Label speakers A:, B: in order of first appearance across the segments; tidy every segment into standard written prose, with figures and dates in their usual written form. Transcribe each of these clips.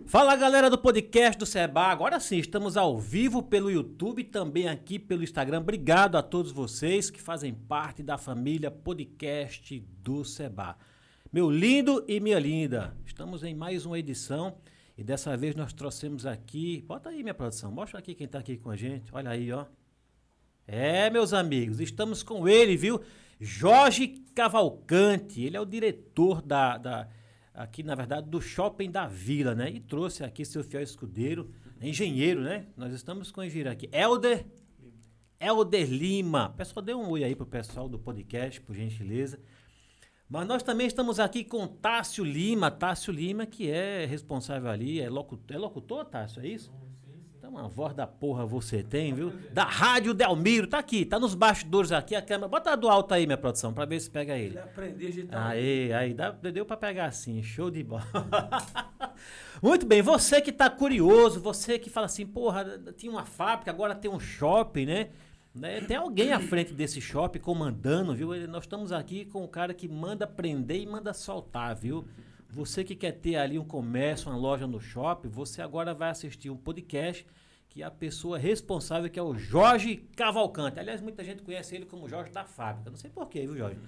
A: Fala galera do podcast do Seba, agora sim, estamos ao vivo pelo YouTube e também aqui pelo Instagram. Obrigado a todos vocês que fazem parte da família podcast do Seba. Meu lindo e minha linda, estamos em mais uma edição e dessa vez nós trouxemos aqui, bota aí minha produção, mostra aqui quem está aqui com a gente, olha aí ó. Meus amigos, estamos com ele, viu? Jorge Cavalcante, ele é o diretor aqui, na verdade, do Shopping da Vila, né? E trouxe aqui seu fiel escudeiro, engenheiro, né? Nós estamos com o engenheiro aqui, Helder Lima. Pessoal, dê um oi aí pro pessoal do podcast, por gentileza. Mas nós também estamos aqui com Tássio Lima, que é responsável ali, é locutor, Tássio, é isso? Então, uma voz da porra você tem, viu? Da Rádio Delmiro, tá aqui, tá nos bastidores aqui, a câmera. Bota do alto aí, minha produção, pra ver se pega ele.
B: Ele aprendeu a agitar.
A: Aí, deu pra pegar assim, show de bola. Muito bem, você que tá curioso, você que fala assim, porra, tinha uma fábrica, agora tem um shopping, né? Tem alguém à frente desse shopping comandando, viu? Nós estamos aqui com o cara que manda prender e manda soltar, viu? Você que quer ter ali um comércio, uma loja no shopping, você agora vai assistir um podcast que a pessoa responsável, que é o Jorge Cavalcante. Aliás, muita gente conhece ele como Jorge da Fábrica. Não sei porquê, viu, Jorge?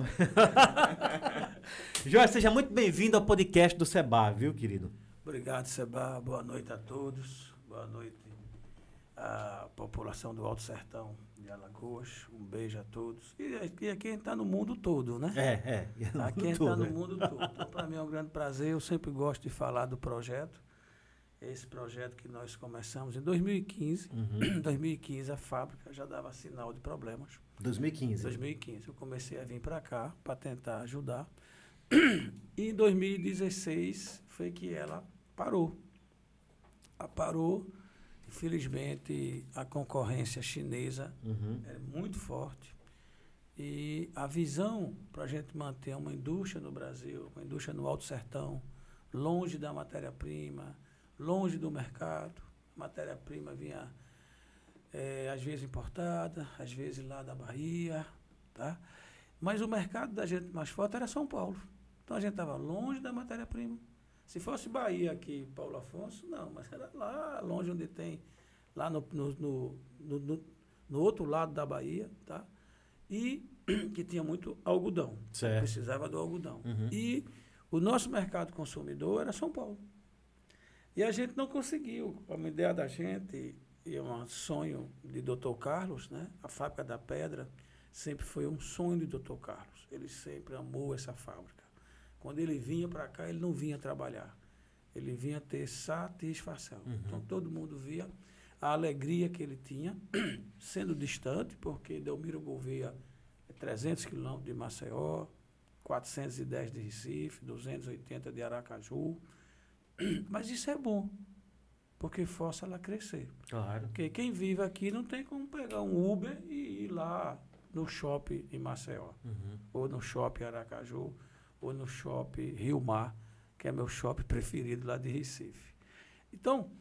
A: Jorge, seja muito bem-vindo ao podcast do Seba, viu, querido?
B: Obrigado, Seba. Boa noite a todos. Boa noite à população do Alto Sertão de Alagoas. Um beijo a todos. E aqui a quem está no mundo todo, né? A quem está no mundo todo. Então, para mim é um grande prazer. Eu sempre gosto de falar do projeto. Esse projeto que nós começamos em 2015. Em 2015 a fábrica já dava sinal de problemas.
A: 2015?
B: 2015. Eu comecei a vir para cá para tentar ajudar. E em 2016 foi que ela parou. Ela parou. Infelizmente, a concorrência chinesa é muito forte. E a visão para a gente manter uma indústria no Brasil, uma indústria no Alto Sertão, longe da matéria-prima, longe do mercado. A matéria-prima vinha, às vezes, importada, às vezes lá da Bahia. Tá? Mas o mercado da gente mais forte era São Paulo. Então, a gente estava longe da matéria-prima. Se fosse Bahia aqui, Paulo Afonso, não, mas era lá longe onde tem, lá no outro lado da Bahia, tá? E que tinha muito algodão.
A: Certo.
B: Precisava do algodão. E o nosso mercado consumidor era São Paulo. E a gente não conseguiu. Uma ideia da gente, e um sonho de Dr. Carlos, né? A Fábrica da Pedra sempre foi um sonho de Dr. Carlos. Ele sempre amou essa fábrica. Quando ele vinha para cá, ele não vinha trabalhar. Ele vinha ter satisfação. Então, todo mundo via a alegria que ele tinha, sendo distante, porque Delmiro Gouveia é 300 quilômetros de Maceió, 410 de Recife, 280 de Aracaju. Mas isso é bom, porque força ela a crescer.
A: Claro.
B: Porque quem vive aqui não tem como pegar um Uber e ir lá no shopping em Maceió, ou no shopping Aracaju, ou no shopping Rio Mar, que é meu shopping preferido lá de Recife. Então,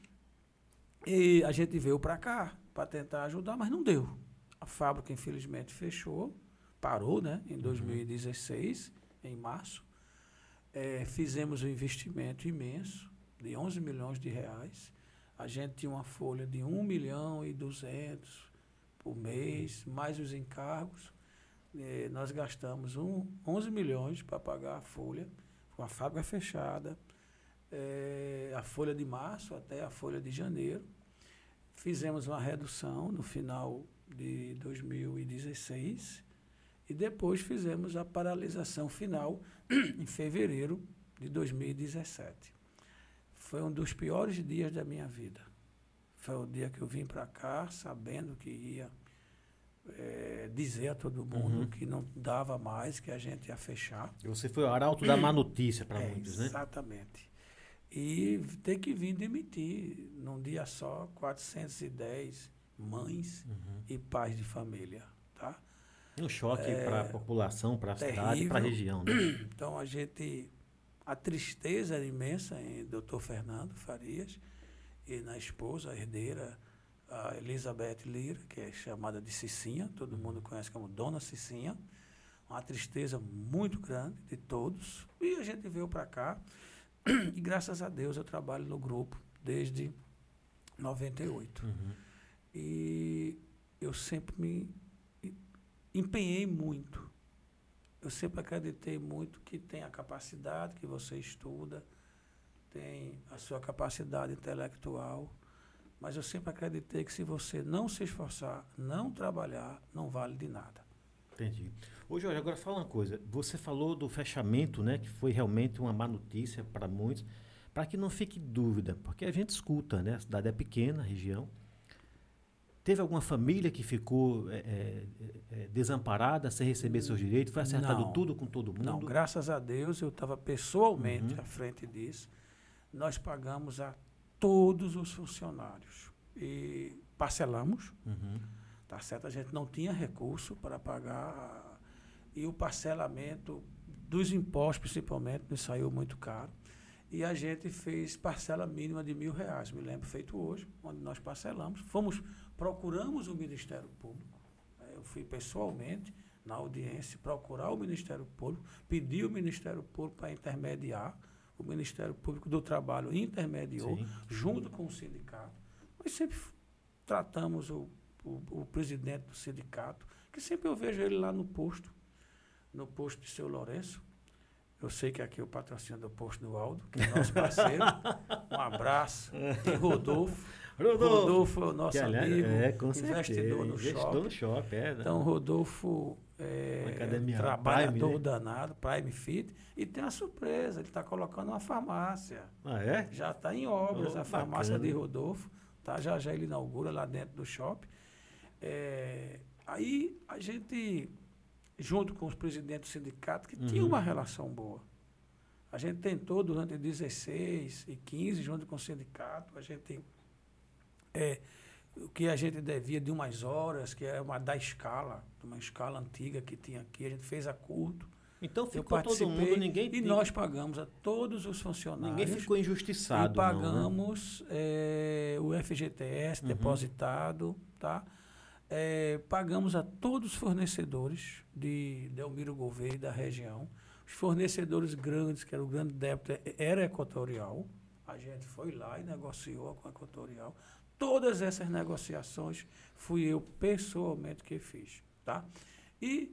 B: e a gente veio para cá para tentar ajudar, mas não deu. A fábrica, infelizmente, fechou, parou, né, em 2016, em março. Fizemos um investimento imenso, de 11 milhões de reais. A gente tinha uma folha de 1 milhão e 200 por mês, mais os encargos. Nós gastamos 11 milhões para pagar a folha, com a fábrica fechada, a folha de março até a folha de janeiro. Fizemos uma redução no final de 2016 e depois fizemos a paralisação final em fevereiro de 2017. Foi um dos piores dias da minha vida. Foi o dia que eu vim para cá sabendo que ia dizer a todo mundo que não dava mais, que a gente ia fechar.
A: E você foi o arauto da má notícia para muitos, né?
B: Exatamente. E ter que vir demitir, num dia só, 410 mães e pais de família. Tá?
A: Um choque para a população, para a cidade, para a região. Né?
B: Então, a tristeza era imensa em Dr. Fernando Farias e na esposa, a herdeira, a Elizabeth Lira, que é chamada de Cicinha, todo mundo conhece como Dona Cicinha. Uma tristeza muito grande de todos. E a gente veio para cá. E graças a Deus eu trabalho no grupo desde 98. E eu sempre me empenhei muito. Eu sempre acreditei muito que tem a capacidade que você estuda, tem a sua capacidade intelectual, mas eu sempre acreditei que se você não se esforçar, não trabalhar, não vale de nada.
A: Entendi. Ô Jorge, agora fala uma coisa. Você falou do fechamento, né? Que foi realmente uma má notícia para muitos. Para que não fique dúvida, porque a gente escuta, né? A cidade é pequena, a região. Teve alguma família que ficou desamparada sem receber seus direitos? Foi acertado
B: Não,
A: tudo com todo mundo?
B: não, graças a Deus eu estava pessoalmente à frente disso. Nós pagamos a todos os funcionários e parcelamos, tá certo? A gente não tinha recurso para pagar e o parcelamento dos impostos, principalmente, nos saiu muito caro. E a gente fez parcela mínima de R$1.000, me lembro, feito hoje, onde nós parcelamos. Procuramos o Ministério Público. Eu fui pessoalmente na audiência procurar o Ministério Público, pedir o Ministério Público para intermediar. O Ministério Público do Trabalho intermediou, junto com o sindicato. Nós sempre tratamos o presidente do sindicato, que sempre eu vejo ele lá no posto de Seu Lourenço. Eu sei que aqui é o patrocínio do posto do Aldo, que é nosso parceiro. Um abraço. E Rodolfo. Rodolfo é o nosso amigo, investidor no shopping. Então, Rodolfo trabalhador danado, Prime Fit, e tem uma surpresa, ele está colocando uma farmácia.
A: Ah, é?
B: Já está em obras, a farmácia de Rodolfo, tá? Já ele inaugura lá dentro do shopping. Aí a gente, junto com os presidentes do sindicato, que tinha uma relação boa. A gente tentou durante 16 e 15, junto com o sindicato, a gente... o que a gente devia de umas horas, que é uma escala antiga que tinha aqui, a gente fez acordo.
A: Então ficou todo mundo, ninguém...
B: E nós pagamos a todos os funcionários.
A: Ninguém ficou injustiçado,
B: e pagamos o FGTS depositado, tá? Pagamos a todos os fornecedores de Delmiro Gouveia e da região. Os fornecedores grandes, que era o grande débito, era Equatorial. A gente foi lá e negociou com a Equatorial. Todas essas negociações fui eu pessoalmente que fiz, tá? E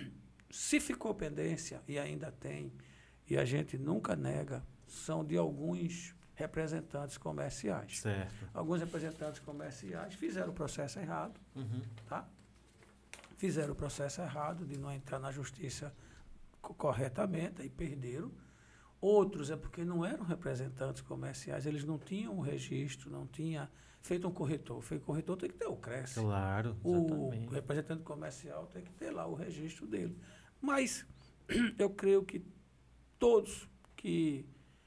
B: se ficou pendência, e ainda tem, e a gente nunca nega, são de alguns representantes comerciais.
A: Certo.
B: Alguns representantes comerciais fizeram o processo errado, tá? Fizeram o processo errado de não entrar na justiça corretamente e perderam. Outros é porque não eram representantes comerciais, eles não tinham o registro, não tinha feito um corretor. Feito corretor tem que ter o CRES.
A: Claro, exatamente.
B: O representante comercial tem que ter lá o registro dele. Mas eu creio que todos que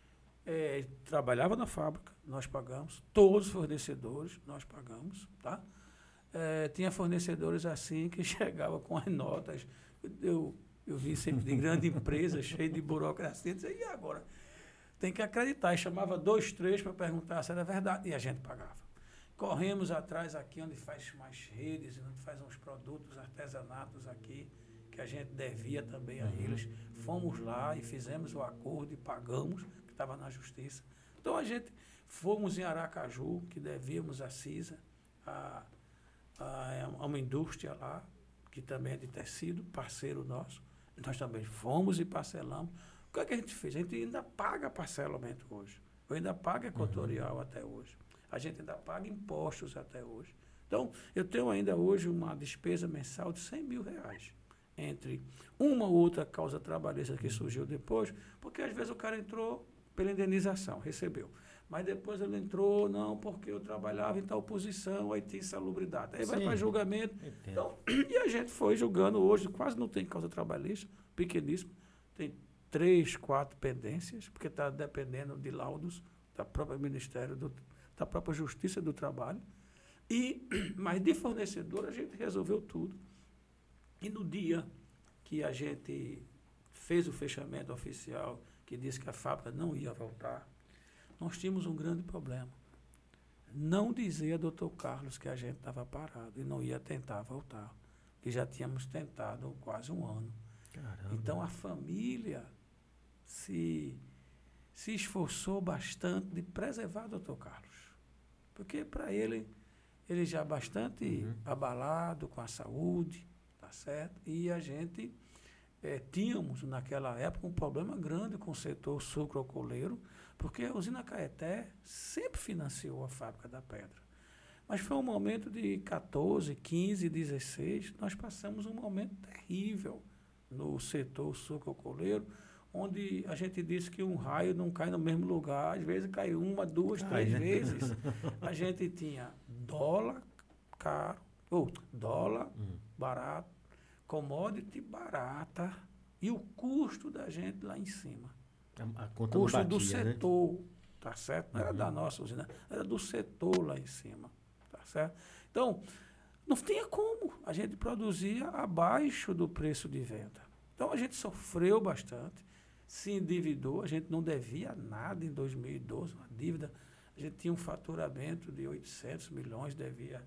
B: trabalhavam na fábrica, nós pagamos. Todos os fornecedores, nós pagamos, tá? Tinha fornecedores assim que chegavam com as notas. Eu vi sempre de grande empresa, cheio de burocracia, dizia, e agora? Tem que acreditar. E chamava 2, 3 para perguntar se era verdade, e a gente pagava. Corremos atrás aqui, onde faz mais redes, onde faz uns produtos, artesanatos aqui, que a gente devia também a eles. Fomos lá e fizemos o acordo e pagamos, que estava na justiça. Então, fomos em Aracaju, que devíamos a CISA, a uma indústria lá, que também é de tecido, parceiro nosso. Nós também fomos e parcelamos. O que é que a gente fez? A gente ainda paga parcelamento hoje. Eu ainda pago Equatorial até hoje. A gente ainda paga impostos até hoje. Então, eu tenho ainda hoje uma despesa mensal de R$100.000. Entre uma ou outra causa trabalhista que surgiu depois, porque às vezes o cara entrou pela indenização, recebeu. Mas depois ele entrou, não, porque eu trabalhava em tal posição, aí tem insalubridade. Aí vai para julgamento. Então, e a gente foi julgando hoje, quase não tem causa trabalhista, pequeníssimo. Tem 3, 4 pendências, porque está dependendo de laudos da própria Ministério, da própria Justiça do Trabalho. Mas de fornecedor a gente resolveu tudo. E no dia que a gente fez o fechamento oficial, que disse que a fábrica não ia voltar, nós tínhamos um grande problema. Não dizia doutor Carlos que a gente estava parado e não ia tentar voltar, que já tínhamos tentado quase um ano.
A: Caramba.
B: Então a família se se esforçou bastante de preservar o Dr. Carlos. Porque para ele já bastante abalado com a saúde, tá certo? E a gente tínhamos, naquela época, um problema grande com o setor sucroalcooleiro, porque a usina Caeté sempre financiou a fábrica da pedra. Mas foi um momento de 14, 15, 16, nós passamos um momento terrível no setor sucroalcooleiro, onde a gente disse que um raio não cai no mesmo lugar, às vezes cai uma, duas, três vezes. A gente tinha dólar caro, dólar barato, commodity barata e o custo da gente lá em cima.
A: A conta
B: custo
A: não batia,
B: do setor,
A: né?
B: Tá certo? Não era da nossa usina, era do setor lá em cima, tá certo? Então, não tinha como, a gente produzia abaixo do preço de venda. Então, a gente sofreu bastante, se endividou, a gente não devia nada em 2012, uma dívida. A gente tinha um faturamento de 800 milhões, devia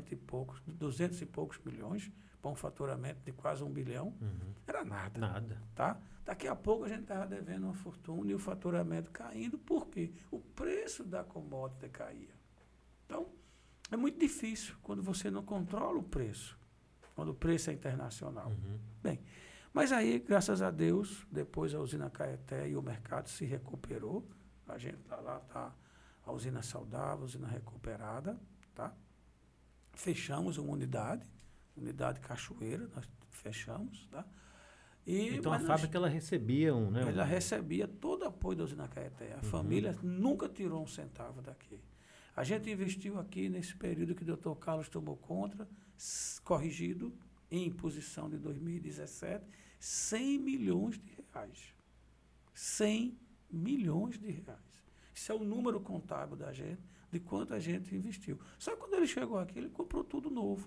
B: 200 e poucos milhões, para um faturamento de quase 1 bilhão. Era nada.
A: Nada.
B: Tá? Daqui a pouco a gente estava devendo uma fortuna e o faturamento caindo, por quê? O preço da commodity caía. Então, é muito difícil quando você não controla o preço, quando o preço é internacional. Bem, mas aí, graças a Deus, depois a usina Caeté e o mercado se recuperou. A gente está a usina saudável, a usina recuperada, tá? Fechamos uma unidade Cachoeira, nós fechamos, tá?
A: Então a fábrica ela recebia
B: ela recebia todo o apoio da usina Caeté. A família nunca tirou um centavo daqui. A gente investiu aqui nesse período que o Dr. Carlos tomou conta, corrigido, em imposição de 2017, 100 milhões de reais. 100 milhões de reais. Isso é o número contábil da gente, de quanto a gente investiu. Só que quando ele chegou aqui, ele comprou tudo novo.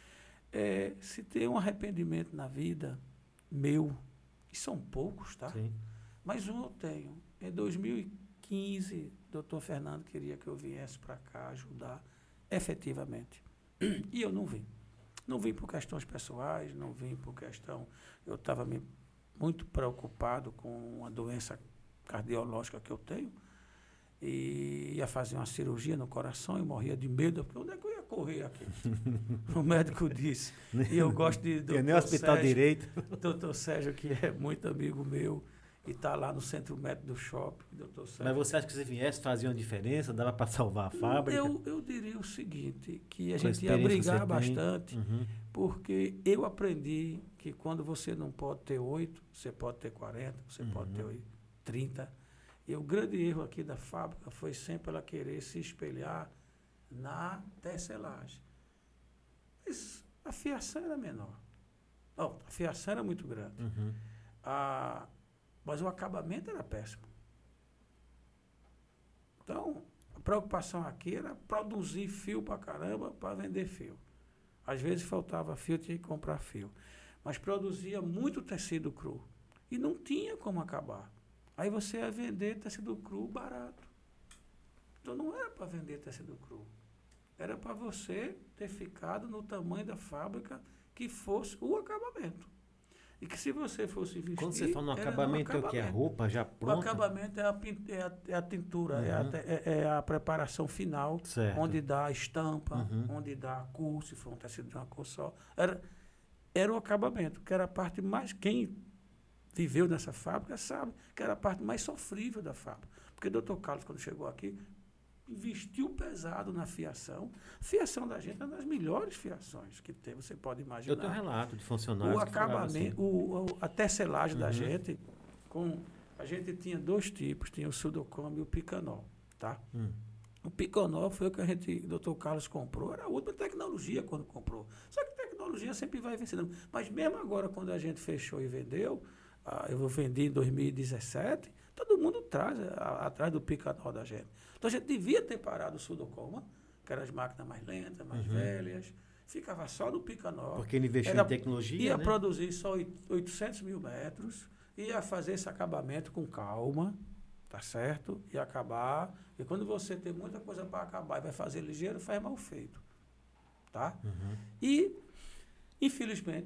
B: Se tem um arrependimento na vida, meu, e são poucos, tá?
A: Sim.
B: Mas um eu tenho. Em 2015, o doutor Fernando queria que eu viesse para cá ajudar efetivamente. E eu não vim. Não vim por questões pessoais, não vim por questão... Eu estava muito preocupado com uma doença cardiológica que eu tenho, e ia fazer uma cirurgia no coração e morria de medo, porque onde é que eu ia correr aqui? O médico disse, e eu gosto de...
A: Tem nem hospital direito.
B: Doutor Sérgio, que é muito amigo meu, e está lá no centro médico do shopping, doutor Sérgio.
A: Mas você acha que se viesse fazia uma diferença? Dava para salvar a fábrica?
B: Eu diria o seguinte, que a gente ia brigar bastante, porque eu aprendi que quando você não pode ter 8, você pode ter 40, você pode ter 30. E o grande erro aqui da fábrica foi sempre ela querer se espelhar na tecelagem. Mas a fiação era menor. Não, a fiação era muito grande. Mas o acabamento era péssimo. Então, a preocupação aqui era produzir fio para caramba para vender fio. Às vezes faltava fio, tinha que comprar fio. Mas produzia muito tecido cru. E não tinha como acabar. Aí você ia vender tecido cru barato. Então não era para vender tecido cru. Era para você ter ficado no tamanho da fábrica que fosse o acabamento. E que se você fosse investir...
A: Quando você fala no acabamento, é o que? É roupa já pronta?
B: O acabamento é a tintura, é a preparação final,
A: certo.
B: Onde dá a estampa, onde dá a cor, se for um tecido de uma cor só. Era o acabamento, que era a parte mais... Quem viveu nessa fábrica sabe que era a parte mais sofrível da fábrica. Porque o doutor Carlos, quando chegou aqui, investiu pesado na fiação. A fiação da gente é uma das melhores fiações que tem, você pode imaginar.
A: Eu tenho um relato de funcionários.
B: O acabamento, a tecelagem da gente, a gente tinha 2 tipos, tinha o Sudocom e o Picanol, tá? O Picanol foi o que o doutor Carlos comprou, era a última tecnologia quando comprou. Só que a tecnologia sempre vai vencendo. Mas mesmo agora, quando a gente fechou e vendeu, eu vendi em 2017, todo mundo atrás do Picanol da gente. Então a gente devia ter parado o Sudocoma, que eram as máquinas mais lentas, mais velhas, ficava só no Picanol.
A: Porque ele investiu em tecnologia,
B: ia produzir só 800 mil metros, ia fazer esse acabamento com calma, tá certo? E acabar. E quando você tem muita coisa para acabar e vai fazer ligeiro, faz mal feito. Tá? E, infelizmente,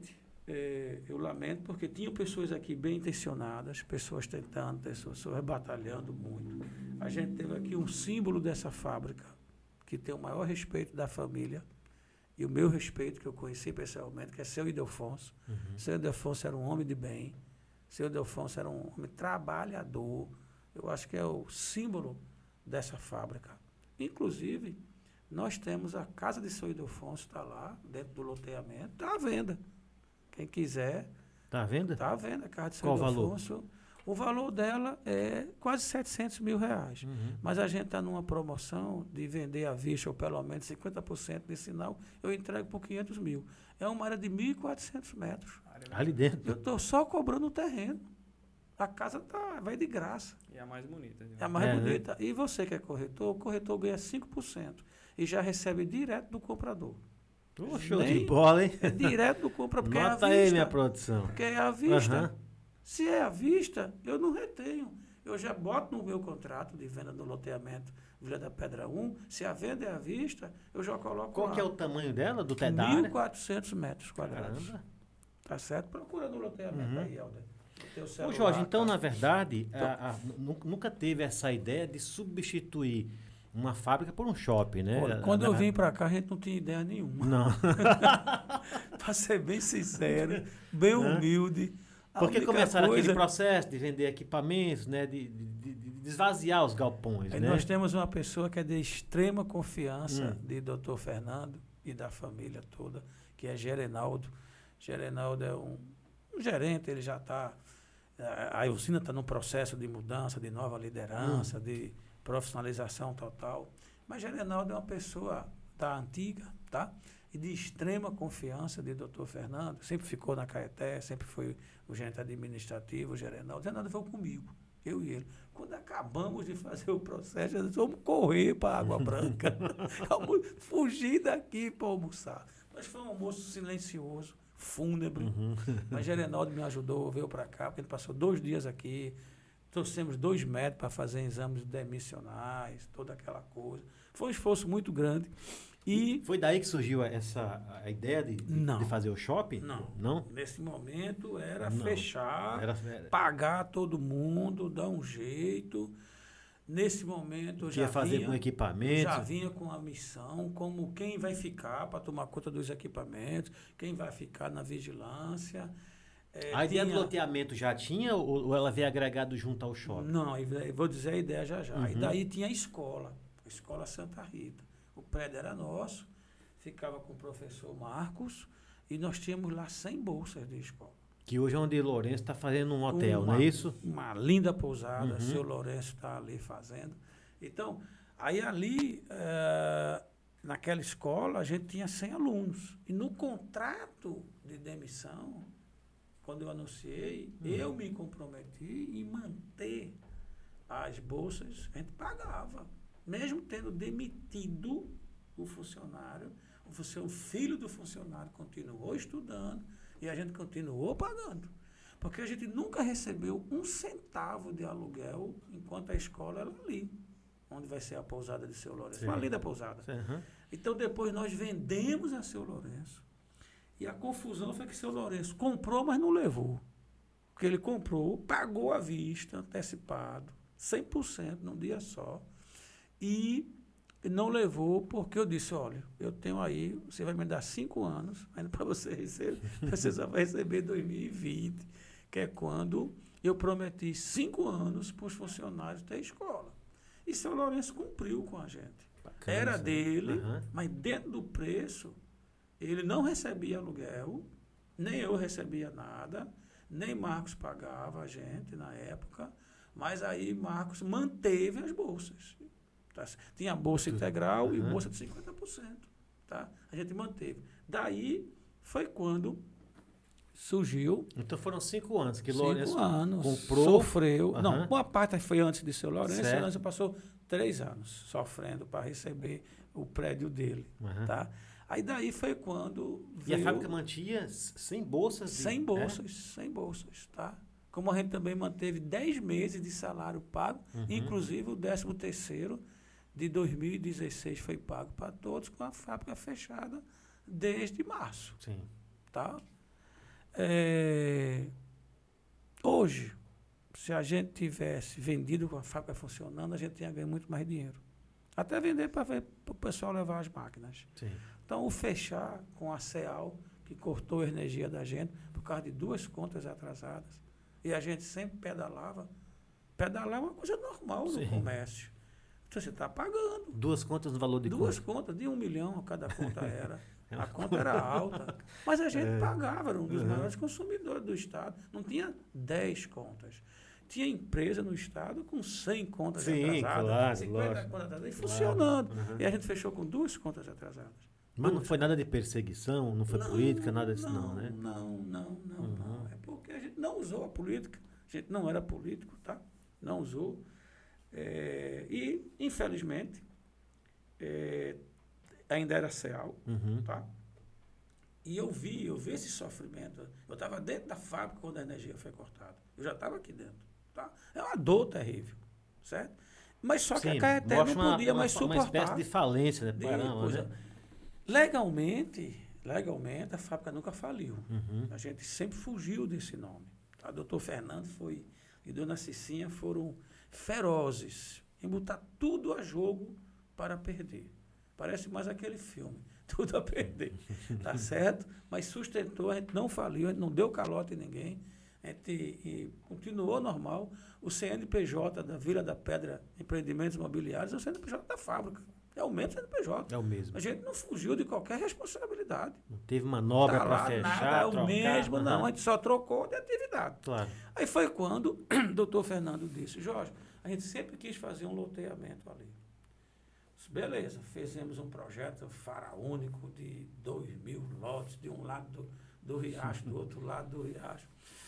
B: eu lamento porque tinham pessoas aqui bem intencionadas, pessoas tentando, pessoas batalhando muito. A gente teve aqui um símbolo dessa fábrica, que tem o maior respeito da família, e o meu respeito, que eu conheci pessoalmente, que é seu Ildefonso. Seu Ildefonso era um homem de bem, seu Ildefonso era um homem trabalhador. Eu acho que é o símbolo dessa fábrica. Inclusive, nós temos a casa de seu Ildefonso, está lá, dentro do loteamento, está à venda. Quem quiser.
A: Está à venda?
B: Está à venda a casa de seu
A: Qual
B: Ildefonso. Valor? O valor dela é quase R$700 mil. Mas a gente está numa promoção de vender à vista, ou pelo menos 50% desse sinal, eu entrego por 500 mil. É uma área de 1.400 metros.
A: Ali dentro?
B: Eu estou só cobrando o terreno. A casa vai de graça.
C: E é a mais bonita.
B: É a mais bonita. Né? E você que é corretor, o corretor ganha 5% e já recebe direto do comprador.
A: Show de bola, hein?
B: É direto do comprador.
A: Nota aí, minha produção.
B: Porque é à vista. Se é à vista, eu não retenho. Eu já boto no meu contrato de venda do loteamento Vila da Pedra 1. Se a venda é à vista, eu já coloco
A: Qual
B: lá.
A: que é o tamanho dela, do pedaço?
B: 1.400 metros quadrados. Caramba. Tá certo? Procura no loteamento aí, Helder.
A: Ô Jorge, então, na verdade, nunca teve essa ideia de substituir uma fábrica por um shopping, né?
B: Olha, quando eu vim para cá, a gente não tinha ideia nenhuma.
A: Não.
B: Para ser bem sincero, bem humilde.
A: Porque começaram aquele processo de vender equipamentos, né? De esvaziar os galpões, né?
B: Nós temos uma pessoa que é de extrema confiança de Dr. Fernando e da família toda, que é Gerenaldo. Gerenaldo é um gerente, ele já está... A usina está num processo de mudança, de nova liderança, de profissionalização total. Mas Gerenaldo é uma pessoa da antiga, tá? E de extrema confiança de Dr. Fernando. Sempre ficou na Caeté, sempre foi o gerente administrativo, o Gerenaldo. O Gerenaldo foi comigo, eu e ele. Quando acabamos de fazer o processo, nós vamos correr para a Água Branca. Vamos fugir daqui para almoçar. Mas foi um almoço silencioso, fúnebre. Mas Gerenaldo me ajudou, veio para cá, porque ele passou 2 dias aqui. Trouxemos 2 médicos para fazer exames demissionais, toda aquela coisa. Foi um esforço muito grande. E
A: foi daí que surgiu a ideia de fazer o shopping?
B: Não. Nesse momento era fechar, pagar todo mundo, dar um jeito. Nesse momento eu já
A: fazer com equipamento.
B: Já vinha com a missão, como quem vai ficar para tomar conta dos equipamentos, quem vai ficar na vigilância.
A: A ideia do loteamento já tinha ou ela veio agregado junto ao shopping?
B: Não, eu vou dizer a ideia já. E daí tinha a escola Santa Rita. O prédio era nosso, ficava com o professor Marcos e nós tínhamos lá 100 bolsas de escola.
A: Que hoje é onde Lourenço está fazendo um hotel, não é isso?
B: Uma linda pousada, seu Lourenço está ali fazendo. Então, aí ali, naquela escola, a gente tinha 100 alunos. E no contrato de demissão, quando eu anunciei, eu me comprometi em manter as bolsas, a gente pagava. Mesmo tendo demitido o funcionário, o filho do funcionário continuou estudando e a gente continuou pagando. Porque a gente nunca recebeu 1 centavo de aluguel enquanto a escola era ali, onde vai ser a pousada de seu Lourenço. Uma linda pousada. Então, depois nós vendemos a seu Lourenço. E a confusão foi que seu Lourenço comprou, mas não levou. Porque ele comprou, pagou à vista, antecipado, 100% num dia só. E não levou porque eu disse, olha, eu tenho aí, você vai me dar 5 anos, ainda para você receber, você só vai receber 2020, que é quando eu prometi 5 anos para os funcionários da escola. E seu Lourenço cumpriu com a gente. Bacana, era dele, mas dentro do preço, ele não recebia aluguel, nem eu recebia nada, nem Marcos pagava a gente na época, mas aí Marcos manteve as bolsas. Tá? Tinha bolsa integral e bolsa de 50%. Tá? A gente manteve. Daí foi quando surgiu...
A: Então foram 5 anos que
B: 5
A: Lourenço
B: anos,
A: comprou...
B: Sofreu. Não, uma parte foi antes de seu Lourenço. Seu Lourenço passou 3 anos sofrendo para receber o prédio dele. Tá? Aí daí foi quando veio...
A: E a fábrica mantinha 100 bolsas?
B: 100 bolsas, 100 bolsas, tá? Como a gente também manteve 10 meses de salário pago, inclusive o 13º de 2016 foi pago para todos, com a fábrica fechada desde março.
A: Sim.
B: Tá? Hoje, se a gente tivesse vendido com a fábrica funcionando, a gente tinha ganho muito mais dinheiro. Até vender para o pessoal levar as máquinas.
A: Sim.
B: Então, o fechar com a CEAL, que cortou a energia da gente por causa de 2 contas atrasadas, e a gente sempre pedalava. Pedalar é uma coisa normal no comércio. Então, você está pagando.
A: 2 contas no valor de
B: 2 contas, de 1 milhão cada conta era. A conta era alta. Mas a gente pagava, era um dos maiores consumidores do Estado. Não tinha 10 contas. Tinha empresa no Estado com 100 contas atrasadas,
A: claro,
B: 50 contas atrasadas, e funcionando. E a gente fechou com 2 contas atrasadas.
A: Mas não foi nada de perseguição, não foi política, nada disso não, né?
B: Não. É porque a gente não usou a política. A gente não era político, tá? Não usou. E, infelizmente, ainda era CEAL, tá? E eu vi esse sofrimento. Eu estava dentro da fábrica quando a energia foi cortada. Eu já estava aqui dentro, tá? É uma dor terrível, certo? Mas só que a Caetel não podia mais suportar.
A: Uma espécie de falência, né?
B: Legalmente, a fábrica nunca faliu. A gente sempre fugiu desse nome. Tá? Doutor Fernando e Dona Cicinha foram ferozes em botar tudo a jogo para perder. Parece mais aquele filme, tudo a perder, tá certo? Mas sustentou, a gente não faliu, a gente não deu calote em ninguém, a gente continuou normal. O CNPJ da Vila da Pedra Empreendimentos Imobiliários é o CNPJ da fábrica, é o mesmo CNPJ.
A: É o mesmo.
B: A gente não fugiu de qualquer responsabilidade.
A: Não teve manobra para fechar,
B: nada, é o mesmo, não, a gente só trocou de atividade.
A: Claro.
B: Aí foi quando o doutor Fernando disse, Jorge, a gente sempre quis fazer um loteamento ali. Beleza, fizemos um projeto faraônico de 2.000 lotes, de um lado do riacho, do outro lado do riacho.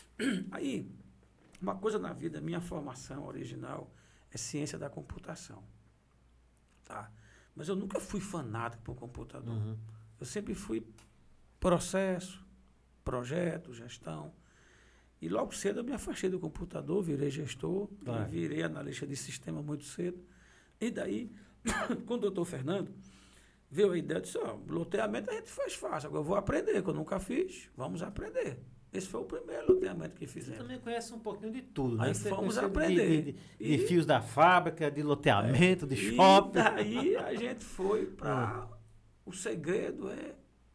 B: Aí, uma coisa na vida, minha formação original é ciência da computação. Tá? Mas eu nunca fui fanático por computador. Eu sempre fui processo, projeto, gestão. E logo cedo eu me afastei do computador, virei gestor, e virei analista de sistema muito cedo. E daí, com o doutor Fernando, veio a ideia de loteamento a gente faz fácil. Agora eu vou aprender, que eu nunca fiz, vamos aprender. Esse foi o primeiro loteamento que fizemos.
A: Você também conhece um pouquinho de tudo, né?
B: Aí fomos aprender.
A: De fios da fábrica, de loteamento, de shopping.
B: E daí a gente foi para... O segredo é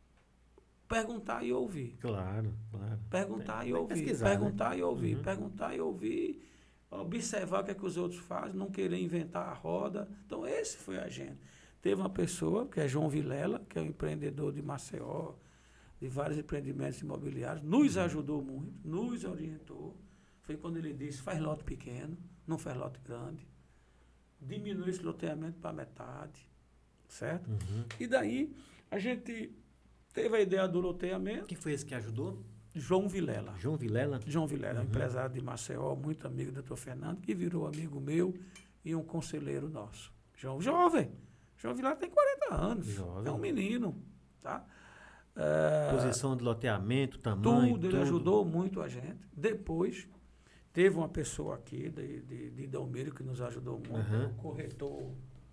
B: perguntar e ouvir.
A: Claro.
B: Perguntar e ouvir. Perguntar e ouvir. Perguntar e ouvir. Observar o que é que os outros fazem, não querer inventar a roda. Então, esse foi a gente. Teve uma pessoa, que é João Vilela, que é um empreendedor de Maceió, de vários empreendimentos imobiliários, nos ajudou muito, nos orientou. Foi quando ele disse, faz lote pequeno, não faz lote grande. Diminui esse loteamento para metade, certo? E daí, a gente teve a ideia do loteamento.
A: Quem foi esse que ajudou?
B: João Vilela.
A: João Vilela?
B: João Vilela, empresário de Maceió, muito amigo do doutor Fernando, que virou amigo meu e um conselheiro nosso. Jovem. João Vilela tem 40 anos. Jovem. É um menino, tá?
A: Posição de loteamento, tamanho,
B: tudo. Ele ajudou muito a gente. Depois, teve uma pessoa aqui de Dalmeiro que nos ajudou muito, o corretor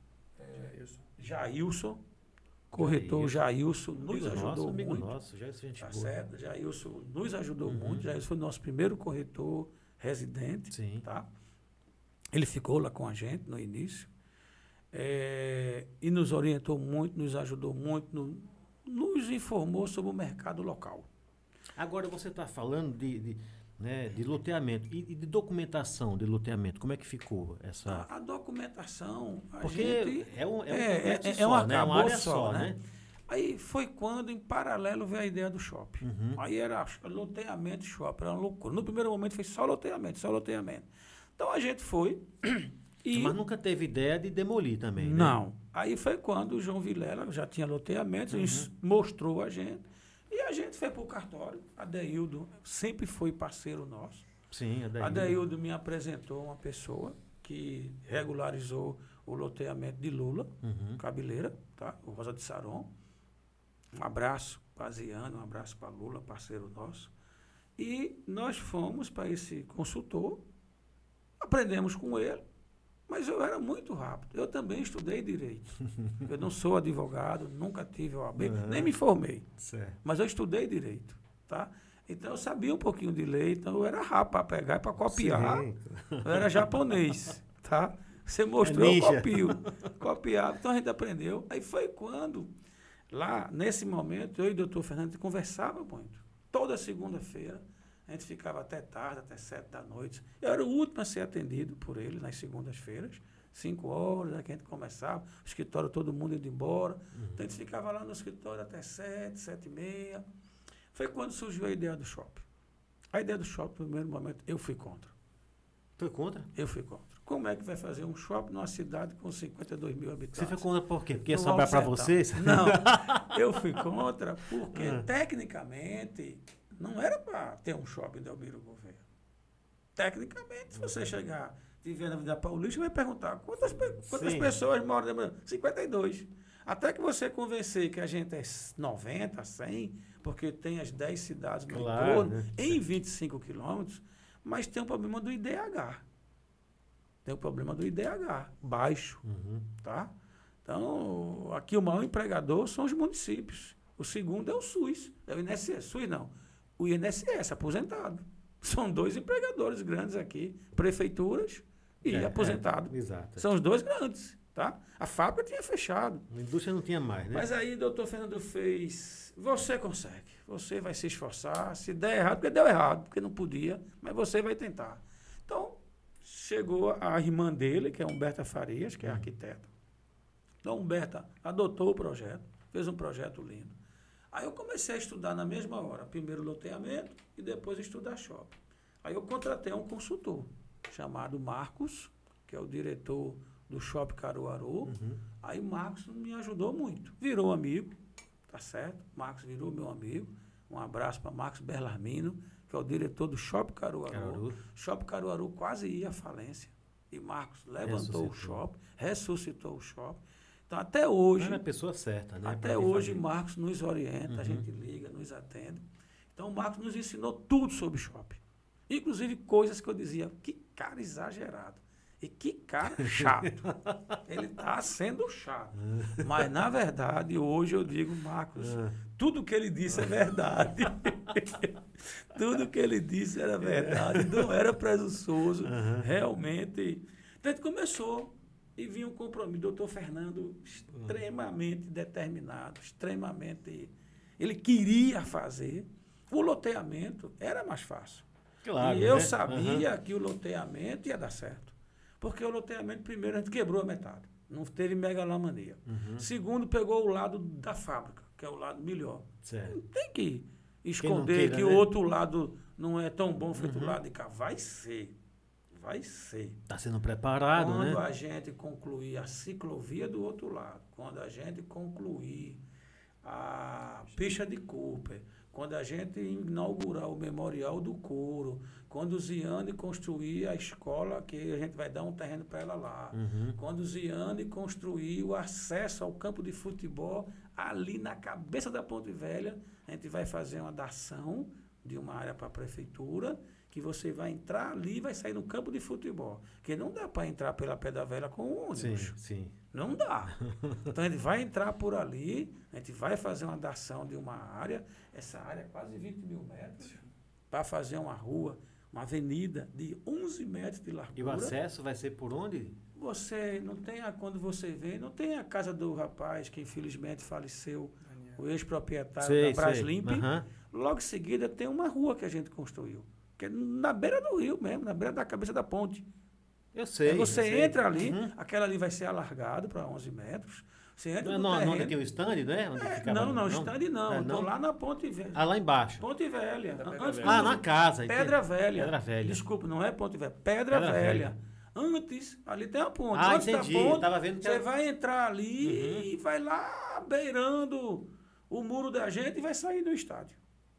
B: Jailson. Corretor Jailson nos ajudou muito.
A: Nosso, gente
B: tá certo? Jailson nos ajudou muito. Jailson foi o nosso primeiro corretor residente.
A: Sim.
B: Tá? Ele ficou lá com a gente no início. E nos orientou muito, nos ajudou muito, nos informou sobre o mercado local.
A: Agora você está falando de loteamento e de documentação de loteamento. Como é que ficou essa?
B: A documentação,
A: porque
B: é
A: uma área só, né?
B: Aí foi quando, em paralelo, veio a ideia do shopping. Aí era loteamento e shopping, era uma loucura. No primeiro momento foi só loteamento. Então a gente foi
A: Mas nunca teve ideia de demolir também, né?
B: Não. Aí foi quando o João Vilela já tinha loteamento, mostrou a gente. E a gente foi para o cartório. Adeildo sempre foi parceiro nosso.
A: Sim,
B: Adeildo me apresentou uma pessoa que regularizou o loteamento de Lula, Cabeleira, tá? O Rosa de Saron. Um abraço para Ziane, um abraço para Lula, parceiro nosso. E nós fomos para esse consultor, aprendemos com ele, mas eu era muito rápido. Eu também estudei direito. Eu não sou advogado, nunca tive OAB, nem me formei.
A: Certo.
B: Mas eu estudei direito, tá? Então, eu sabia um pouquinho de lei, então eu era rápido para pegar e para copiar.
A: Sim.
B: Eu era japonês, tá? Você mostrou, eu copio. Copiava, então a gente aprendeu. Aí foi quando, lá, nesse momento, eu e o doutor Fernando conversava muito. Toda segunda-feira, a gente ficava até tarde, até 7 da noite. Eu era o último a ser atendido por ele nas segundas-feiras. 5 horas, que a gente começava, o escritório todo mundo indo embora. Então a gente ficava lá no escritório até 7, 7h30. Foi quando surgiu a ideia do shopping. A ideia do shopping, no primeiro momento, eu fui contra.
A: Foi contra?
B: Eu fui contra. Como é que vai fazer um shopping numa cidade com 52 mil habitantes?
A: Você foi contra por quê? Porque ia
B: No
A: sobrar para
B: Alto Sertão.
A: vocês?
B: Não, eu fui contra porque, tecnicamente, não era para ter um shopping de Delmiro Gouveia. Tecnicamente, se você chegar e ver na Avenida Paulista, vai perguntar quantas pessoas moram em Delmiro? 52. Até que você convencer que a gente é 90, 100, porque tem as 10 cidades no entorno,
A: né?
B: em 25 quilômetros, mas tem um problema do IDH. Tem o problema do IDH, baixo, tá? Então, aqui o maior empregador são os municípios. O segundo é o SUS, é o INSS. SUS não, o INSS, aposentado. São 2 empregadores grandes aqui, prefeituras e aposentado.
A: Exato.
B: São os 2 grandes, tá? A fábrica tinha fechado.
A: A indústria não tinha mais, né?
B: Mas aí o doutor Fernando fez, você consegue, você vai se esforçar, se der errado, porque deu errado, porque não podia, mas você vai tentar. Então, chegou a irmã dele, que é Humberta Farias, que é arquiteta. Então, Humberta adotou o projeto, fez um projeto lindo. Aí eu comecei a estudar na mesma hora, primeiro loteamento e depois estudar shopping. Aí eu contratei um consultor, chamado Marcos, que é o diretor do Shopping Caruaru. Aí o Marcos me ajudou muito. Virou amigo, tá certo? Marcos virou meu amigo. Um abraço para Marcos Berlarmino, que é o diretor do Shopping Caruaru. Shopping Caruaru quase ia à falência. E Marcos levantou o shopping, ressuscitou o shopping. Então, até hoje...
A: Era a pessoa certa, né?
B: Até hoje, Marcos nos orienta, a gente liga, nos atende. Então, o Marcos nos ensinou tudo sobre shopping. Inclusive, coisas que eu dizia, que cara exagerado. E que cara chato. Ele está sendo chato. Mas, na verdade, hoje eu digo, Marcos, tudo que ele disse é verdade. Tudo que ele disse era verdade. Não era presunçoso. Realmente. Então, a gente começou e vinha um compromisso. Doutor Fernando, extremamente determinado, extremamente... Ele queria fazer. O loteamento era mais fácil.
A: Claro,
B: e eu
A: né?
B: sabia que o loteamento ia dar certo. Porque o loteamento, primeiro, a gente quebrou a metade. Não teve megalomania. Segundo, pegou o lado da fábrica, que é o lado melhor.
A: Certo.
B: Não tem que esconder
A: queira,
B: que
A: né?
B: o outro lado não é tão bom feito o lado de cá. Vai ser. Vai ser.
A: Está sendo preparado,
B: Quando
A: né?
B: a gente concluir a ciclovia do outro lado, quando a gente concluir a pista de Cooper, quando a gente inaugurar o Memorial do Couro, quando o Ziane construir a escola, que a gente vai dar um terreno para ela lá, quando o Ziane construir o acesso ao campo de futebol ali na cabeça da Ponte Velha, a gente vai fazer uma dação de uma área para a prefeitura, que você vai entrar ali e vai sair no campo de futebol. Porque não dá para entrar pela Pedra Velha com o ônibus.
A: Sim, sim.
B: Não dá. Então, a gente vai entrar por ali, a gente vai fazer uma dação de uma área, essa área é quase 20 mil metros, para fazer uma rua, uma avenida de 11 metros de largura.
A: E o acesso vai ser por onde?
B: Você não tem, quando você vem, não tem a casa do rapaz que infelizmente faleceu, o ex-proprietário da Braslimp. Logo em seguida tem uma rua que a gente construiu, que é na beira do rio mesmo, na beira da cabeça da ponte.
A: Eu sei.
B: Aí você
A: eu sei.
B: entra ali, aquela ali vai ser alargado para 11 metros. Você entra no terreno.
A: Onde tem o stand, né? Onde ficava,
B: Não, stand não. Estou lá na Ponte Velha.
A: Ah, lá embaixo.
B: Ponte Velha.
A: Na casa.
B: Pedra Velha.
A: Pedra Velha.
B: Desculpa, não é Ponte Velha. Pedra Velha. Antes, ali tem a ponte.
A: Ah,
B: Antes
A: entendi.
B: da ponte,
A: Tava vendo que
B: você vai entrar ali e vai lá beirando o muro da gente e vai sair do estádio.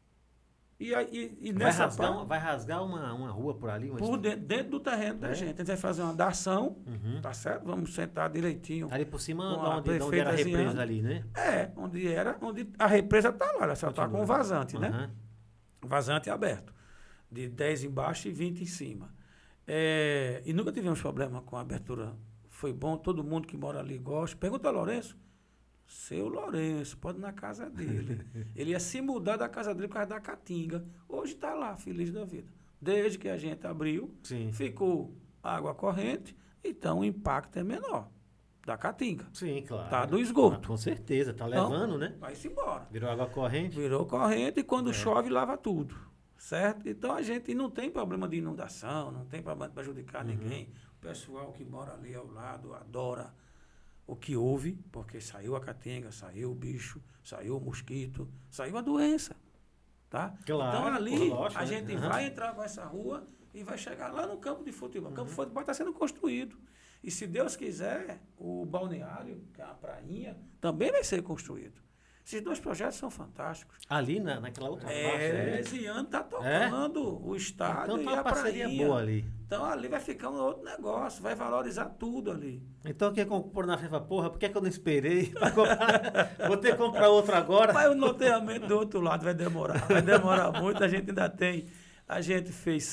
B: E nessa parte,
A: vai rasgar uma rua por ali?
B: por dentro do terreno da gente. A gente vai fazer uma dação, tá certo? Vamos sentar direitinho.
A: Ali por cima,
B: com a
A: onde era a
B: prefeita
A: represa
B: Ziane.
A: ali, né?
B: Onde a represa está lá, ela só está com o vazante, né? Vazante aberto. De 10 embaixo e 20 em cima. E nunca tivemos problema com a abertura. Foi bom, todo mundo que mora ali gosta. Pergunta a Lourenço. Seu Lourenço, pode ir na casa dele. Ele ia se mudar da casa dele por causa da Caatinga. Hoje está lá, feliz da vida. Desde que a gente abriu,
A: Sim.
B: ficou água corrente, então o impacto é menor da Caatinga.
A: Sim, claro.
B: Tá do esgoto.
A: Ah, com certeza, tá levando, né?
B: Vai-se embora.
A: Virou água corrente.
B: Virou corrente e quando chove, lava tudo. Certo? Então a gente não tem problema de inundação, não tem problema de prejudicar ninguém. O pessoal que mora ali ao lado adora o que houve, porque saiu a Caatinga, saiu o bicho, saiu o mosquito, saiu a doença. Tá?
A: Claro,
B: Então ali
A: lógico,
B: a
A: né?
B: gente vai entrar com essa rua e vai chegar lá no campo de futebol. O campo de futebol está sendo construído. E se Deus quiser, o balneário, que é a prainha, também vai ser construído. Esses dois projetos são fantásticos.
A: Ali naquela outra parte. Né?
B: Esse ano está tocando o estádio
A: Então tá
B: e
A: uma
B: a
A: parceria
B: prainha.
A: boa ali.
B: Então ali vai ficar um outro negócio, vai valorizar tudo ali.
A: Então quem comprou na frente fala, porra, por que eu não esperei pra comprar? Vou ter que comprar outro agora.
B: Mas o loteamento do outro lado vai demorar muito, a gente ainda tem. A gente fez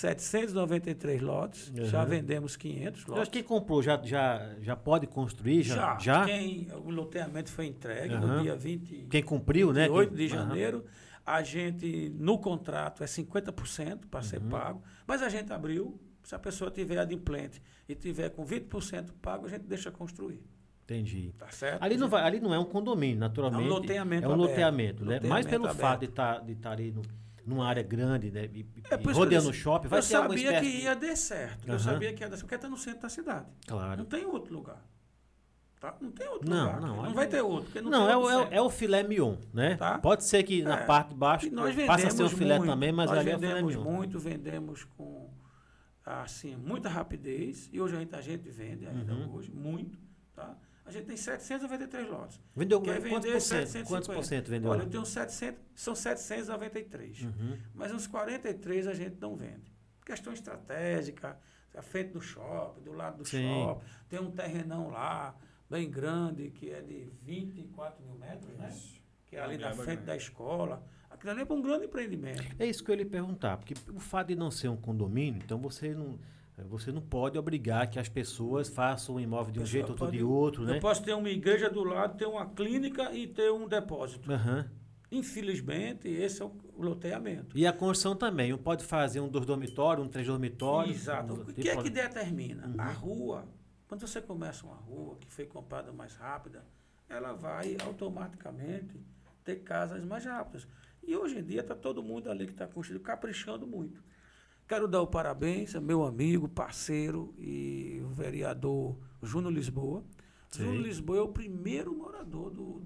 B: 793 lotes, já vendemos 500
A: Eu
B: lotes.
A: acho que quem comprou já pode construir? Já?
B: O loteamento foi entregue no dia 20,
A: Quem cumpriu,
B: 28
A: né?
B: de janeiro. A gente, no contrato, é 50% para ser pago, mas a gente abriu, se a pessoa tiver adimplente e tiver com 20% pago, a gente deixa construir.
A: Entendi.
B: Tá certo?
A: Ali não é um condomínio, naturalmente.
B: É um loteamento
A: É um
B: aberto.
A: loteamento, né? Mas pelo
B: Loteamento
A: fato de estar ali numa área grande, né? E
B: por isso
A: rodeando
B: que
A: o shopping, vai
B: eu
A: ser alguma
B: sabia
A: espécie
B: que ia dar certo. Eu sabia que ia dar certo, porque está no centro da cidade.
A: Claro.
B: Não tem outro lugar. Tá? Não tem outro
A: Não,
B: lugar.
A: não,
B: Não vai ter outro. Porque
A: Não,
B: tem
A: é
B: outro
A: o
B: centro.
A: filé mignon, né?
B: Tá?
A: Pode ser que na parte de baixo
B: E nós
A: passa a ser o
B: vendemos
A: filé
B: muito,
A: também, mas
B: nós
A: ali é o filé
B: vendemos
A: mignon.
B: muito, vendemos com assim, muita rapidez. E hoje a gente vende ainda hoje, muito. Tá? A gente tem 793 lotes.
A: Vendeu
B: Quer
A: quantos
B: vender
A: por cento?
B: 750.
A: Quantos por cento vendeu?
B: Olha, eu tenho 700, são 793. Mas uns 43 a gente não vende. Questão estratégica, à frente do shopping, do lado do shopping. Tem um terrenão lá, bem grande, que é de 24 mil metros, né? Que é ali na frente da escola. Aquilo ali é para um grande empreendimento.
A: É isso que eu ia lhe perguntar, porque o fato de não ser um condomínio, então você não pode obrigar que as pessoas façam o imóvel de um jeito ou de outro, né?
B: Eu posso ter uma igreja do lado, ter uma clínica e ter um depósito. Infelizmente, esse é o loteamento.
A: E a construção também. Um pode fazer um 2 dormitórios, um 3 dormitórios.
B: Exato. O que é que determina? A rua. Quando você começa uma rua que foi comprada mais rápida, ela vai automaticamente ter casas mais rápidas. E hoje em dia está todo mundo ali que está construindo, caprichando muito. Quero dar o parabéns ao meu amigo, parceiro e o vereador Júnior Lisboa.
A: Sim.
B: Júnior Lisboa é o primeiro morador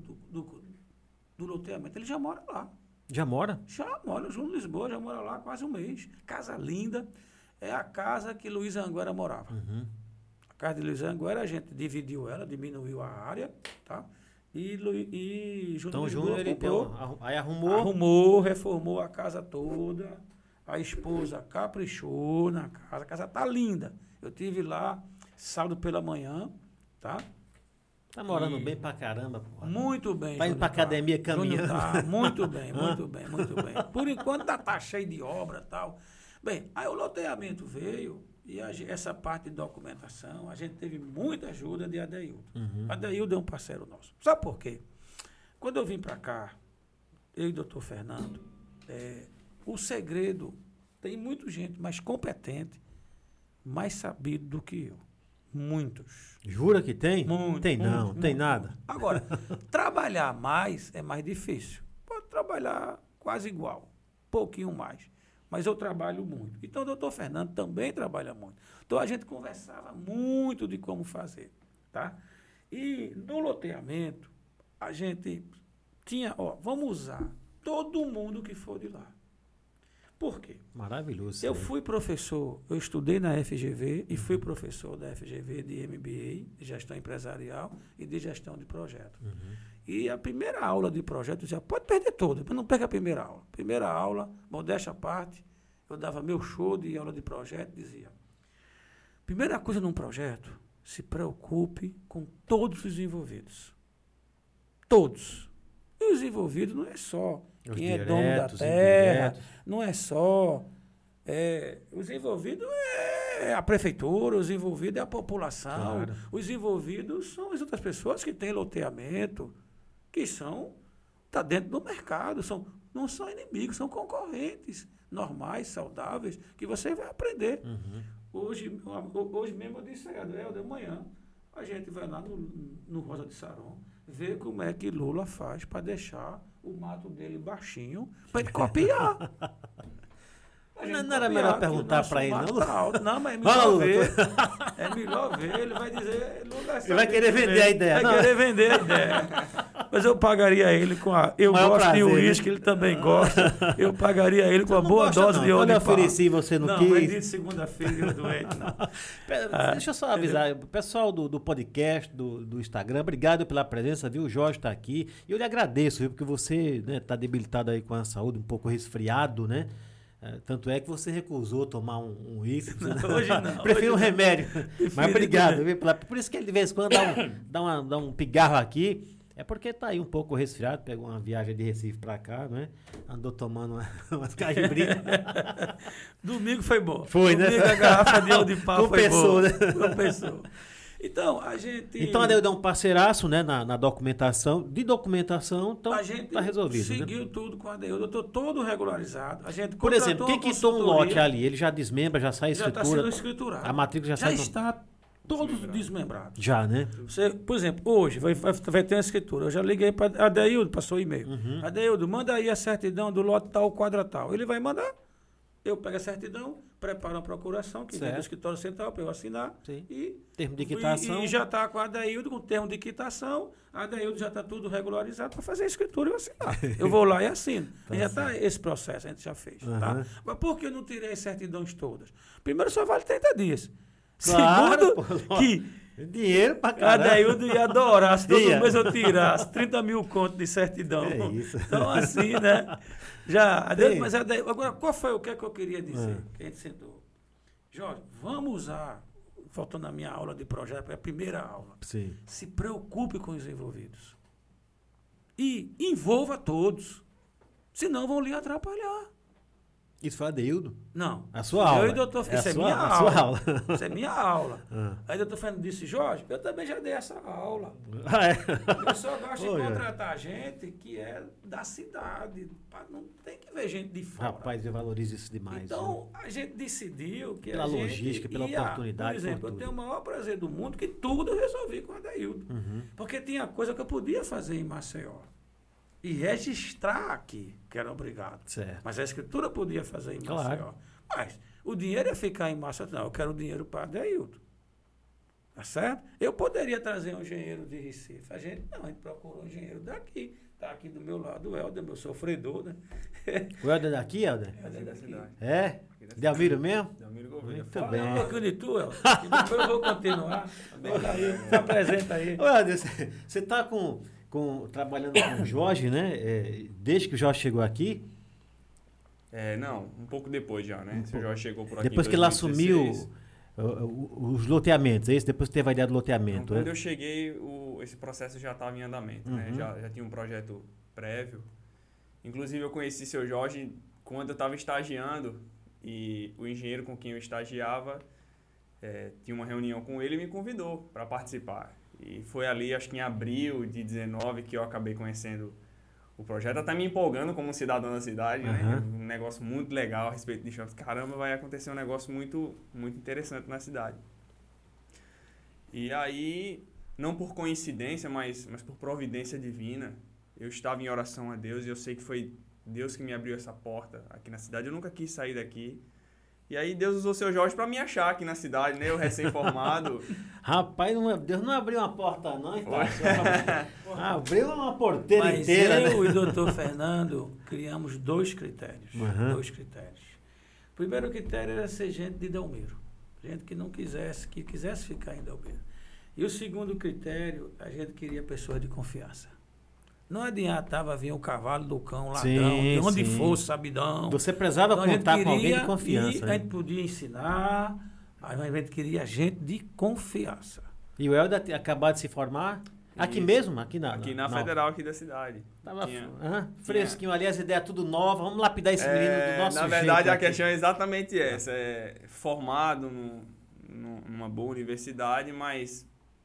B: do loteamento. Ele já mora lá.
A: Já mora?
B: Já mora. O Júnior Lisboa já mora lá há quase um mês. Casa linda. É a casa que Luiz Anguera morava. A casa de Luiz Anguera, a gente dividiu ela, diminuiu a área, tá? E Júnior
A: Então o
B: Lisboa
A: Júnior ele
B: comprou,
A: aí arrumou.
B: arrumou, reformou a casa toda. A esposa caprichou na casa. A casa tá linda. Eu tive lá sábado pela manhã, tá?
A: Tá morando bem pra caramba, porra.
B: Muito bem.
A: Tá indo pra academia caminhando.
B: Tá, muito bem, muito bem, muito bem. Por enquanto tá cheio de obra e tal. Bem, aí o loteamento veio e essa parte de documentação, a gente teve muita ajuda de Adeildo. Adeildo é um parceiro nosso. Sabe por quê? Quando eu vim para cá, eu e o doutor Fernando, o segredo, tem muita gente mais competente, mais sabido do que eu. Muitos.
A: Jura que tem?
B: Muito,
A: tem não,
B: muito,
A: tem
B: muito.
A: nada.
B: Agora, trabalhar mais é mais difícil. Pode trabalhar quase igual, pouquinho mais. Mas eu trabalho muito. Então, o doutor Fernando também trabalha muito. Então, a gente conversava muito de como fazer. Tá? E no loteamento, a gente tinha, vamos usar todo mundo que for de lá. Por quê?
A: Maravilhoso.
B: Eu fui professor, eu estudei na FGV e fui professor da FGV de MBA, de gestão empresarial e de gestão de projeto. E a primeira aula de projeto, eu dizia, pode perder toda, mas não pega a primeira aula. Primeira aula, modéstia à parte, eu dava meu show de aula de projeto e dizia, primeira coisa num projeto, se preocupe com todos os envolvidos. Todos. E os envolvidos não é só quem é dono da terra, não é só... os envolvidos é a prefeitura, os envolvidos é a população, os envolvidos são as outras pessoas que têm loteamento, que tá dentro do mercado, não são inimigos, são concorrentes normais, saudáveis, que você vai aprender. Hoje mesmo eu disse a Helder, amanhã a gente vai lá no Rosa de Saron, ver como é que Lula faz para deixar o mato dele baixinho, para ele copiar.
A: Não era melhor perguntar para ele, não?
B: Não, mas é melhor ver. É melhor ver, ele vai dizer...
A: Ele vai querer vender a ideia.
B: Vai querer vender a ideia. Mas eu pagaria ele com a... Eu gosto de uísque, ele também gosta. Eu pagaria ele com uma boa dose de óleo de palma.
A: Quando eu ofereci, você não quis?
B: Não, mas de segunda-feira eu doente, não.
A: Deixa eu só avisar. O pessoal do podcast, do Instagram, obrigado pela presença, viu? O Jorge está aqui. E eu lhe agradeço, viu? Porque você está debilitado aí com a saúde, um pouco resfriado, né? Tanto é que você recusou tomar um uísque.
B: Hoje não.
A: Prefiro um remédio. Mas obrigado. Viu? Por isso que ele de vez em quando dá um pigarro aqui. É porque tá aí um pouco resfriado. Pegou uma viagem de Recife pra cá, né? Andou tomando umas caipirinhas.
B: Domingo foi bom.
A: Foi,
B: Domingo,
A: né?
B: A garrafa de óleo de pau foi boa.
A: Né?
B: Compensou. Então, a gente...
A: Então, a Adeildo é um parceiraço, né, na documentação. De documentação, então
B: a gente
A: tá resolvido,
B: seguiu
A: né?
B: tudo com a Adeildo. Eu estou todo regularizado. A gente
A: Por exemplo, quem quitou um lote ali, ele já desmembra, já sai
B: já
A: escritura.
B: Já está sendo escriturado.
A: A matrícula já sai...
B: está todos desmembrados.
A: Já, né?
B: Você, por exemplo, hoje vai ter uma escritura. Eu já liguei para a Adeildo, passou o e-mail. Adeildo, manda aí a certidão do lote tal, quadra tal. Ele vai mandar. Eu pego a certidão, preparo a procuração, que vem do escritório central para eu assinar.
A: Sim.
B: E
A: termo de quitação.
B: E já está com a Adeildo, com o termo de quitação. A Adeildo já está tudo regularizado para fazer a escritura e eu assinar. Eu vou lá e assino. Já está esse processo, a gente já fez. Tá? Mas por que eu não tirei as certidões todas? Primeiro, só vale 30 dias.
A: Claro,
B: Segundo, que
A: dinheiro pra
B: a
A: caramba.
B: Adeildo ia adorar se todo mês eu tirasse 30 mil contos de certidão.
A: É isso.
B: Então, assim, né? Já, Adeildo, mas Adeildo, agora, o que é que eu queria dizer? Que a gente sentou. Jorge, vamos usar, faltando na minha aula de projeto, é a primeira aula.
A: Sim.
B: Se preocupe com os envolvidos. E envolva todos. Senão vão lhe atrapalhar.
A: Isso foi a Adeildo?
B: Não.
A: A sua aula.
B: Eu e o doutor, isso é minha aula. Isso é minha aula. Aí o doutor Fernando disse, Jorge, eu também já dei essa aula. Eu só gosto de contratar gente que é da cidade. Não tem que ver gente de fora.
A: Rapaz, eu valorizo isso demais.
B: Então, a gente decidiu que
A: pela
B: a gente
A: logística, pela oportunidade.
B: Por exemplo, eu tenho o maior prazer do mundo que tudo eu resolvi com a Adeildo. Porque tinha coisa que eu podia fazer em Maceió. E registrar aqui, que era obrigado.
A: Certo.
B: Mas a escritura podia fazer em Maceió. Mas o dinheiro ia ficar em Maceió. Não, eu quero o dinheiro para Adeildo. Tá certo? Eu poderia trazer um engenheiro de Recife. A gente procurou um engenheiro daqui. Está aqui do meu lado o Helder, meu sofredor, né?
A: O Helder é daqui, Helder?
B: Helder é da cidade.
A: É? De Almiro mesmo?
B: De Almiro Gouveia.
A: Muito
B: Fala
A: bem.
B: um pouquinho de tu, Helder. E depois eu vou continuar. Olha aí, se apresenta aí.
A: Ô, Helder, você está trabalhando com o Jorge, né? Desde que o Jorge chegou aqui?
C: Não, um pouco depois já, né? O Jorge chegou por aqui
A: depois que ele assumiu os loteamentos, é isso? Depois que teve a ideia do loteamento,
C: Quando eu cheguei, esse processo já estava em andamento, né? Já tinha um projeto prévio. Inclusive, eu conheci seu Jorge quando eu estava estagiando e o engenheiro com quem eu estagiava tinha uma reunião com ele e me convidou para participar. E foi ali, acho que em abril de 19, que eu acabei conhecendo o projeto, até me empolgando como um cidadão da cidade, né? Um negócio muito legal a respeito de shopping. Caramba, vai acontecer um negócio muito, muito interessante na cidade. E aí, não por coincidência, mas por providência divina, eu estava em oração a Deus e eu sei que foi Deus que me abriu essa porta aqui na cidade. Eu nunca quis sair daqui. E aí Deus usou o seu Jorge para me achar aqui na cidade, né? Eu recém-formado.
A: Rapaz, Deus não abriu uma porta não, então. Abriu uma porteira inteira.
B: Mas eu e o doutor Fernando criamos 2 critérios. 2 critérios. O primeiro critério era ser gente de Delmiro. Gente que quisesse ficar em Delmiro. E o segundo critério, a gente queria pessoas de confiança. Não adiantava vir o cavalo do cão, ladrão, de onde fosse, sabidão.
A: Você precisava contar com alguém de confiança.
B: A gente podia ensinar, mas a gente queria gente de confiança.
A: E o Helder acabou de se formar? Aqui mesmo? Aqui na
C: Federal, aqui da cidade.
A: Tava fresquinho ali, as ideias tudo novas. Vamos lapidar esse menino do nosso jeito.
C: Na verdade, a
A: aqui.
C: questão é exatamente essa. Formado numa boa universidade, mas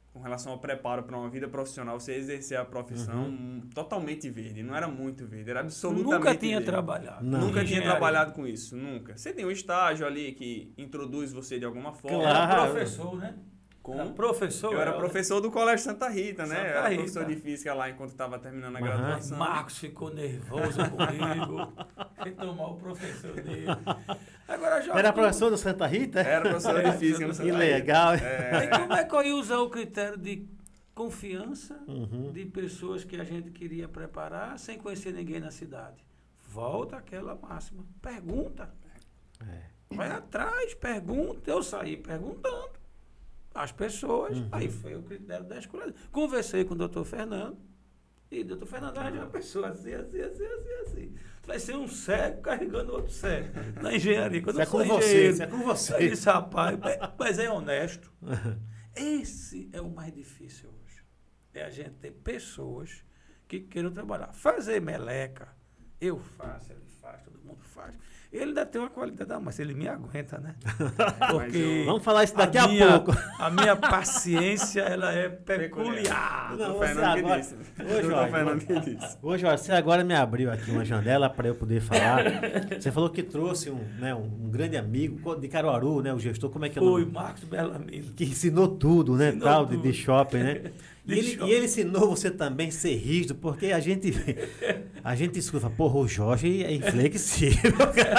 C: com relação ao preparo para uma vida profissional, você exercer a profissão totalmente verde. Não era muito verde, era absolutamente
B: Nunca tinha
C: verde.
B: trabalhado.
C: Nunca tinha trabalhado com isso, nunca. Você tem um estágio ali que introduz você de alguma forma.
A: Claro.
B: Era professor, né?
C: Com...
B: Era professor.
C: Eu era professor do Colégio Santa Rita, né?
B: Santa
C: Eu era
B: Rita.
C: professor de física lá enquanto estava terminando a
B: Mas
C: graduação.
B: Marcos ficou nervoso comigo. Sem tomar o professor dele. Agora, Jorge,
A: Era professor do Santa Rita?
C: Era professor de física no
A: Que
C: Santa Rita.
A: legal.
B: Aí como é que eu ia usar o critério de confiança de pessoas que a gente queria preparar sem conhecer ninguém na cidade? Volta àquela máxima. Pergunta. Vai atrás, pergunta. Eu saí perguntando às pessoas. Aí foi o critério da escolha. Conversei com o doutor Fernando. E o doutor Fernando arranjou uma pessoa assim. Vai ser um cego carregando outro cego. Na engenharia. Quando
A: Isso
B: eu
A: é
B: sou
A: com você,
B: engenheiro,
A: isso é com você.
B: eu disse, rapaz, mas é honesto. Esse é o mais difícil hoje. É a gente ter pessoas que queiram trabalhar. Fazer meleca, eu faço, ele faz, todo mundo faz. Ele ainda tem uma qualidade, mas ele me aguenta, né? Porque
A: Vamos falar isso daqui a pouco.
B: A minha paciência, ela é peculiar.
A: Não,
C: O
A: você
C: Fernando que
A: agora-
C: disse.
A: Ô,
C: O
A: Jorge,
C: Fernando que disse.
A: Ô, Jorge, você agora me abriu aqui uma janela para eu poder falar. Você falou que trouxe um grande amigo de Caruaru, né? O gestor, como é que é o
B: Foi
A: nome?
B: Marcos Bellamino.
A: Que ensinou tudo, né?
B: Ensinou
A: Tal,
B: tudo.
A: de shopping, né?
B: De
A: E
B: shopping.
A: ele ensinou você também a ser rígido, porque a gente escuta, porra, o Jorge é inflexível.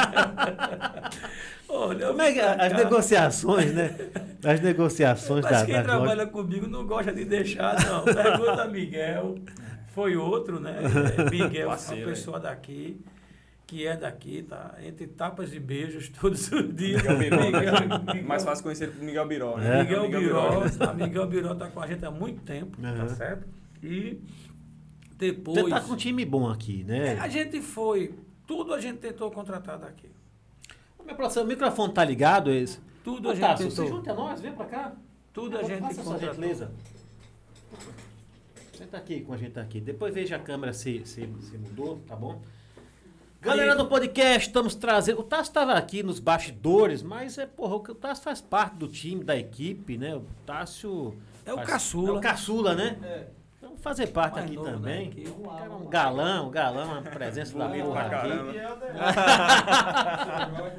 B: Olha,
A: Como é que as negociações, né? As negociações
B: Mas quem
A: das
B: trabalha
A: lojas.
B: comigo não gosta de deixar, não. Pergunta a Miguel. Foi outro, né? Miguel, uma
C: Parceiro,
B: pessoa daqui, que é daqui, tá? Entre tapas e beijos todos os dias.
C: Miguel Biró, né?
B: Miguel-
C: Mais fácil conhecer por Miguel Biró, né?
A: É.
B: Miguel Biró, tá? Miguel Biró tá com a gente há muito tempo,
A: Uhum.
B: tá certo? E depois...
A: Você tá com um time bom aqui, né?
B: A gente foi... Tudo a gente tentou contratar daqui.
A: Meu produção, o microfone tá ligado? Esse?
B: Tudo a
A: Ô,
B: gente
A: Tássio, você
B: tentou.
A: junta nós, vem pra cá.
B: Tudo a gente
A: Faça essa
B: contratou.
A: gentileza. Senta aqui com a gente aqui. Depois veja a câmera se mudou, tá bom? Galera do podcast, estamos trazendo... O Tássio estava aqui nos bastidores, mas o Tássio faz parte do time, da equipe, né? O Tássio...
B: É o
A: faz-
B: caçula.
A: É o caçula, né?
D: É.
A: Então fazer parte
B: Mais
A: aqui
B: novo,
A: também.
B: né? Que-
A: Cara, um galão, uma presença da
C: Bonito
A: porra
C: pra
A: aqui.
C: caramba.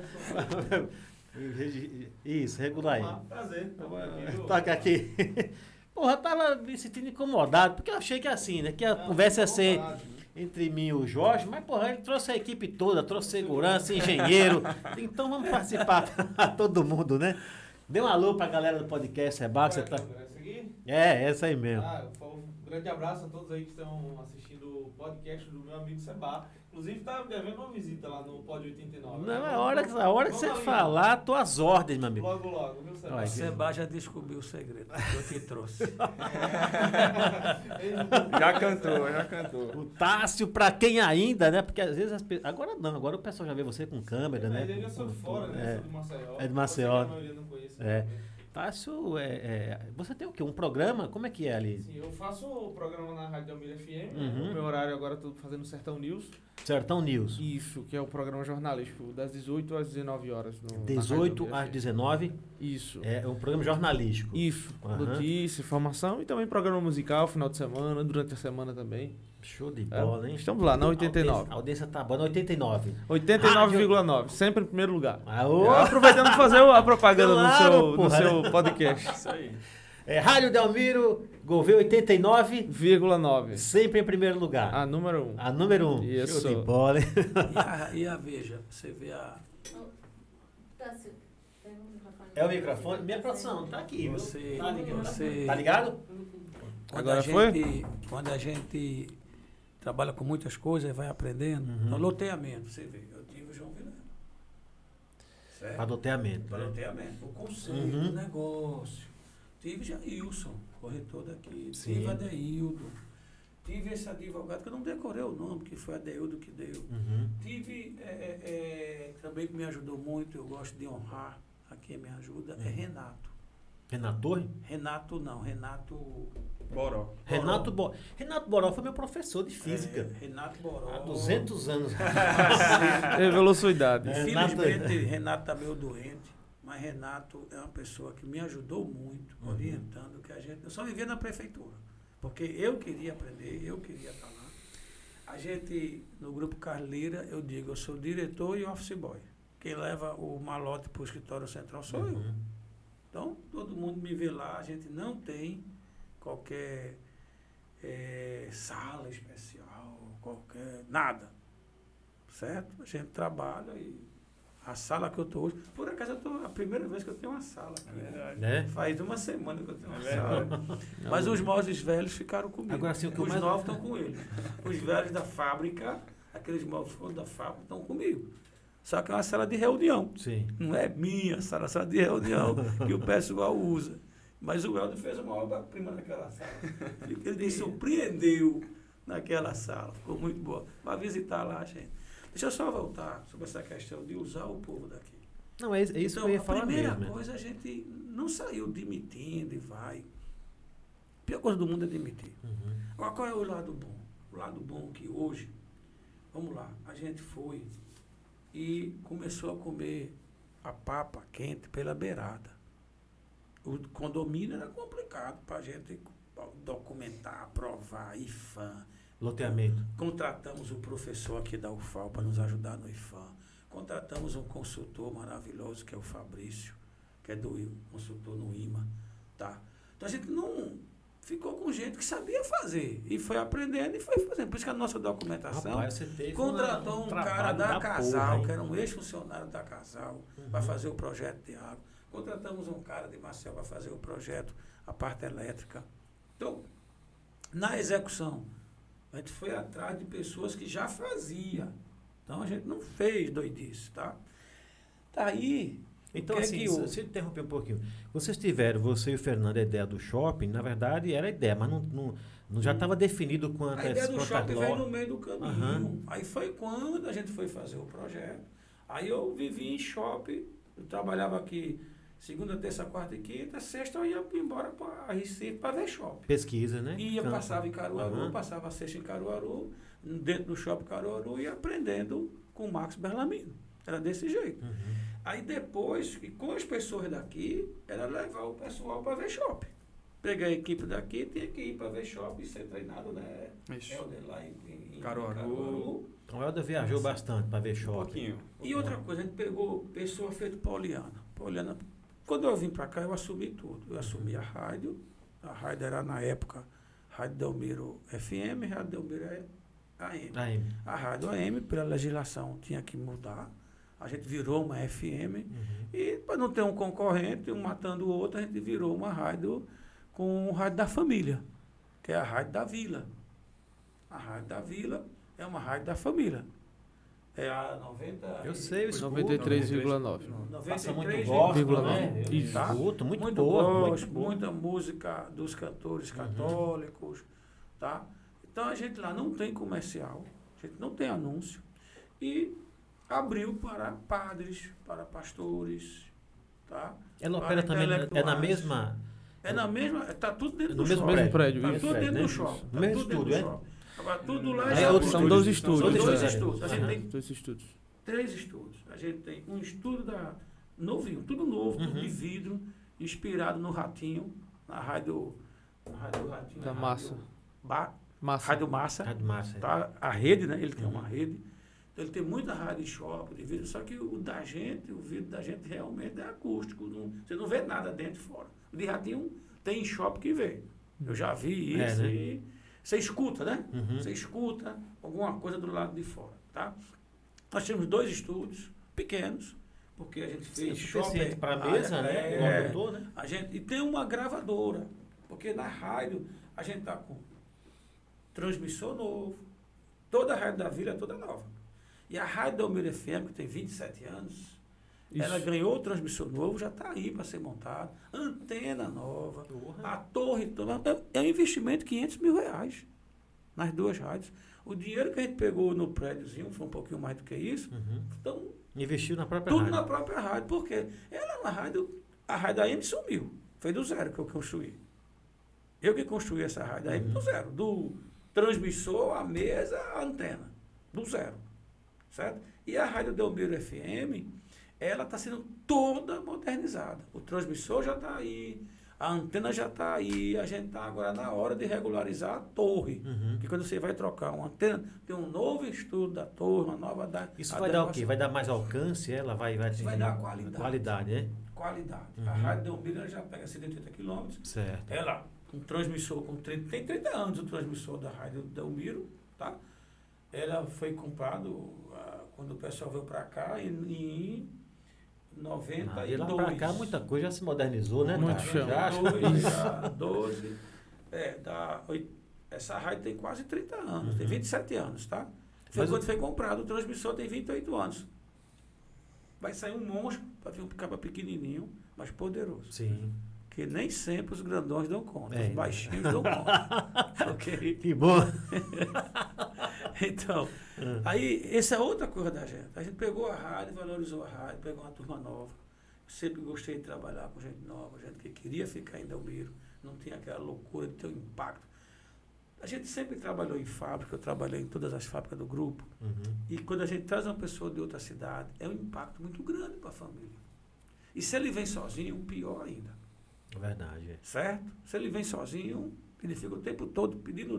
A: Isso, regular aí.
D: Prazer.
A: Toca aqui. Porra, eu tava me sentindo incomodado, porque eu achei que assim, né? Que a conversa ia ser entre mim e o Jorge, mas, porra, ele trouxe a equipe toda, trouxe segurança, engenheiro. Então vamos participar todo mundo, né? Dê um alô pra galera do podcast, Seba, que você tá... É, essa aí mesmo.
D: Um grande abraço a todos aí que estão assistindo o podcast do meu amigo Seba. Inclusive, tá devendo uma visita lá no Pod 89.
A: Não, a hora que você falar, tuas ordens, meu amigo.
D: Logo, viu, Seba?
A: Olha,
B: Seba já descobriu o segredo que eu te trouxe.
C: Já cantou.
A: O Tássio, pra quem ainda, né? Porque às vezes agora não, agora o pessoal já vê você com câmera, né?
D: Ele é só de fora, né? Sou de Maceió.
A: É de Maceió.
D: A maioria não conhece.
A: É. Tássio, você tem o quê? Um programa? Como é que é ali?
D: Sim, eu faço o programa na Rádio Almira FM.
A: Uhum.
D: O meu horário agora eu tô fazendo Sertão News.
A: Sertão News.
D: Isso, que é o programa jornalístico, das 18 às 19 horas. No, na
A: 18
D: Rádio
A: às
D: Almira
A: 19,
D: FM. Isso.
A: é um programa jornalístico.
D: Isso,
A: Aham.
D: notícia, informação e também programa musical, final de semana, durante a semana também.
A: Show de bola, hein?
D: Estamos lá, na 89.
A: A audiência tá boa, na 89.
D: 89,9, sempre em primeiro lugar.
A: Aô!
D: Aproveitando para fazer a propaganda
A: Claro,
D: no
A: porra,
D: seu podcast.
C: Isso aí.
A: Rádio Delmiro, Gouveia 89,
D: 0,9.
A: sempre em primeiro lugar.
D: A número 1.
A: A número 1.
D: Isso.
A: Show de bola, hein?
B: E a Veja, você vê a...
E: Tássio, pega o microfone.
A: É o microfone? Minha produção, tá aqui, viu?
B: Você-
A: Tá ligado?
B: você-
A: Tá ligado?
D: Agora foi?
B: Quando a gente trabalha com muitas coisas e vai aprendendo, no loteamento, você vê, eu tive o João Vilela. Certo?
A: Para loteamento.
B: Para
A: Né?
B: loteamento, o conceito,
A: Uhum.
B: o negócio. Tive Jailson, corretor daqui.
A: Sim.
B: Tive Adeildo. Tive esse advogado, que eu não decorei o nome, que foi Adeildo que deu.
A: Uhum.
B: Tive, também que me ajudou muito, eu gosto de honrar a quem me ajuda, é Renato.
A: Renato Torre?
B: Renato não, Renato...
C: Boró.
A: Renato Boró foi meu professor de física.
B: Renato Boró.
A: Há 200 anos.
D: Revelou sua idade.
A: É.
B: Infelizmente, Renato está meio doente, mas Renato é uma pessoa que me ajudou muito, orientando que a gente... Eu só vivia na prefeitura, porque eu queria aprender, eu queria estar lá. A gente, no Grupo Carleira, eu digo, eu sou diretor e office boy. Quem leva o malote para o escritório central sou eu. Então, todo mundo me vê lá, a gente não tem qualquer sala especial, qualquer... nada. Certo? A gente trabalha e a sala que eu estou hoje... Por acaso, a primeira vez que eu tenho uma sala aqui.
C: Verdade.
B: Faz uma semana que eu tenho uma
C: verdade.
B: sala. Mas os móveis velhos ficaram comigo.
A: Agora, assim, o que eu
B: os
A: mais-
B: novos estão com eles. Os velhos da fábrica, aqueles móveis da fábrica, estão comigo. Só que é uma sala de reunião.
A: Sim.
B: Não é minha sala de reunião que o pessoal usa. Mas o Helder fez uma obra-prima naquela sala. Ele me surpreendeu naquela sala. Ficou muito boa. Vai visitar lá, gente. Deixa eu só voltar sobre essa questão de usar o povo daqui.
A: Não, é isso
B: Então,
A: que eu ia
B: a
A: falar
B: primeira
A: mesmo.
B: coisa, a gente não saiu demitindo e vai. A pior coisa do mundo é demitir. Agora, qual é o lado bom? O lado bom que hoje, vamos lá, a gente foi e começou a comer a papa quente pela beirada. O condomínio era complicado para a gente documentar, aprovar, IFAM.
A: Loteamento.
B: Contratamos o professor aqui da UFAL para nos ajudar no IFAM. Contratamos um consultor maravilhoso, que é o Fabrício, que é consultor no IMA. Tá? Então a gente não ficou com gente que sabia fazer. E foi aprendendo e foi fazendo. Por isso que a nossa documentação
A: Rapaz, você teve
B: contratou um cara
A: trabalho
B: da
A: porra,
B: Casal,
A: hein?
B: que era um ex-funcionário da Casal, para fazer o projeto de água. Contratamos um cara de Marcel para fazer o projeto, a parte elétrica. Então, na execução, a gente foi atrás de pessoas que já faziam. Então, a gente não fez doidice, tá? Tá aí.
A: Então,
B: o que
A: assim,
B: é que o-
A: se eu interromper um pouquinho. Vocês tiveram, você e o Fernando, a ideia do shopping, na verdade era a ideia, mas não já estava definido
B: A ideia do shopping veio no
A: lo...
B: meio do caminho.
A: Aham.
B: Aí foi quando a gente foi fazer o projeto. Aí eu vivi em shopping, eu trabalhava aqui segunda, terça, quarta e quinta, sexta eu ia embora para Recife para ver shopping.
A: pesquisa, né?
B: Ia,
A: Campo.
B: passava em Caruaru,
A: Aham.
B: passava a sexta em Caruaru, dentro do shopping Caruaru, e aprendendo com o Marcos Berlamino. Era desse jeito. Aí depois, e com as pessoas daqui, era levar o pessoal para ver shopping. Pegar a equipe daqui, tinha que ir para ver shopping e ser treinado, né?
C: Isso.
B: Helder, lá em
C: Caruaru.
A: Então, o Helder viajou bastante para ver
C: Um
A: shopping.
C: pouquinho.
B: E outra coisa, a gente pegou pessoa feito Pauliana. Pauliana, quando eu vim para cá, eu assumi tudo. Eu assumi a rádio era na época Rádio Delmiro FM, Rádio Delmiro AM.
A: Aí,
B: A rádio AM, pela legislação, tinha que mudar. A gente virou uma FM. E para não ter um concorrente, um matando o outro, a gente virou uma rádio com o rádio da família, que é a rádio da Vila. A rádio da Vila é uma rádio da família. É a 90...
A: eu sei, eu escuto.
F: 93,9.
A: Passa muito
B: 93,9.
A: gospel, né? Eu
F: Isso.
A: escuto, muito
B: muito
A: boa, muito
B: gospel,
A: boa.
B: muita música dos cantores católicos, tá? Então a gente lá não tem comercial, a gente não tem anúncio e abriu para padres, para pastores, tá?
A: Ela
B: Para
A: opera também, é na
B: intelectuais.
A: mesma...
B: É na mesma, tá tudo dentro
A: No
B: do
A: mesmo
B: shopping.
F: prédio,
B: Tá
F: isso.
B: tudo dentro
A: né?
B: do shopping.
A: No
B: Tá
A: mesmo
B: tudo dentro
A: estúdio,
B: do
A: é?
B: shopping. Agora tudo lá
A: É
B: é
A: outro
F: São dois
A: estúdio.
F: estúdios.
B: São dois
A: né?
B: estúdios. A gente
A: Aham.
B: tem
F: Dois estúdios.
B: 3 estúdios. A gente tem um estúdio novinho, tudo novo, tudo de vidro, inspirado no Ratinho, na rádio Ratinho.
F: Da
B: a
F: Massa. Massa.
B: Rádio Massa.
A: Rádio Massa.
B: Tá? A rede, né? Ele tem uma rede. Então, ele tem muita rádio shopping de vidro, só que o da gente, o vidro da gente realmente é acústico. Você não vê nada dentro e fora. O de Ratinho tem shopping que vê. Eu já vi
A: É,
B: isso.
A: né?
B: E você escuta, né?
A: Uhum.
B: Você escuta alguma coisa do lado de fora, tá? Nós temos 2 estúdios pequenos, porque a gente fez
A: Suficiente para a
B: área,
A: mesa, né? O locutor, né?
B: a gente, e tem uma gravadora, porque na rádio a gente está com transmissor novo, toda a rádio da Vila é toda nova. E a rádio da Almeida FM, que tem 27 anos, ela ganhou o transmissor novo, já está aí para ser montado, antena nova, a torre toda, é um investimento de R$500 mil nas 2 rádios. O dinheiro que a gente pegou no prédiozinho foi um pouquinho mais do que isso, então
A: Investiu na própria
B: tudo
A: rádio.
B: na própria rádio, porque ela é uma rádio, a rádio da AM sumiu, foi do zero que eu construí. Eu que construí essa rádio da AM do zero, do transmissor, a mesa, a antena, do zero, certo? E a rádio Delmiro FM, ela está sendo toda modernizada. O transmissor já está aí, a antena já está aí, a gente está agora na hora de regularizar a torre. Porque quando você vai trocar uma antena, tem um novo estudo da torre, uma nova...
A: Isso vai dar o quê? Vai dar mais alcance? Ela vai
B: Isso vai dar qualidade.
A: Qualidade, né?
B: Qualidade. A Rádio Delmiro ela já pega 180 quilômetros.
A: Certo.
B: Ela, um transmissor com 30... Tem 30 anos o transmissor da Rádio Delmiro, tá? Ela foi comprado quando o pessoal veio para cá em 92.
A: De lá para cá muita coisa já se modernizou, né?
F: Muito chão.
B: Já 12. Essa rádio tem quase 30 anos, tem 27 anos, tá? Foi quando foi comprado, o transmissor tem 28 anos. Vai sair um monstro para vir um cabo pequenininho, mas poderoso.
A: Sim.
B: Que nem sempre os grandões dão conta,
A: É.
B: os baixinhos dão conta. Ok?
A: Que bom.
B: Então, aí, essa é outra coisa da gente. A gente pegou a rádio, valorizou a rádio, pegou uma turma nova. Sempre gostei de trabalhar com gente nova, gente que queria ficar em Delmiro, não tinha aquela loucura de ter um impacto. A gente sempre trabalhou em fábrica, eu trabalhei em todas as fábricas do grupo. E quando a gente traz uma pessoa de outra cidade, é um impacto muito grande para a família. E se ele vem sozinho, pior ainda.
A: Verdade.
B: Certo? Se ele vem sozinho, ele fica o tempo todo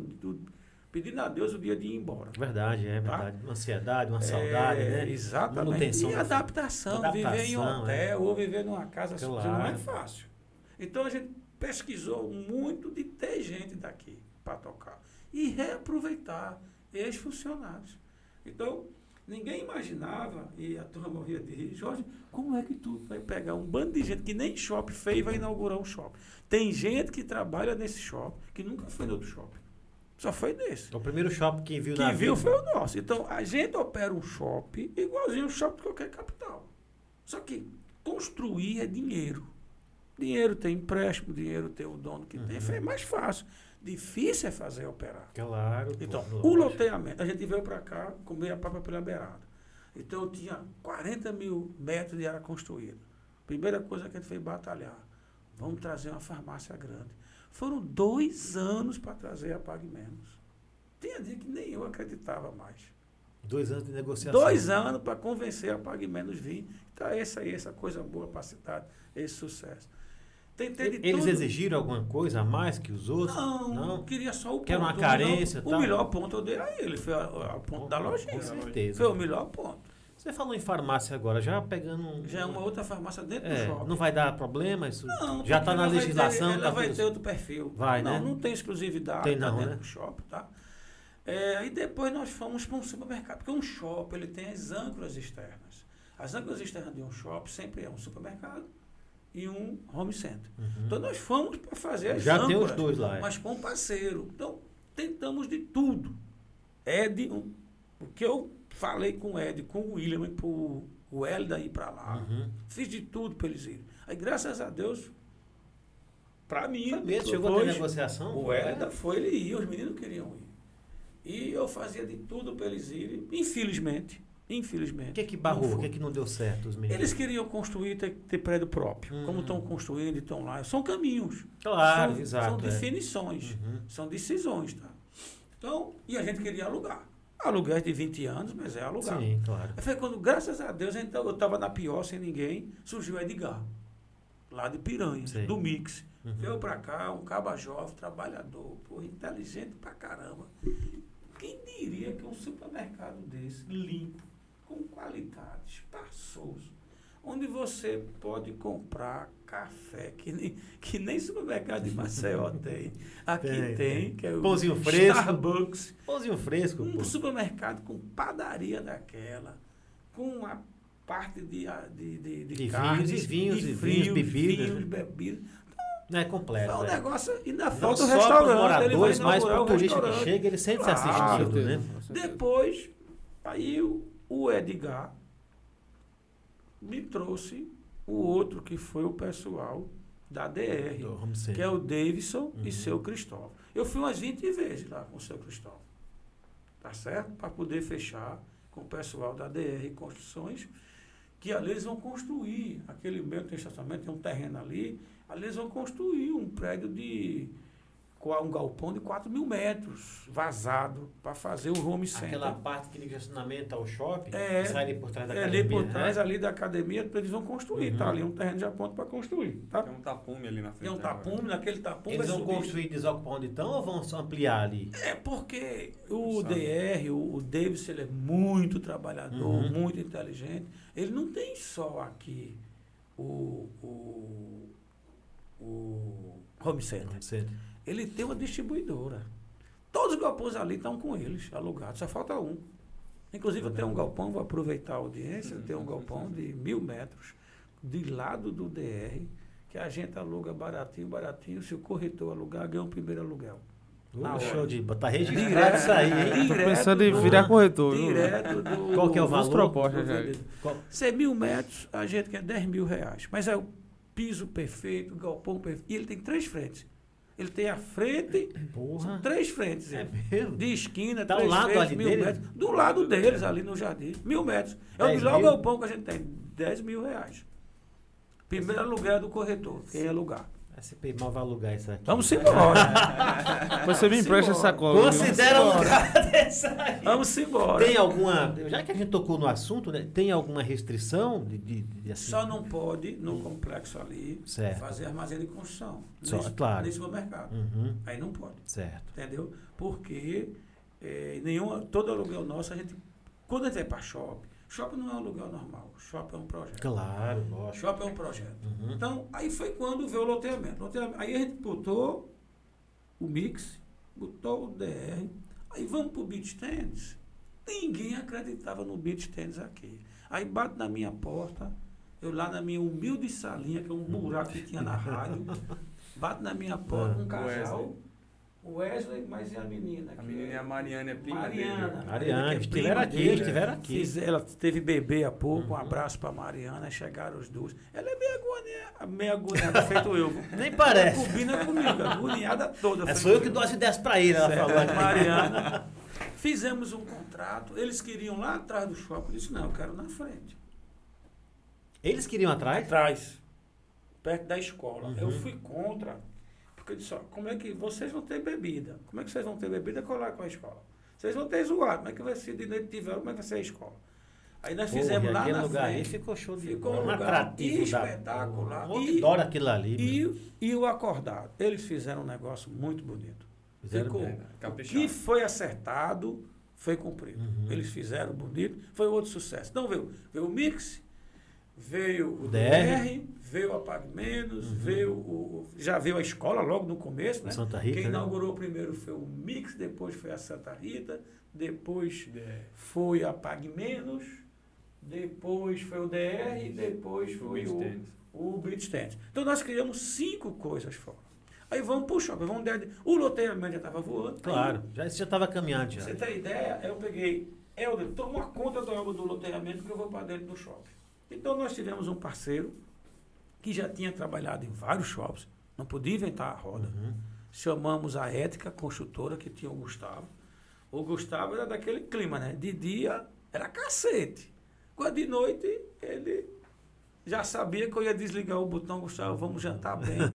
B: pedindo a Deus o dia de ir embora.
A: Verdade, é
B: Tá?
A: verdade. Uma ansiedade, uma saudade, né?
B: Exatamente.
A: Manutenção
B: E
A: do-
B: adaptação, viver em hotel ou viver numa casa
A: Claro.
B: sozinho não é fácil. Então a gente pesquisou muito de ter gente daqui para tocar e reaproveitar ex-funcionários. Então, ninguém imaginava, e a turma morria de rir, Jorge, como é que tu vai pegar um bando de gente que nem shopping fez e vai inaugurar um shopping? Tem gente que trabalha nesse shopping que nunca foi no outro shopping. Só foi nesse.
A: O primeiro shopping que viu na
B: Quem viu
A: vida.
B: foi o nosso. Então, a gente opera um shopping igualzinho um shopping de qualquer capital. Só que construir é dinheiro. Dinheiro tem empréstimo, dinheiro tem o dono que tem. É mais fácil. Difícil é fazer operar.
A: Claro.
B: Então,
A: pô,
B: o
A: lógico.
B: loteamento, a gente veio para cá comer a papa pela beirada. Então, eu tinha 40 mil metros de área construída. Primeira coisa que a gente fez batalhar. Vamos trazer uma farmácia grande. Foram 2 anos para trazer a Pague Menos. Tinha dia que nem eu acreditava mais.
A: 2 anos de negociação.
B: 2 anos para convencer a Pague Menos vir. Então, essa coisa boa para a cidade, esse sucesso. Tentei de
A: Eles
B: tudo.
A: exigiram alguma coisa a mais que os outros?
B: Não, queria só o ponto.
A: Que era uma carência,
B: o
A: tal.
B: melhor ponto eu dei a ele, foi a ponto da lojinha.
A: Com certeza.
B: Foi o melhor ponto.
A: Você falou em farmácia agora, já pegando um...
B: Já é uma outra farmácia dentro do shopping.
A: Não vai dar problema isso?
B: Não,
A: já
B: porque
A: está na
B: ela vai
A: legislação?
B: ter, ela
A: tá
B: vai
A: tudo-
B: ter outro perfil.
A: Vai,
B: não,
A: né?
B: não tem exclusividade
A: Tem não,
B: dentro
A: né?
B: do shopping, tá? Aí depois nós fomos para um supermercado, porque um shopping ele tem as âncoras externas. As âncoras externas de um shopping sempre é um supermercado e um home center. Então nós fomos para fazer as
A: Já
B: âncoras,
A: tem os dois lá, é.
B: mas com parceiro. Então tentamos de tudo. O que eu falei com o Ed, com o William, o Hélida ir para lá. Fiz de tudo para eles irem. Aí, graças a Deus, para mim,
A: Foi mesmo? Chegou a ter
B: depois,
A: negociação?
B: o Hélida foi, ele ia, os meninos queriam ir. E eu fazia de tudo para eles irem, infelizmente.
A: O que barrou?
B: Não
A: O
B: foi.
A: que não deu certo, os meninos?
B: Eles queriam construir, ter prédio próprio. Como estão construindo e estão lá. São caminhos.
A: Claro,
B: são,
A: exato.
B: São definições. São decisões, tá? Então, e a gente queria alugar. Aluguel de 20 anos, mas é alugar.
A: Sim, claro.
B: Aí foi quando, graças a Deus, eu estava na pior, sem ninguém, surgiu o Edgar, lá de Piranha,
A: Sim.
B: do Mix. Veio pra cá, um caba jovem, trabalhador, porra, inteligente pra caramba. Quem diria que um supermercado desse, limpo, com qualidade, espaçoso, onde você pode comprar café, que nem supermercado de Maceió tem. Aqui tem, que é o
A: Pãozinho fresco.
B: Starbucks.
A: Pãozinho fresco,
B: Um
A: pô.
B: supermercado com padaria daquela, com uma parte de
A: De
B: carnes,
A: vinhos,
B: e
A: vinhos, bebidas,
B: vinhos,
A: né?
B: bebidas.
A: Não é completo.
B: Foi um
A: é.
B: negócio, ainda
A: Não
B: falta o
A: só para os
B: restaurante, ele vai
A: moradores, mas para
B: inaugurar
A: o
B: o
A: turista que
B: restaurante.
A: chega, ele sente-se
B: Claro.
A: assistido, né?
B: Depois, aí o Edgar me trouxe o outro que foi o pessoal da DR,
A: Do home center.
B: que é o Davidson e seu Cristóvão. Eu fui umas 20 vezes lá com o seu Cristóvão, tá certo? Para poder fechar com o pessoal da DR Construções, que ali eles vão construir, aquele meio tem estacionamento, tem um terreno ali eles vão construir um prédio de um galpão de 4.000 metros, vazado, para fazer o home center.
A: Aquela parte que liga o estacionamento ao shopping,
B: É,
A: que sai ali por trás da
B: ali
A: academia,
B: por trás,
A: né?
B: ali da academia, eles vão construir, tá ali um terreno já pronto para construir, tá?
C: Tem um tapume ali na frente.
B: Tem um tapume, naquele tapume
A: Eles
B: vai
A: vão
B: subir.
A: construir e desocupar onde estão ou vão só ampliar ali?
B: É porque o
C: Sabe.
B: DR, o Davis, ele é muito trabalhador, muito inteligente. Ele não tem só aqui o home center. Ele tem uma distribuidora. Todos os galpões ali estão com eles, alugados. Só falta um. Inclusive, eu tenho um galpão, vou aproveitar a audiência, eu tenho um galpão de 1.000 metros, de lado do DR, que a gente aluga baratinho. Se o corretor alugar, ganha o primeiro aluguel. Na
A: Show
B: hora.
A: de botar registrado isso aí, hein?
F: Tô pensando em virar corretor, viu?
B: Direto do...
A: Qual que é o
F: As
A: valor?
F: propostas
B: do
F: já.
B: vendedor.
A: Qual-
B: Se é 1.000 metros, a gente quer R$10.000. Mas é o piso perfeito, o galpão perfeito. E ele tem 3 frentes. Ele tem a frente,
A: Porra.
B: são 3 frentes.
A: É
B: ele.
A: mesmo?
B: De esquina,
A: Tá ao
B: 3
A: lado
B: frentes,
A: ali
B: 1.000
A: deles?
B: metros. Do lado deles, ali no jardim. 1.000 metros. É o
A: 10
B: melhor
A: mil?
B: galpão que a gente tem. R$10.000. Primeiro aluguel do corretor, quem alugar.
A: SP mal vai alugar isso aqui.
B: Vamos embora.
F: Depois você me empresta
B: Simbora.
F: essa cola. viu?
A: Considera um cara dessa aí.
B: Vamos embora.
A: Tem alguma. Já que a gente tocou no assunto, né? Tem alguma restrição de assim?
B: Só não pode, no complexo ali,
A: Certo.
B: fazer armazém de construção.
A: Só, claro.
B: Nesse supermercado.
A: Uhum.
B: Aí não pode.
A: Certo.
B: Entendeu? Porque todo aluguel nosso, quando a gente vai para shopping não é um aluguel normal. Shopping é um projeto.
A: Claro, lógico.
B: Shopping é um projeto.
A: Uhum.
B: Então, aí foi quando veio o loteamento. Aí a gente botou o mix, botou o DR, aí vamos pro beach tennis. Ninguém acreditava no beach tennis aqui. Aí bate na minha porta, eu lá na minha humilde salinha, que é um buraco que tinha na rádio, bate na minha porta um casal, o Wesley, mas e a menina?
C: A menina é a Mariana, é prima
B: Mariana.
C: dele.
A: Mariana,
B: que é
A: estiveram
B: prima
A: aqui,
B: dele.
A: estiveram aqui.
B: Ela teve bebê há pouco, um abraço pra Mariana, chegaram os dois. Ela é meio agoniada, feito eu.
A: Nem parece.
B: Combina comigo, agoniada toda.
A: É
B: feito
A: só eu que dou as ideias pra ele, ela
B: Certo.
A: falou aqui.
B: Mariana. Fizemos um contrato, eles queriam lá atrás do shopping, eu disse, não, eu quero na frente.
A: Eles queriam atrás?
B: Atrás, perto da escola.
A: Uhum.
B: Eu fui contra, porque eu disse, ó, como é que vocês vão ter bebida? Como é que vocês vão ter bebida colar com a escola? Vocês vão ter zoado, como é que vai ser de noite tiver, como é que vai ser a escola? Aí nós fizemos lá
A: aquele
B: na
A: lugar aí
B: frente.
A: ficou show de
B: Ficou
A: bola.
B: um lugar
A: atrativo da
B: espetacular.
A: porra.
B: E-
A: Adoro aquilo ali. meu.
B: E o acordado. Eles fizeram um negócio muito bonito.
A: Fizeram
B: Ficou.
A: bem.
B: O
C: Caprichado.
B: que foi acertado foi cumprido.
A: Uhum.
B: Eles fizeram bonito, foi outro sucesso. Então veio o Mix, veio o
A: DR,
B: DR, veio o Apague Menos, já veio a escola logo no começo, né?
A: Santa Rita,
B: Quem
A: né?
B: inaugurou primeiro foi o Mix, depois foi a Santa Rita, depois foi a Apague Menos, depois foi o DR, depois foi
C: Beach tennis.
B: o Beach Tennis. Então nós criamos 5 coisas fora. Aí vamos pro shopping, o loteamento já estava voando.
A: Claro, isso já estava caminhando
B: Pra
A: já.
B: você ter ideia, eu peguei, Helder, toma conta da obra do loteamento que eu vou para dentro do shopping. Então nós tivemos um parceiro que já tinha trabalhado em vários shoppings, não podia inventar a roda.
A: Uhum.
B: Chamamos a Ética Construtora, que tinha o Gustavo. O Gustavo era daquele clima, né? De dia era cacete. Quando de noite ele já sabia que eu ia desligar o botão, Gustavo, vamos jantar bem.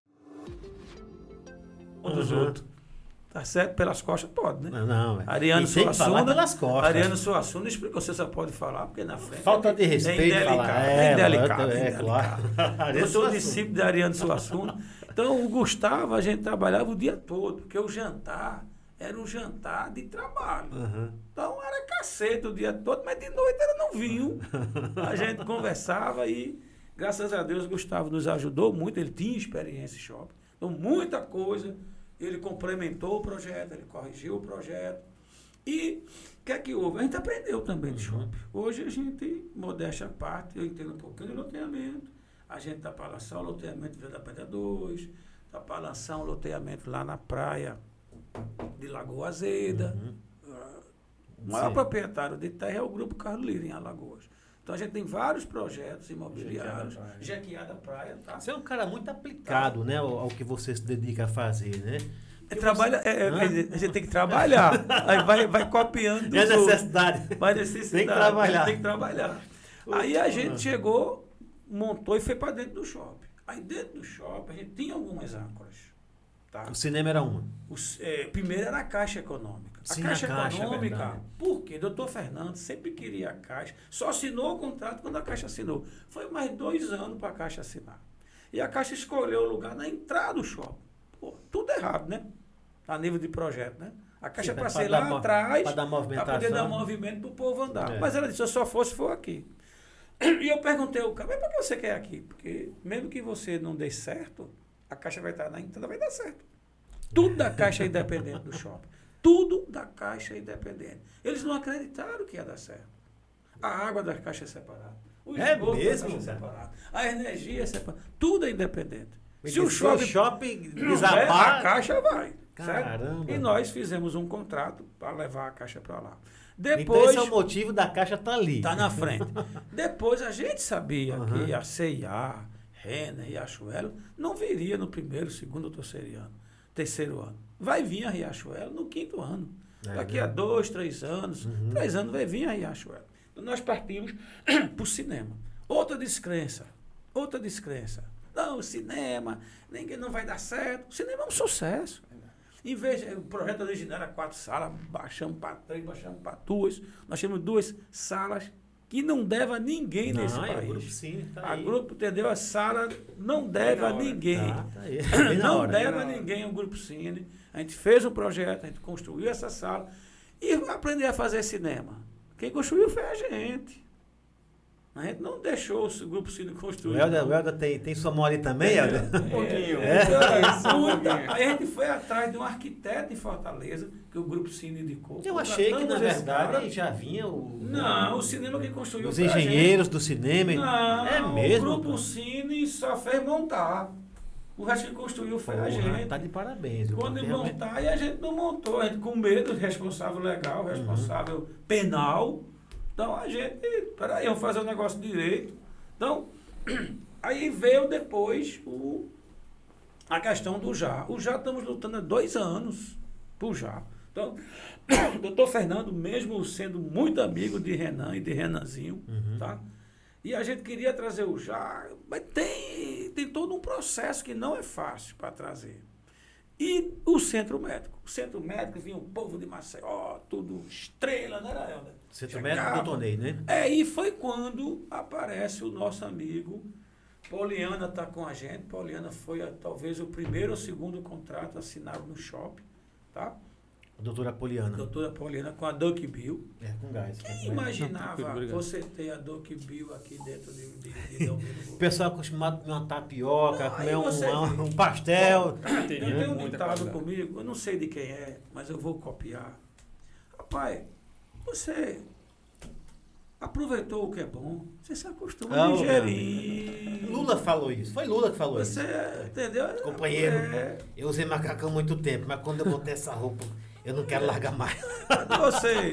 B: Um dos
A: Uhum.
B: outros. Tá certo? Pelas costas pode, né?
A: Não, é.
B: Ariano
A: E tem que falar
B: Suassuna,
A: pelas costas.
B: Ariano Suassuna explicou, você só pode falar porque na frente...
A: Falta de respeito falar.
B: É indelicado.
A: É, claro.
B: Eu sou discípulo de Ariano Suassuna. Então, o Gustavo, a gente trabalhava o dia todo, porque o jantar era um jantar de trabalho.
A: Uhum.
B: Então, era cacete o dia todo, mas de noite era no vinho. A gente conversava e, graças a Deus, o Gustavo nos ajudou muito. Ele tinha experiência em shopping. Então, muita coisa. Ele complementou o projeto, ele corrigiu o projeto. E o que é que houve? A gente aprendeu também de shopping. Hoje a gente, modéstia à parte, eu entendo um pouquinho de loteamento. A gente está para lançar o loteamento Vila da Pedra 2, está para lançar um loteamento lá na praia de Lagoa Azeda. O maior
A: Sim.
B: proprietário de terra é o Grupo Carlos Lira, em Alagoas. Então a gente tem vários projetos imobiliários. Jequiada Praia, tá?
A: Você é um cara muito aplicado, né, ao que você se dedica a fazer, né?
B: A gente tem que trabalhar. Aí vai copiando
A: É
B: dos outros.
A: necessidade.
B: Vai necessidade.
A: Tem que trabalhar.
B: Tem que trabalhar. Aí a gente chegou, montou e foi para dentro do shopping. Aí dentro do shopping a gente tinha algumas âncoras. Tá?
A: O cinema era uma.
B: Primeiro era a Caixa Econômica.
A: Sim,
B: A Caixa
A: a Caixa, é
B: Econômica,
A: verdade.
B: por quê? Doutor Fernando sempre queria a Caixa. Só assinou o contrato quando a Caixa assinou. Foi mais 2 anos para a Caixa assinar. E a Caixa escolheu o lugar na entrada do shopping. Pô, tudo errado, né? A nível de projeto, né? A Caixa
A: Sim,
B: para
A: pra
B: ser
A: dar
B: lá atrás,
A: pra dar movimentação.
B: para poder dar movimento para o povo andar.
A: É.
B: Mas ela disse, se eu só fosse, for aqui. E eu perguntei ao cara, mas por que você quer aqui? Porque mesmo que você não dê certo, a Caixa vai estar na entrada, vai dar certo. Tudo da Caixa é independente do shopping. Tudo da Caixa é independente. Eles não acreditaram que ia dar certo. A água da Caixa é separada. O esgoto da
A: mesmo?
B: Caixa é separado. A energia é separada. Tudo é independente.
A: Se o shopping
B: não
A: desabar...
B: a Caixa vai.
A: Caramba.
B: Certo? E nós fizemos um contrato para levar a Caixa para lá.
A: Então
B: Depois,
A: esse é o motivo da Caixa estar ali.
B: está na frente. Depois a gente sabia
A: Uhum.
B: que a CIA, Renner, Riachuelo não viria no primeiro, segundo ou terceiro ano. Vai vir a Riachuelo no 5º ano. Daqui a 2, 3 anos, 3 anos vai vir a Riachuelo. Então nós partimos para o cinema. Outra descrença. Não, o cinema, ninguém não vai dar certo. O cinema é um sucesso. Em vez o projeto original era 4 salas, baixamos para 3, baixamos para 2. Nós temos 2 salas que não deve a ninguém nesse
A: É o
B: país.
A: Grupo Cine, tá
B: A
A: aí.
B: grupo, entendeu? A sala não deve a ninguém.
A: Tá aí. Bem na
B: Não
A: hora.
B: deve a ninguém o Grupo Cine. A gente fez um projeto, a gente construiu essa sala e aprendeu a fazer cinema. Quem construiu foi a gente. A gente não deixou o Grupo Cine construir.
A: O Helder tem sua mão ali também, Helder?
C: Um pouquinho.
B: Aí a gente foi atrás de um arquiteto em Fortaleza, que o Grupo Cine indicou.
A: Eu achei que, na
B: Contratamos esse
A: verdade,
B: cara.
A: já vinha
B: Não, o cinema que construiu
A: os
B: foi a gente.
A: engenheiros do cinema.
B: Não,
A: É mesmo?
B: o Grupo Cine só fez montar. O resto que construiu foi a
A: Porra,
B: gente.
A: tá de parabéns.
B: Quando
A: Porque
B: ele montar, e a gente não montou. A gente com medo, responsável legal, responsável penal. Então a gente, peraí, vamos fazer o negócio direito. Então, aí veio depois a questão do JA. O JA estamos lutando há 2 anos por JA. Então, o doutor Fernando, mesmo sendo muito amigo de Renan e de Renanzinho, tá? E a gente queria trazer o JA, mas tem todo um processo que não é fácil para trazer. E o centro médico. O centro médico vinha o povo de Maceió, tudo estrela, não era, Helder?
A: Centro médico do Tonei, né?
B: E foi quando aparece o nosso amigo. Poliana está com a gente. Poliana foi talvez o primeiro ou segundo contrato assinado no shopping, tá?
A: A doutora Poliana.
B: Doutora Poliana com a Duck Bill.
A: É, com gás.
B: Quem imaginava
F: tranquilo, obrigado.
B: você ter a Duck Bill aqui dentro de Delmiro?
A: O pessoal acostumado a comer uma tapioca,
B: Não,
A: comer
B: aí você vê.
A: um pastel.
B: Eu tenho um
C: muita
B: ditado
C: qualidade.
B: comigo, eu não sei de quem é, mas eu vou copiar. Rapaz, você aproveitou o que é bom, você se acostuma a
A: Não,
B: digerir.
A: Lula falou isso. Foi Lula que falou
B: Você,
A: isso.
B: entendeu?
A: Companheiro,
B: É,
A: eu usei macacão muito tempo, mas quando eu botei essa roupa, eu não quero largar mais.
B: você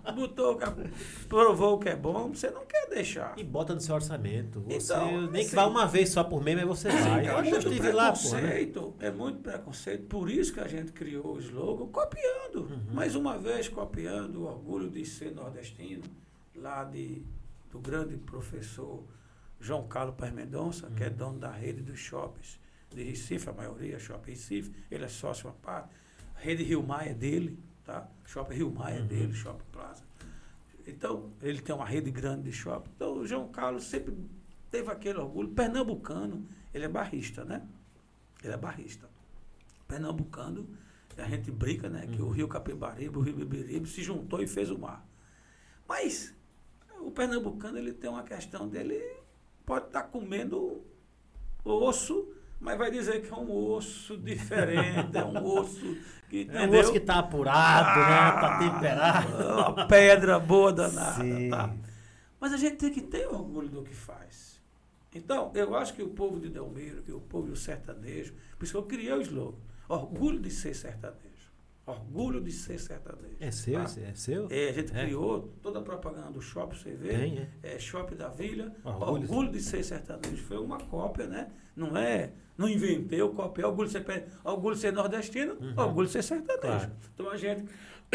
B: provou o que é bom, você não quer deixar.
A: E bota no seu orçamento. Você,
B: Então,
A: nem que
B: assim,
A: vá uma vez só por mês, mas você vai. Eu
B: muito
A: estive lá, pô. Né?
B: preconceito, é muito preconceito, por isso que a gente criou o slogan, copiando. Mais uma vez, copiando o orgulho de ser nordestino, lá do grande professor João Carlos Paz Mendonça, que é dono da rede dos shoppings de Recife, a maioria, Shopping Recife, ele é sócio à parte. A rede Rio Mar é dele, tá? Shopping Rio Mar é dele, Shopping Plaza. Então, ele tem uma rede grande de shopping. Então, o João Carlos sempre teve aquele orgulho. Pernambucano, ele é barrista, né? Ele é barrista. Pernambucano, a gente brinca, né? Que o Rio Capibaribe, o Rio Bibiribe se juntou e fez o mar. Mas o pernambucano, ele tem uma questão dele, pode estar comendo osso, mas vai dizer que é um osso diferente, é um osso que,
A: É um
B: entendeu?
A: osso que tá apurado, né? Tá temperado.
B: Uma pedra boa danada,
A: Sim.
B: tá? Mas a gente tem que ter orgulho do que faz. Então, eu acho que o povo de Delmiro, que o povo do sertanejo, por isso que eu criei o slogan, orgulho de ser sertanejo. Orgulho de ser sertanejo.
A: É seu?
B: tá?
A: É seu?
B: A gente
A: É.
B: criou toda a propaganda do shopping, você vê.
A: Tem,
B: Shopping da Vila.
A: Orgulho.
B: Orgulho de ser sertanejo. Foi uma cópia, né? Não inventei, eu copiei. Orgulho de ser nordestino, orgulho de ser sertanejo.
A: Claro.
B: Então a gente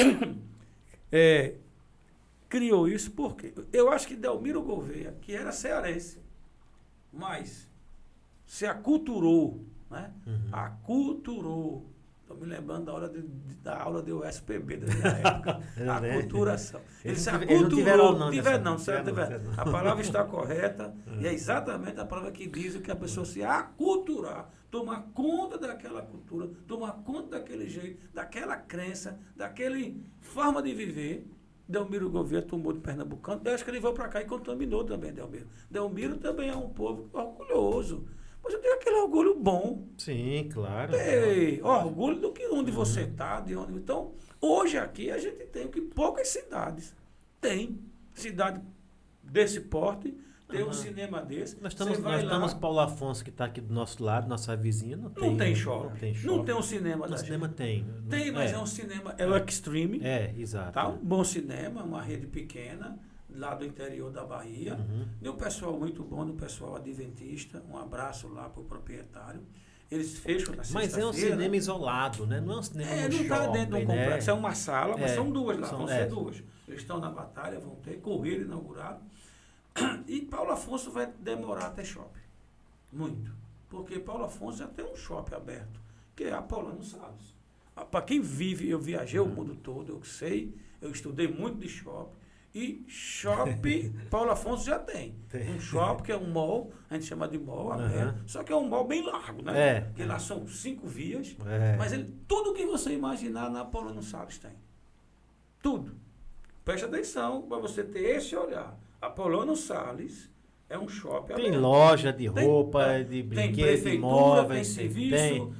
B: criou isso porque eu acho que Delmiro Gouveia, que era cearense, mas se aculturou, né? Aculturou Estou me lembrando da aula de USPB da minha época. Aculturação.
A: Eles não tiveram não.
B: A palavra está correta e é exatamente a palavra que diz o que a pessoa se aculturar, tomar conta daquela cultura, tomar conta daquele jeito, daquela crença, daquela forma de viver. Delmiro Gouveia tomou de pernambucano, eu acho que ele veio para cá e contaminou também Delmiro. Delmiro também é um povo orgulhoso. Mas eu tenho aquele orgulho bom.
A: Sim, claro.
B: Orgulho do que onde você está, de onde. Então, hoje aqui a gente tem o que poucas cidades têm. Cidade desse porte, tem um cinema desse.
A: Nós estamos Paulo Afonso, que está aqui do nosso lado, nossa vizinha, não tem shopping.
B: Não tem um cinema
A: da cinema tem.
B: Tem, mas é um cinema, é o Extreme.
A: Exato.
B: Tá? Um bom cinema, uma rede pequena, lá do interior da Bahia. E um pessoal muito bom, um pessoal adventista. Um abraço lá para o proprietário. Eles fecham na sexta-feira.
A: Mas é um cinema isolado, né? Não é um cinema
B: não está dentro de um complexo.
A: Né?
B: É uma sala, mas são duas lá, vão ser duas. Eles estão na batalha, vão ter, correr inaugurado. E Paulo Afonso vai demorar até shopping. Muito. Porque Paulo Afonso já tem um shopping aberto, que é a Paulino Salles. Para quem vive, eu viajei o mundo todo, eu sei, eu estudei muito de shopping. E shopping, Paulo Afonso já tem. Um shopping que é um mall, a gente chama de mall aberto, só que é um mall bem largo, né? Porque lá são 5 vias, mas tudo que você imaginar na Paulino Salles tem. Tudo. Preste atenção para você ter esse olhar. A Paulino Salles é um shopping aberto.
A: Tem loja de roupa, de brinquedos, de móveis.
B: Tem serviço,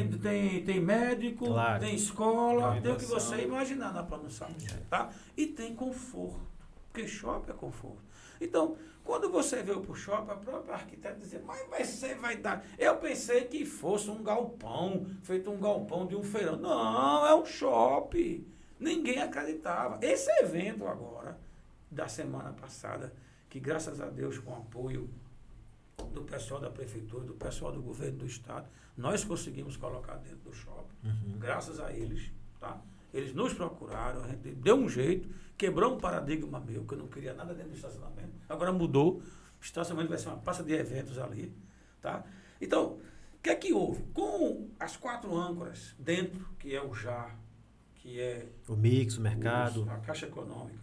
B: tem médico, tem escola, tem o que você imaginar na Paulino Salles. Tá? E tem conforto, porque shopping é conforto. Então, quando você veio para o shopping, a própria arquiteta dizia, mas você vai dar... Eu pensei que fosse um galpão, feito um galpão de um feirão. Não, é um shopping. Ninguém acreditava. Esse evento agora, da semana passada, que graças a Deus, com o apoio do pessoal da prefeitura, do pessoal do governo do estado, nós conseguimos colocar dentro do shopping, graças a eles, tá? Eles nos procuraram, a gente deu um jeito, quebrou um paradigma meu, que eu não queria nada dentro do estacionamento, agora mudou, o estacionamento vai ser uma praça de eventos ali, tá? Então, o que é que houve? Com as 4 âncoras dentro, que é o JAR, que é...
A: O Mix, o mercado.
B: A Caixa Econômica.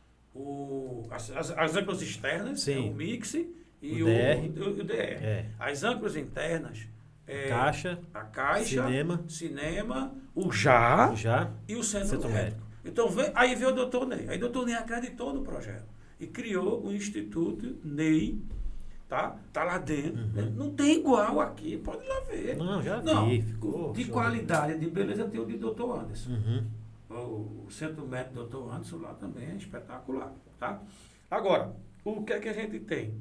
B: As âncoras externas,
A: sim,
B: o Mix e o DR. As âncoras internas, a Caixa, Cinema, o JAR e o Centro Médico. Então, aí veio o doutor Ney. Aí o doutor Ney acreditou no projeto e criou o Instituto Ney, tá lá dentro. Não tem igual aqui, pode ir lá ver.
A: Não, já vi. Ficou
B: de qualidade, de beleza, tem o de doutor Anderson. O Centro Médico doutor Anderson lá também é espetacular, tá? Agora, o que é que a gente tem?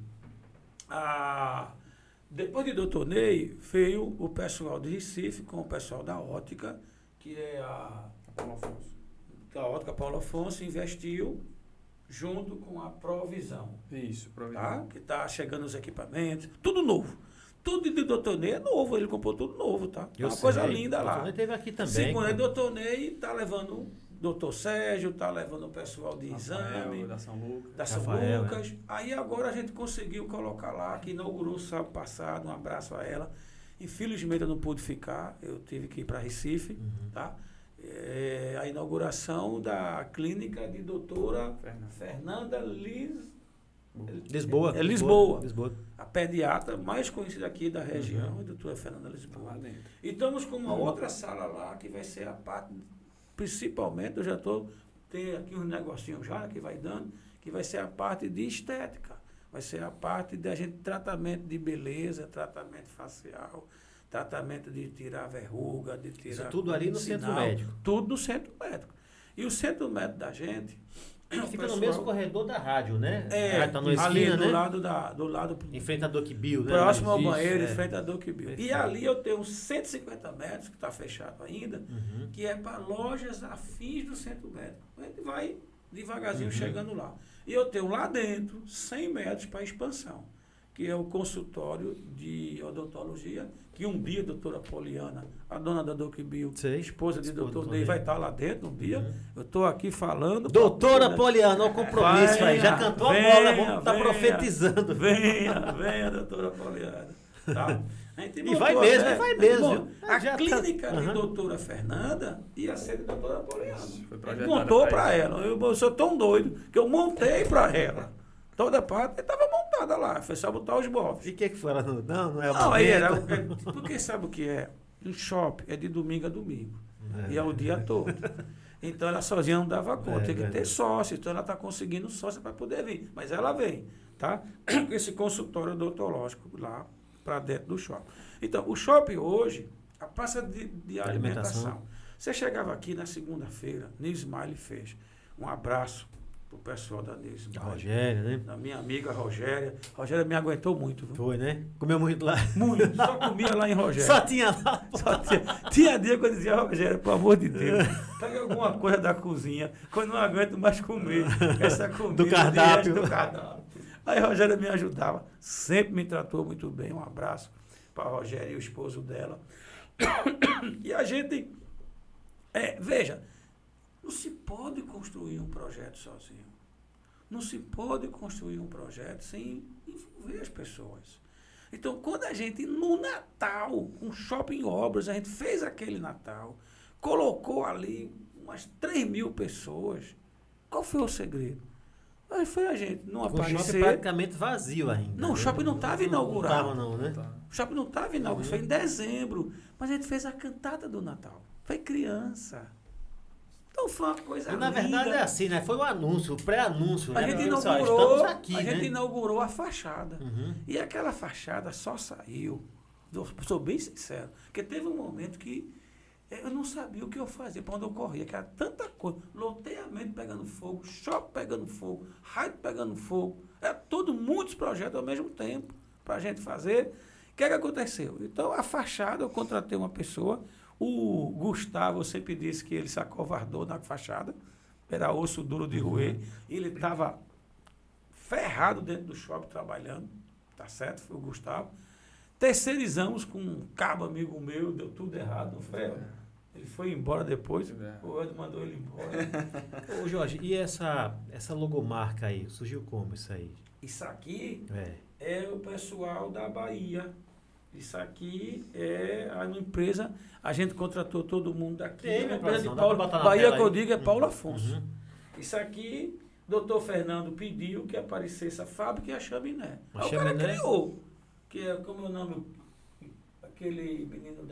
B: Depois de doutor Ney, veio o pessoal de Recife com o pessoal da ótica, que é a
C: Paulo Afonso.
B: A ótica Paulo Afonso investiu junto com a Provisão.
C: Isso, Provisão.
B: Tá? Que está chegando os equipamentos, tudo novo. Tudo de doutor Ney é novo, ele comprou tudo novo, tá? É uma coisa linda lá.
A: O doutor Ney teve aqui também.
B: Segundo o doutor Ney, está levando o doutor Sérgio, está levando o pessoal de exame,
C: da São Lucas.
B: Da São Lucas. Aí agora a gente conseguiu colocar lá, que inaugurou sábado passado, um abraço a ela. Infelizmente eu não pude ficar, eu tive que ir para Recife, tá? A inauguração da clínica de doutora Fernanda Lisboa. Lisboa. A pediatra mais conhecida aqui da região, a doutora Fernanda Lisboa. E estamos com uma outra sala lá, que vai ser a parte, principalmente, eu já tem aqui uns negocinhos já que vai dando, que vai ser a parte de estética. Vai ser a parte da gente, tratamento de beleza, tratamento facial, tratamento de tirar verruga, de tirar...
A: Isso tudo ali no centro médico?
B: Tudo no centro médico. E o centro médico da gente...
A: Fica no mesmo corredor da rádio, né? Tá no
B: ali
A: esquina,
B: do lado...
A: Em frente a Doc Bill, né?
B: Próximo ao banheiro, em frente a Doc Bill. E ali eu tenho 150 metros, que está fechado ainda, que é para lojas afins do centro médico. A gente vai devagarzinho chegando lá. E eu tenho lá dentro 100 metros para expansão, que é o consultório de odontologia, que um dia a doutora Poliana, a dona da Doc Bill, esposa de doutor Ney, vai estar lá dentro um dia. Eu estou aqui falando...
A: Doutora Poliana, o compromisso aí. Já cantou a bola, vamos estar profetizando.
B: Venha, doutora Poliana. Tá? A gente
A: E vai mesmo, vai mesmo.
B: Bom, a
A: Já tá-
B: clínica de
A: Aham.
B: doutora Fernanda ia ser de doutora Poliana.
C: Foi
B: Ele
C: projetada
B: montou
C: pra
B: para
C: isso.
B: ela. Eu sou tão doido que eu montei para ela. Toda parte estava montada lá. Foi só botar os móveis.
A: E o que foi lá no... Não é o
B: Não, aí era.
A: momento.
B: Porque sabe o que é? Um shopping é de domingo a domingo.
A: É.
B: E é o dia todo. Então ela sozinha não dava conta.
A: É
B: Tem que ter
A: verdade.
B: sócio. Então ela está conseguindo sócio para poder vir. Mas ela vem, tá? Esse consultório odontológico lá para dentro do shopping. Então, o shopping hoje, a praça de alimentação. Você chegava aqui na segunda-feira, New Smile fez um abraço pro pessoal da New Smile.
A: Rogério, né?
B: Da minha amiga Rogéria. Rogéria me aguentou muito, viu?
A: Foi, né? Comeu muito lá.
B: Muito. Só comia lá em Rogéria.
A: Só tinha lá.
B: Só tinha dia que eu dizia, Rogério, pelo amor de Deus, pega alguma coisa da cozinha, quando não aguento mais comer essa comida.
A: Do cardápio.
B: Do cardápio. Aí Rogério me ajudava, sempre me tratou muito bem. Um abraço para a Rogéria e o esposo dela. E a gente, veja, não se pode construir um projeto sozinho. Não se pode construir um projeto sem envolver as pessoas. Então, quando a gente, no Natal, com Shopping Obras, a gente fez aquele Natal, colocou ali umas 3.000 pessoas, qual foi o segredo? Aí foi a gente não
A: O shopping
B: aparecer.
A: praticamente vazio ainda.
B: Não, o shopping não estava inaugurado.
A: Não estava não, né?
B: O shopping não estava inaugurado, foi em dezembro. Mas a gente fez a cantata do Natal. Foi criança. Então foi uma coisa
A: E, na verdade
B: linda.
A: é assim, né? Foi o anúncio, o pré-anúncio.
B: A
A: né?
B: gente
A: Porque, ó,
B: inaugurou,
A: estamos aqui,
B: a
A: né?
B: gente inaugurou a fachada.
A: Uhum.
B: E aquela fachada só saiu, sou bem sincero, porque teve um momento que eu não sabia o que eu fazia, para onde eu corria, que era tanta coisa, loteamento pegando fogo, shopping pegando fogo, rádio pegando fogo, era muitos projetos ao mesmo tempo para a gente fazer. O que aconteceu? Então, a fachada, eu contratei uma pessoa, o Gustavo, eu sempre disse que ele se acovardou na fachada, era osso duro de roer, ele estava ferrado dentro do shopping trabalhando, tá certo? Foi o Gustavo. Terceirizamos com um cabo amigo meu, deu tudo errado, não foi? Ele foi embora depois, o Ed mandou ele embora.
A: Ô, Jorge, e essa logomarca aí? Surgiu como isso aí?
B: Isso aqui
A: É.
B: é o pessoal da Bahia. Isso aqui é a empresa, a gente contratou todo mundo daqui.
A: Tem,
B: É
A: né,
B: uma empresa de
A: produção? Dá pra botar na
B: Bahia
A: tela
B: que eu
A: aí?
B: digo é Paulo Afonso.
A: Uhum.
B: Isso aqui, doutor Fernando pediu que aparecesse a fábrica e a chaminé.
A: A
B: Aí o cara
A: chaminé?
B: criou, que é, como é o nome, aquele menino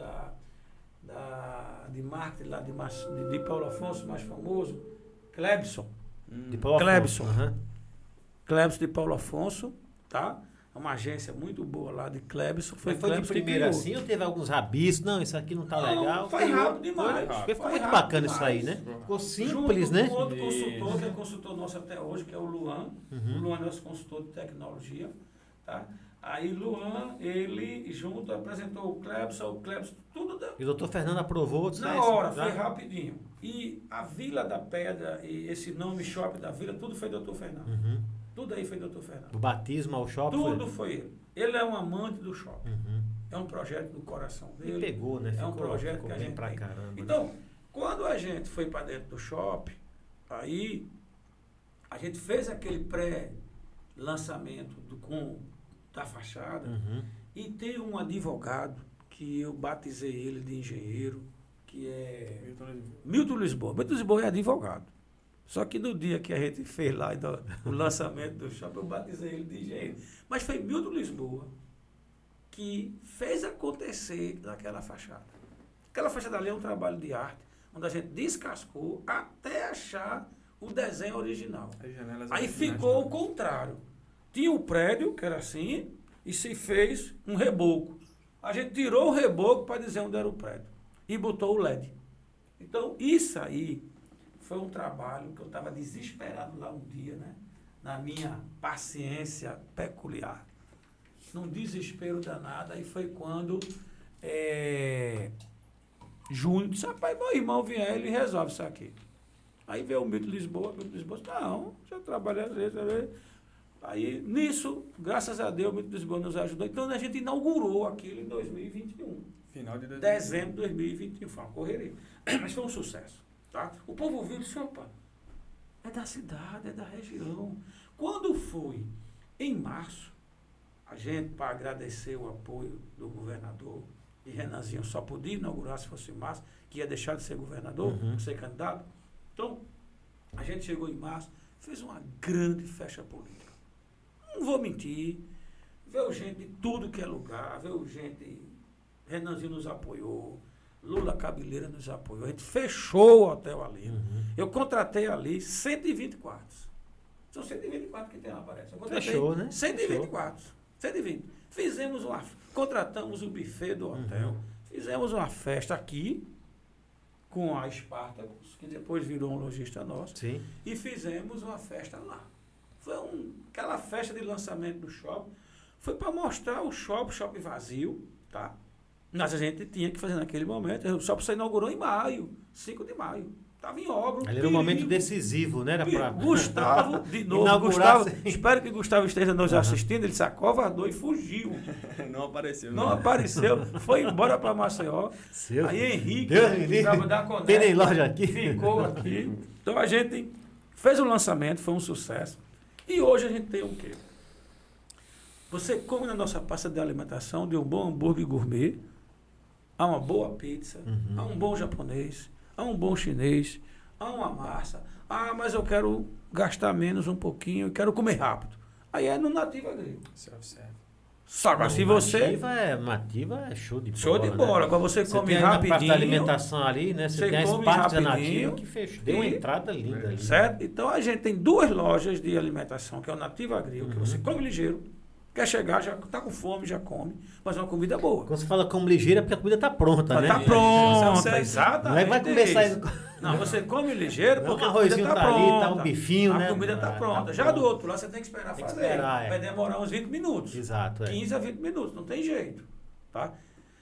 B: de marketing lá de Paulo Afonso, mais famoso, Clebson.
A: De Paulo
B: Clebson.
A: Afonso. Aham.
B: Clebson de Paulo Afonso, tá? É uma agência muito boa lá de Clebson.
A: Foi de
B: Clebson que
A: primeira
B: criou.
A: assim ou teve alguns rabiscos? Não, isso aqui não tá legal.
B: Foi rápido demais.
A: Porque ficou
B: Foi
A: muito
B: rápido
A: bacana isso aí,
B: demais.
A: né? Ficou simples,
B: Junto
A: né?
B: com outro consultor, que é consultor nosso até hoje, que é o Luan.
A: Uhum.
B: O Luan é nosso consultor de tecnologia, tá? Aí Luan, ele junto apresentou o Clebson, tudo
A: E o doutor Fernando aprovou? Disse,
B: na
A: isso
B: hora,
A: já?
B: foi rapidinho. E a Vila da Pedra, e esse nome Shopping da Vila, tudo foi doutor Fernando.
A: Uhum.
B: Tudo aí foi doutor Fernando.
A: Do batismo ao shopping?
B: Tudo foi ele. Ele é um amante do shopping.
A: Uhum.
B: É um projeto do coração
A: E
B: dele.
A: pegou, né?
B: É um projeto
A: ficou
B: que a
A: bem
B: gente
A: pra
B: tem.
A: caramba. né?
B: Então, quando a gente foi para dentro do shopping, aí a gente fez aquele pré-lançamento da fachada
A: Uhum.
B: e tem um advogado que eu batizei ele de engenheiro, que é Milton Lisboa. Milton Lisboa é advogado. Só que no dia que a gente fez lá o lançamento do shopping, eu batizei ele de engenheiro. Mas foi Milton Lisboa que fez acontecer naquela fachada. Aquela fachada ali é um trabalho de arte, onde a gente descascou até achar o desenho original.
C: As janelas
B: Aí
C: originais,
B: ficou
C: né?
B: o contrário. Tinha o prédio, que era assim, e se fez um reboco. A gente tirou o reboco para dizer onde era o prédio. E botou o LED. Então, isso aí foi um trabalho que eu estava desesperado lá um dia, né? Na minha paciência peculiar. Num desespero danado. Aí foi quando Júnior disse, rapaz, meu irmão vier, ele resolve isso aqui. Aí veio o Milton Lisboa disse, não, já trabalhei às vezes. Aí, nisso, graças a Deus, o Milton Lisboa nos ajudou. Então, a gente inaugurou aquilo em 2021.
C: Final de 2020.
B: Dezembro de 2021. Foi uma correria. Mas foi um sucesso. Tá? O povo viu e disse, opa, é da cidade, é da região. Quando foi em março, A gente, para agradecer o apoio do governador, e Renanzinho só podia inaugurar se fosse em março, que ia deixar de ser governador, ser candidato. Então, a gente chegou em março, fez uma grande festa política. Não vou mentir, veio gente de tudo que é lugar, veio gente, Renanzinho nos apoiou, Lula Cabeleira nos apoiou, a gente fechou o hotel ali. Eu contratei ali 120 quartos. São 120 quartos que tem lá, parece. Eu contratei
A: Fechou, né?
B: 120
A: Fechou.
B: quartos. 120. Contratamos o buffet do hotel, fizemos uma festa aqui com a Spartacus, que depois virou um lojista nosso,
A: Sim.
B: e fizemos uma festa lá. Foi aquela festa de lançamento do shopping, foi para mostrar o shopping vazio, tá? Mas a gente tinha que fazer naquele momento. O shopping se inaugurou em maio, 5 de maio. Estava em obra.
A: Ali era um momento decisivo, né? Era pra...
B: Gustavo, de novo,
A: Inaugurar,
B: Gustavo, espero que Gustavo esteja nos assistindo, ele se acovardou e fugiu.
C: Não apareceu.
B: Não apareceu, foi embora para Maceió.
A: Seu
B: Aí Henrique,
A: Deus me
B: que
A: livre.
B: estava da Conecta,
A: Tem nem loja aqui.
B: ficou aqui. Então a gente fez o lançamento, foi um sucesso. E hoje a gente tem o quê? Você come na nossa pasta de alimentação de um bom hambúrguer gourmet, há uma boa pizza, há um bom japonês, há um bom chinês, há uma massa. Ah, mas eu quero gastar menos um pouquinho, eu quero comer rápido. Aí é no Nativa Grill.
C: Self-serve.
B: Só que se você...
A: Nativa é show de bola.
B: Show de bola.
A: Né?
B: Agora você come
A: tem a parte
B: rapidinho.
A: da alimentação ali, né? Você tem a
B: come
A: parte da
B: rapidinho
A: Nativa que fechou. Deu uma
B: e-
A: entrada linda ali.
B: Certo? Então a gente tem 2 lojas de alimentação, que é o Nativa Grill, que você come ligeiro, quer chegar, já tá com fome, já come, mas é uma comida boa.
A: Quando você fala como ligeira, é porque a comida tá pronta, né?
B: Tá pronta,
C: Self-service.
B: exatamente.
A: Não é que vai começar
B: isso.
A: isso.
B: Não, você come ligeiro
A: Não,
B: porque
A: um
B: a comida
A: arrozinho
B: tá
A: tá ali,
B: pronta.
A: tá um bifinho,
B: a
A: né?
B: comida tá
A: Ah,
B: pronta.
A: tá
B: Já
A: pronto.
B: do outro lado você tem que esperar
A: Tem que
B: fazer.
A: esperar, é.
B: Vai demorar uns 20 minutos.
A: Exato, é.
B: 15 a 20 minutos, não tem jeito. Tá?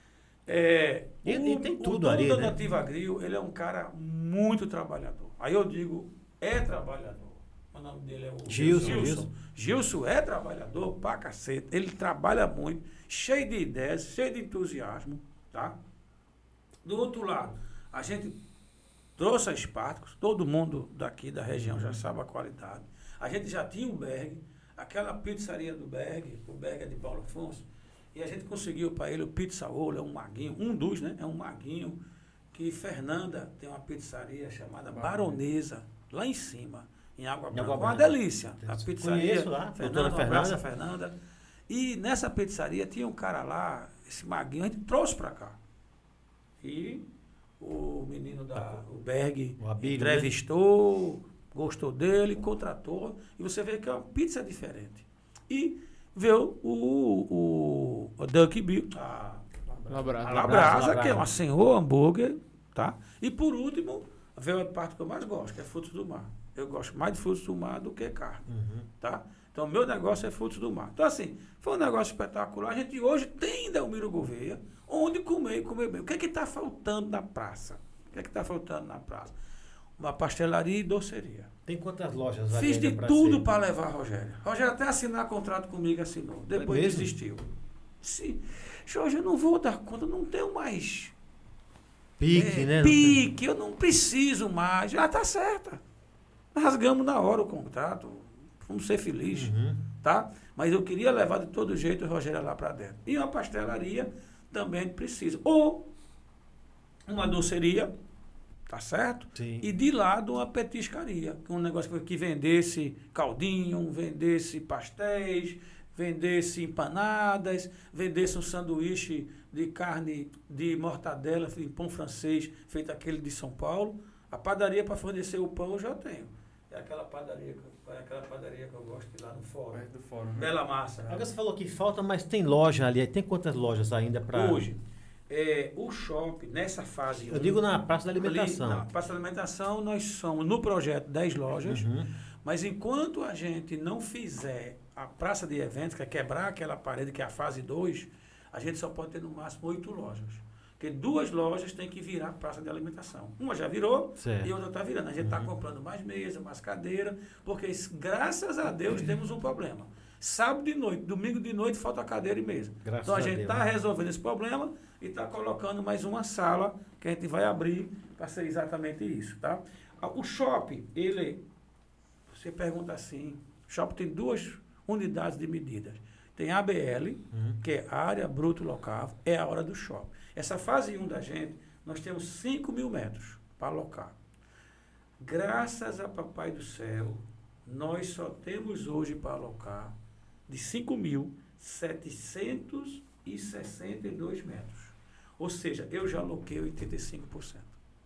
A: E tem tudo
B: o
A: ali,
B: dono da
A: né?
B: Nativa Grill, ele é um cara muito trabalhador. Aí eu digo, é trabalhador. O nome dele é o
A: Gilson.
B: Gilson é trabalhador pra cacete. Ele trabalha muito, cheio de ideias, cheio de entusiasmo. Tá? Do outro lado, a gente trouxe a Spartacus, todo mundo daqui da região já sabe a qualidade. A gente já tinha o Berg, aquela pizzaria do Berg, o Berg é de Paulo Afonso, e a gente conseguiu para ele o Pizzaolo, é um maguinho, um dos, né? É um maguinho que Fernanda tem uma pizzaria chamada Baronesa, lá em cima, em Água Branca. Uma
A: Branca.
B: delícia. A pizzaria,
A: Conheço lá,
B: Fernanda,
A: doutora
B: um abraço a
A: Fernanda.
B: Fernanda. E nessa pizzaria tinha um cara lá, esse maguinho, a gente trouxe para cá. E o menino o Berg
A: O Abílio,
B: entrevistou, gostou dele, contratou, e você vê que é uma pizza diferente. E veio o Duck Bill, a
F: Labrasa.
B: Labrasa, que é
A: Labrasa.
B: uma senhor hambúrguer, tá? E por último, veio a parte que eu mais gosto, que é frutos do mar. Eu gosto mais de frutos do mar do que carne, tá? Então, o meu negócio é frutos do mar. Então, assim, foi um negócio espetacular. A gente hoje tem Delmiro Gouveia, onde comer e comer bem. O que é que está faltando na praça? O que é que está faltando na praça? Uma pastelaria e doceria.
A: Tem quantas lojas ali
B: Fiz
A: ainda
B: de
A: pra
B: tudo
A: ser?
B: para levar a Rogério. Rogério até assinar contrato comigo, assinou. Depois
A: mesmo?
B: desistiu. Sim. Jorge, eu não vou dar conta, eu não tenho mais
A: Pique, né?
B: pique, eu não preciso mais. Já está certa. Rasgamos na hora o contrato. Vamos ser felizes, tá? Mas eu queria levar de todo jeito o Rogério lá para dentro. E uma pastelaria também precisa. Ou uma doceria, tá certo?
A: Sim.
B: E de lado uma petiscaria, um negócio que vendesse caldinho, vendesse pastéis, vendesse empanadas, vendesse um sanduíche de carne de mortadela em pão francês, feito aquele de São Paulo. A padaria para fornecer o pão eu já tenho. É aquela padaria que eu gosto de ir lá no fórum.
C: Perto do fórum. né?
B: Bela Massa.
A: Agora você falou que falta, mas tem loja ali. Tem quantas lojas ainda para...
B: Hoje, o shopping, nessa fase...
A: Eu digo na praça da alimentação.
B: Na praça da alimentação, nós somos, no projeto, 10 lojas, mas enquanto a gente não fizer a praça de eventos, que é quebrar aquela parede, que é a fase 2, a gente só pode ter no máximo 8 lojas. Porque 2 lojas tem que virar praça de alimentação. Uma já virou
A: Certo.
B: e outra está virando. A gente está comprando mais mesa, mais cadeira, porque graças a Deus temos um problema. Sábado de noite, domingo de noite, falta cadeira e mesa.
A: Graças
B: Então a
A: a
B: gente
A: Deus,
B: está
A: né?
B: resolvendo esse problema e está colocando mais uma sala que a gente vai abrir para ser exatamente isso, tá? O shopping, você pergunta assim, o shopping tem 2 unidades de medidas. tem ABL, que é área bruto local, é a hora do shopping. Essa fase 1 da gente, nós temos 5 mil metros para alocar. Graças a Papai do Céu, nós só temos hoje para alocar de 5.762 metros. Ou seja, eu já aloquei 85%.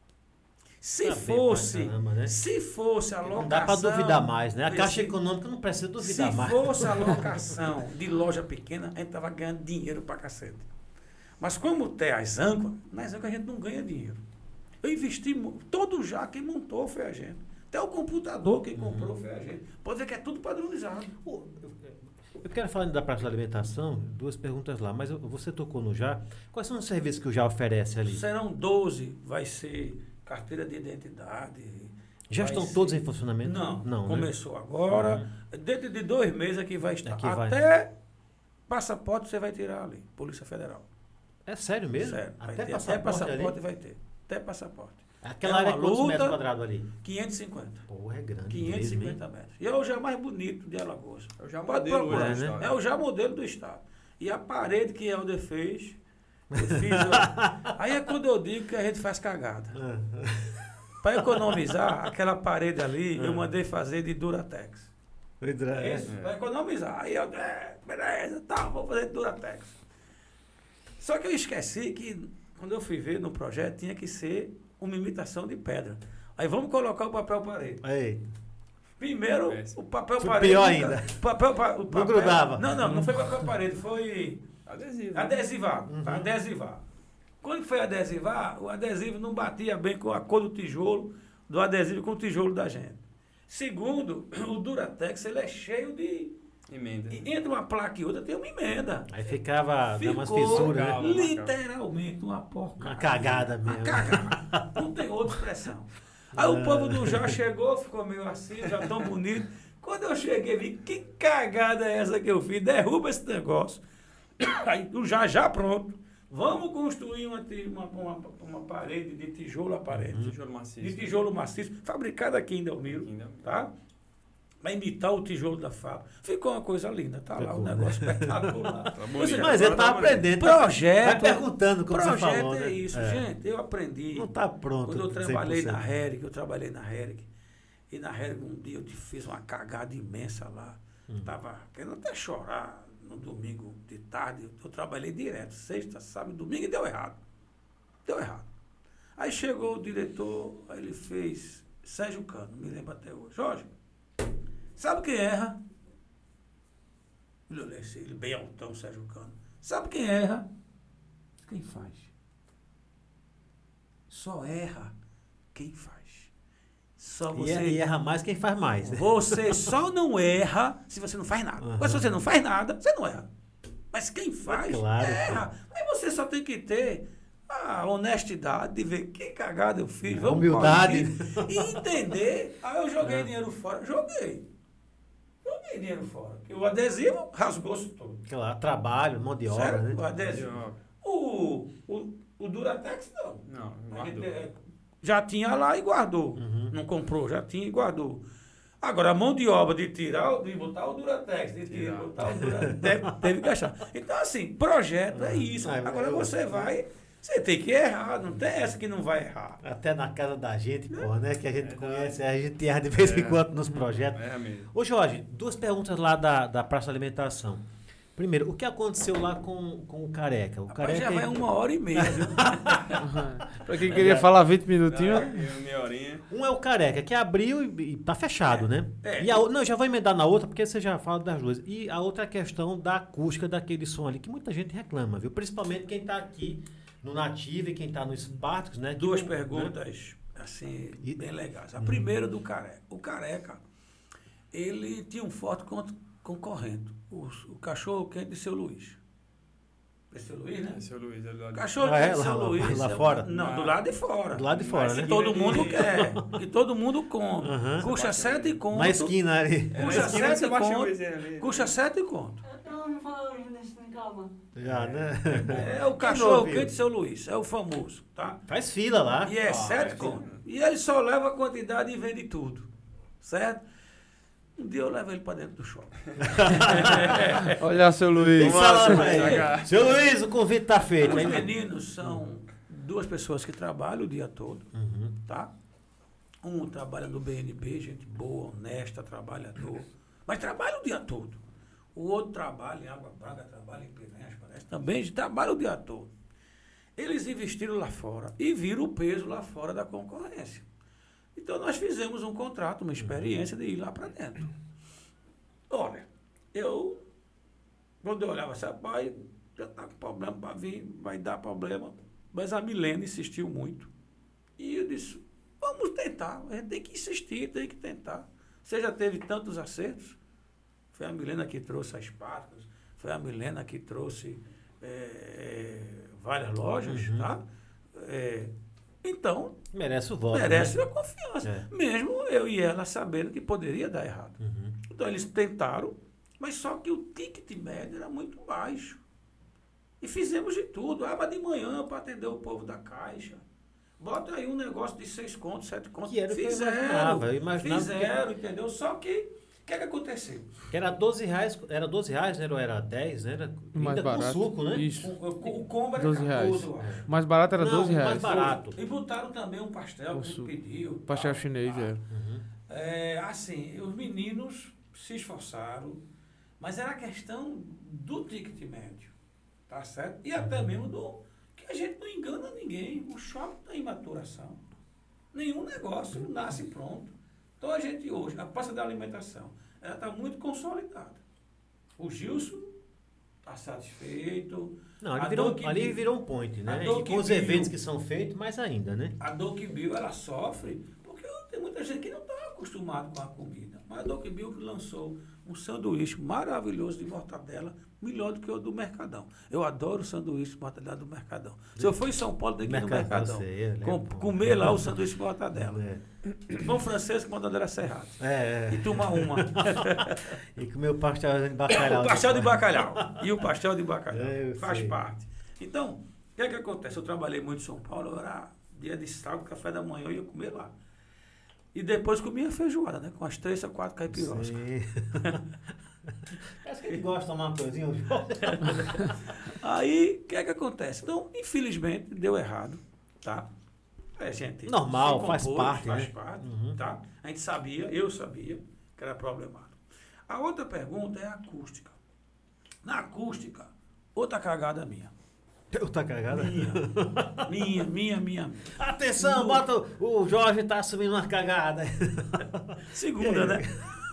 B: Se fosse,
A: caramba, né?
B: se fosse a alocação...
A: Não dá para duvidar mais, né? A Caixa
B: se-
A: Econômica não precisa duvidar
B: Se
A: mais.
B: fosse a alocação de loja pequena, a gente estava ganhando dinheiro para cacete. Mas como tem as âncoras, nas âncoras a gente não ganha dinheiro. Eu investi, todo já quem montou foi a gente. Até o computador quem comprou foi a gente. Pode ver que é tudo padronizado.
A: Eu quero falar da praça da alimentação, 2 perguntas lá, mas você tocou no JA. Quais são os serviços que o JA oferece ali?
B: Serão 12, vai ser carteira de identidade.
A: Já
B: vai
A: estão
B: ser-
A: todos em funcionamento?
B: Não,
A: né?
B: começou agora. Dentro de 2 meses aqui vai estar.
A: Aqui vai.
B: Até passaporte você vai tirar ali, Polícia Federal.
A: É sério mesmo?
B: Sério, vai
A: Até
B: ter,
A: passaporte,
B: até passaporte
A: ali?
B: vai ter. Até passaporte.
A: Aquela
B: É
A: área
B: uma
A: é quantos
B: luta.
A: metros quadrados ali?
B: 550.
A: Porra, é grande
B: 550
A: mesmo, hein?
B: metros. E é o já mais bonito de Alagoas.
C: Eu já
B: Pode
C: modelo
B: procurar,
C: hoje,
A: né?
C: né?
B: É o já modelo do estado. E a parede que Helder fez, eu fiz. Aí é quando eu digo que a gente faz cagada. Para economizar, aquela parede ali, eu mandei fazer de Duratex. Isso, para economizar. Aí eu, beleza, tá, vou fazer de Duratex. Só que eu esqueci que, quando eu fui ver no projeto, tinha que ser uma imitação de pedra. Aí vamos colocar o papel parede.
A: Aí.
B: Primeiro,
C: Péssimo.
B: o papel
A: Foi
B: parede.
A: pior
B: nunca-
A: ainda.
B: o papel,
A: grudava.
B: Não foi papel parede, foi
C: Adesivo.
B: adesivado. Adesivar. Quando foi adesivar, o adesivo não batia bem com a cor do tijolo, do adesivo com o tijolo da gente. Segundo, o Duratex, ele é cheio de...
C: Emenda.
B: Entre uma placa e outra tem uma emenda.
A: Aí ficava dando umas
B: Ficou
A: fissuras, né?
C: Calma.
B: literalmente uma porcaria.
A: Uma cagada
B: Uma
A: mesmo.
B: cagada. Não tem outra expressão. Aí o povo do Já chegou, ficou meio assim, já tão bonito. Quando eu cheguei, vi, que cagada é essa que eu fiz? Derruba esse negócio. Aí o Já pronto. Vamos construir uma parede de tijolo a parede.
C: Tijolo maciço.
B: De tijolo maciço, fabricado aqui em Delmiro,
C: Aqui em Delmiro.
B: tá? Vai imitar o tijolo da fábrica. Ficou uma coisa linda, tá lá
A: Ficou,
B: o negócio espetacular.
C: Tá bonito.
B: Ou seja,
A: Mas ele tá
C: Agora tá
A: aprendendo.
B: Projeto.
A: Vai perguntando como você
B: projeto
A: falou,
B: é
A: né?
B: isso, gente. Eu aprendi.
A: Não tá pronto.
B: Quando eu trabalhei
A: 100%.
B: na Hering, E na Hering um dia eu fiz uma cagada imensa lá. Tava querendo até chorar no domingo de tarde. Eu trabalhei direto, sexta, sábado, domingo, e deu errado. Deu errado. Aí chegou o diretor, aí ele fez, Sérgio Cano, me lembro até hoje. Jorge, sabe quem erra? Ele bem altão, Sérgio Cano. Sabe quem erra? Quem faz. Só erra quem faz. Só você.
A: E erra mais quem faz mais. né?
B: Você só não erra se você não faz nada. Mas se você não faz nada, você não erra. Mas quem faz,
A: Claro,
B: erra. Aí você só tem que ter a honestidade de ver que cagada eu fiz. Vamos
A: Humildade.
B: corrigir. E entender. Aí eu joguei dinheiro fora. Joguei dinheiro fora. Porque o adesivo rasgou-se todo.
A: Claro, trabalho, mão de obra,
B: Certo?
A: né?
B: O adesivo. O Duratex não.
C: Não,
B: A gente,
C: guardou.
B: já tinha lá e guardou. Não comprou, já tinha e guardou. Agora, a mão de obra de tirar, de botar o Duratex, de tirar, botar o Duratex, teve que achar. Então, assim, projeto é isso. Agora você você tem que errar, não tem essa que não vai errar.
A: Até na casa da gente, porra, né? Que a gente conhece, a gente erra de vez em quando nos projetos.
C: É mesmo.
A: Ô Jorge, 2 perguntas lá da Praça da Alimentação. Primeiro, o que aconteceu lá com o Careca? O
B: Rapaz,
A: Careca
B: já vai 1h30, viu?
F: Pra quem queria falar 20 minutinhos,
C: Meia horinha.
A: Um é o Careca, que abriu e tá fechado, né?
B: É.
A: E não, já vou emendar na outra, porque você já fala das duas. E a outra é a questão da acústica daquele som ali, que muita gente reclama, viu? Principalmente quem tá aqui no Nativo e quem tá no Spartacus, né? Que
B: 2
A: não-
B: perguntas, assim,
A: E-
B: bem legais. A primeira do Careca. O Careca, ele tinha um forte concorrente. O cachorro quente de Seu Luiz. É Seu Luiz, né?
C: Esse é o Luiz, ele lá.
B: Cachorro
A: Ah, é?
B: quente de Seu
A: Lá
B: Luiz.
A: lá fora?
B: Não, do lado de fora.
A: Do lado de fora,
C: Mas
A: né?
B: Que todo mundo quer. Que todo mundo come.
A: Aham.
B: Custa 7 conto.
A: Na esquina ali.
B: Custa
C: esquina de
B: 7
C: Sebastião
B: conto.
C: Bezerra ali.
B: Custa 7 conto.
E: Eu não falo hoje nesse calma.
A: Já, né?
B: É o cachorro
A: viu?
B: quente de Seu Luiz. É o famoso, tá?
A: Faz fila lá.
B: E é 7
C: é
B: conto. E ele só leva a quantidade e vende tudo. Certo? Um dia eu levo ele para dentro do shopping.
F: Olha, seu Luiz.
A: Tem salão pra ele. Seu Luiz, o convite tá feito.
B: Os
A: Hein?
B: meninos são 2 pessoas que trabalham o dia todo, tá? Um trabalha no BNB, gente boa, honesta, trabalhador, mas trabalha o dia todo. O outro trabalha em Água Branca, trabalha em Piranhas, parece, também trabalha o dia todo. Eles investiram lá fora e viram o peso lá fora da concorrência. Então, nós fizemos um contrato, uma experiência de ir lá para dentro. Olha, quando eu olhava assim, rapaz, já está com problema para vir, vai dar problema. Mas a Milena insistiu muito. E eu disse, vamos tentar, a gente tem que insistir, tem que tentar. Você já teve tantos acertos? Foi a Milena que trouxe as Páscoas, foi a Milena que trouxe várias lojas, tá? Então,
A: Merece o voto.
B: merece
A: né?
B: a confiança.
A: É.
B: Mesmo eu e ela sabendo que poderia dar errado. Então, eles tentaram, mas só que o ticket médio era muito baixo. E fizemos de tudo. Mas de manhã para atender o povo da Caixa. Bota aí um negócio de 6 contos, 7 contos.
A: Que era o que eu imaginava. Eu imaginava
B: Fizeram, entendeu? Só que, o que aconteceu?
A: que era R$12, era R$12, né? Ou era 10, né? Era
F: Mais
A: ainda com
F: barato.
A: suco, né?
F: Isso.
B: O combo era
F: 12 reais.
B: 14, eu acho.
F: Mais barato era
A: Não,
F: 12
A: mais
F: reais.
A: barato.
B: E botaram também um pastel que a gente
F: Nossa,
B: pediu.
F: Pastel
B: tal,
F: chinês,
B: tal.
F: é.
B: Os meninos se esforçaram, mas era a questão do ticket médio, tá certo? E até mesmo que a gente não engana ninguém. O shopping está em maturação. Nenhum negócio nasce pronto. Então a gente hoje, a praça da alimentação, ela está muito consolidada. O Gilson está satisfeito.
A: Não,
B: A
A: ali
B: Doc
A: virou um point, né?
B: a
A: E
B: Doc
A: com os
B: Bill-
A: eventos que são feitos, mais ainda, né?
B: A Doc Bill, ela sofre porque tem muita gente que não está acostumado com a comida. Mas a Doc Bill que lançou um sanduíche maravilhoso de mortadela, melhor do que o do Mercadão. Eu adoro o sanduíche de mortadela do Mercadão. Se eu for em São Paulo, tem que ir no Mercadão. Comer lá o sanduíche de mortadela. Pão francês com mortadela serrada. E tomar uma.
A: E comer o pastel de bacalhau.
B: O pastel de bacalhau. E o pastel de bacalhau.
A: Eu
B: Faz
A: sei.
B: parte. Então, o que é que acontece? Eu trabalhei muito em São Paulo, era dia de sábado, café da manhã, eu ia comer lá. E depois comia feijoada, né? Com as 3 a 4 caipiroscas.
A: Parece que ele gosta de tomar uma coisinha.
B: Aí, o que é que acontece? Então, infelizmente, deu errado, tá? Gente,
A: Normal,
B: se
A: faz parte,
B: Faz
A: né?
B: parte, tá? A gente sabia, eu sabia, que era problemático. A outra pergunta é a acústica. Na acústica, outra cagada minha.
A: Tá cagada?
B: Minha.
A: Atenção, bota o Jorge tá assumindo uma cagada.
B: Segunda, né?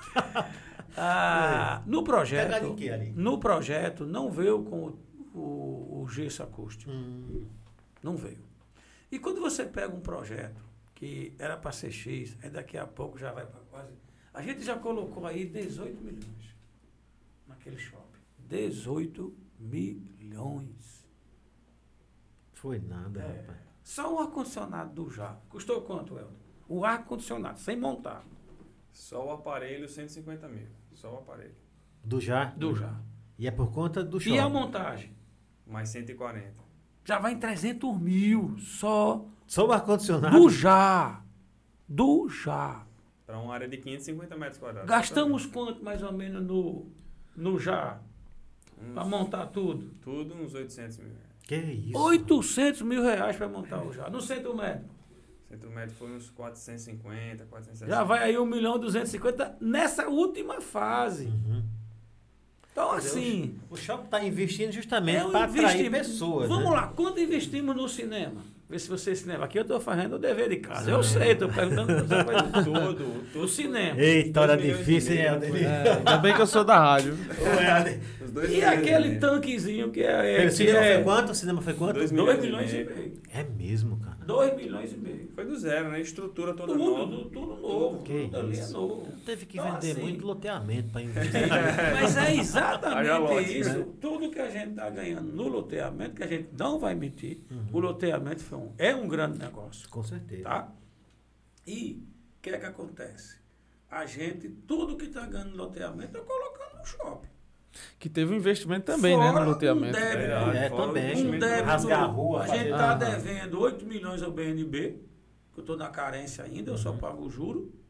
B: No projeto,
A: Cagada em quê ali?
B: no projeto não veio com o gesso acústico. Não veio. E quando você pega um projeto que era para ser X, aí daqui a pouco já vai para quase... A gente já colocou aí 18 milhões naquele shopping. 18 milhões.
A: Foi nada, rapaz.
B: Só um ar-condicionado do Já. Custou quanto, Helder? O ar-condicionado, sem montar.
C: Só o aparelho, 150 mil. Só o aparelho.
A: Do Já?
B: Do Já.
A: E é por conta do show.
B: E a montagem?
C: Mais 140.
B: Já vai em 300 mil só
A: Só o ar-condicionado?
B: do Já. Do Já.
C: Para uma área de 550 metros quadrados.
B: Gastamos quanto mais ou menos no Já? Para montar tudo?
C: Tudo uns 800 mil.
A: Que isso?
B: 800 mil reais para montar o Já. No centro médico.
C: O centro médio foi uns 450, 460.
B: Já vai aí 1.250.000 nessa última fase. Então, assim...
A: O shopping tá investindo justamente
B: um
A: para atrair
B: investimento.
A: pessoas.
B: Vamos
A: né?
B: lá, quanto investimos no cinema? Vê se você cinema. Aqui eu estou fazendo o dever de casa. Eu sei, estou perguntando para você fazer tudo. O cinema.
A: Eita, hora
C: 2 milhões
A: difícil,
C: e
A: hein,
C: meio,
A: Helder?
C: foi.
F: Ainda bem que eu sou da rádio.
A: Ô, Helder.
C: Os 2
B: E
C: milhões
B: aquele
C: meio.
B: tanquezinho que é...
A: O
B: que
A: cinema
B: é
A: foi quanto? O cinema foi quanto?
C: 2
B: 2
C: milhões
B: milhões
C: e
B: e
C: meio.
B: meio.
A: É mesmo, cara.
B: 2 milhões e meio.
C: Foi do zero, né? Estrutura toda nova.
B: Tudo novo.
A: Que
B: Tudo ali é
A: isso.
B: novo.
A: Teve que
B: Então,
A: vender
B: assim,
A: muito loteamento para investir.
B: Mas é
C: Haja
B: exatamente
C: lote,
B: isso.
C: né?
B: Tudo que a gente está ganhando no loteamento, que a gente não vai mentir, o loteamento é um grande negócio.
A: Com certeza.
B: Tá? E o que é que acontece? A gente, tudo que está ganhando no loteamento, está colocando no shopping.
F: Que teve um investimento também, né,
B: Fora
F: no
B: um
F: loteamento.
B: débito.
A: É,
C: Fora o
A: também.
C: investimento
B: Um débito.
A: Rasgar a rua,
B: A gente
A: fazer-
B: está
A: Aham.
B: devendo 8 milhões ao BNB, que eu estou na carência ainda, eu só pago o juro.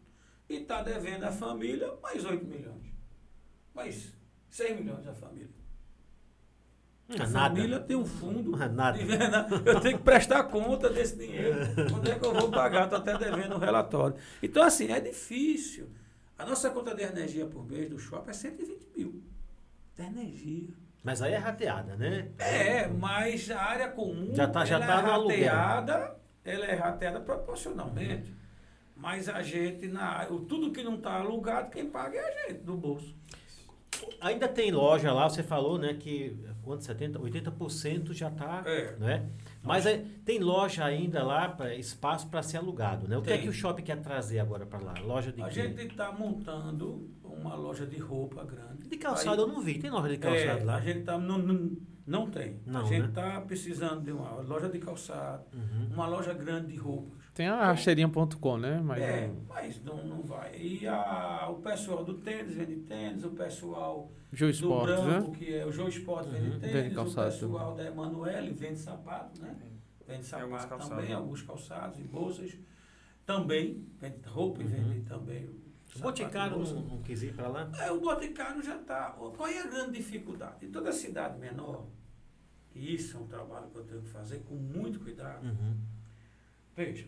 B: e está devendo à família mais 8 milhões. Mais 6 milhões à família. A família tem um fundo.
A: Não é nada.
B: Eu tenho que prestar conta desse dinheiro. Quando é que eu vou pagar? Estou até devendo o relatório. Então, assim, é difícil. A nossa conta de energia por mês do shopping é 120 mil. De energia.
A: Mas aí é rateada, né?
B: Mas a área comum
A: Já tá no aluguel.
B: Ela é rateada proporcionalmente. Mas a gente, tudo que não está alugado, quem paga é a gente, do bolso.
A: Ainda tem loja lá, você falou, né, que quanto? 80% já está, né? Mas tem loja ainda lá, espaço para ser alugado, né? O que é que o shopping quer trazer agora para lá? Loja de quê?
B: A gente está montando uma loja de roupa grande.
A: De calçado eu não vi, tem loja de calçado lá?
B: A gente está... Não tem.
A: Não,
B: a gente
A: né?
B: está precisando de uma loja de calçado, uma loja grande de roupas.
F: Tem a racheirinha.com, né? Mas
B: mas não vai. E o pessoal do tênis vende tênis, o pessoal
F: Joe
B: do
F: Sports,
B: branco,
F: né?
B: que é o Joe Sport, vende tênis,
F: Vende calçado,
B: o pessoal da Emanuele vende sapato, né? Vende sapato também, alguns calçados e bolsas. Também vende roupa e vende também
A: O Boticário não quis ir para lá?
B: O Boticário já está... Qual é a grande dificuldade? Em toda cidade menor, e isso é um trabalho que eu tenho que fazer com muito cuidado. Veja,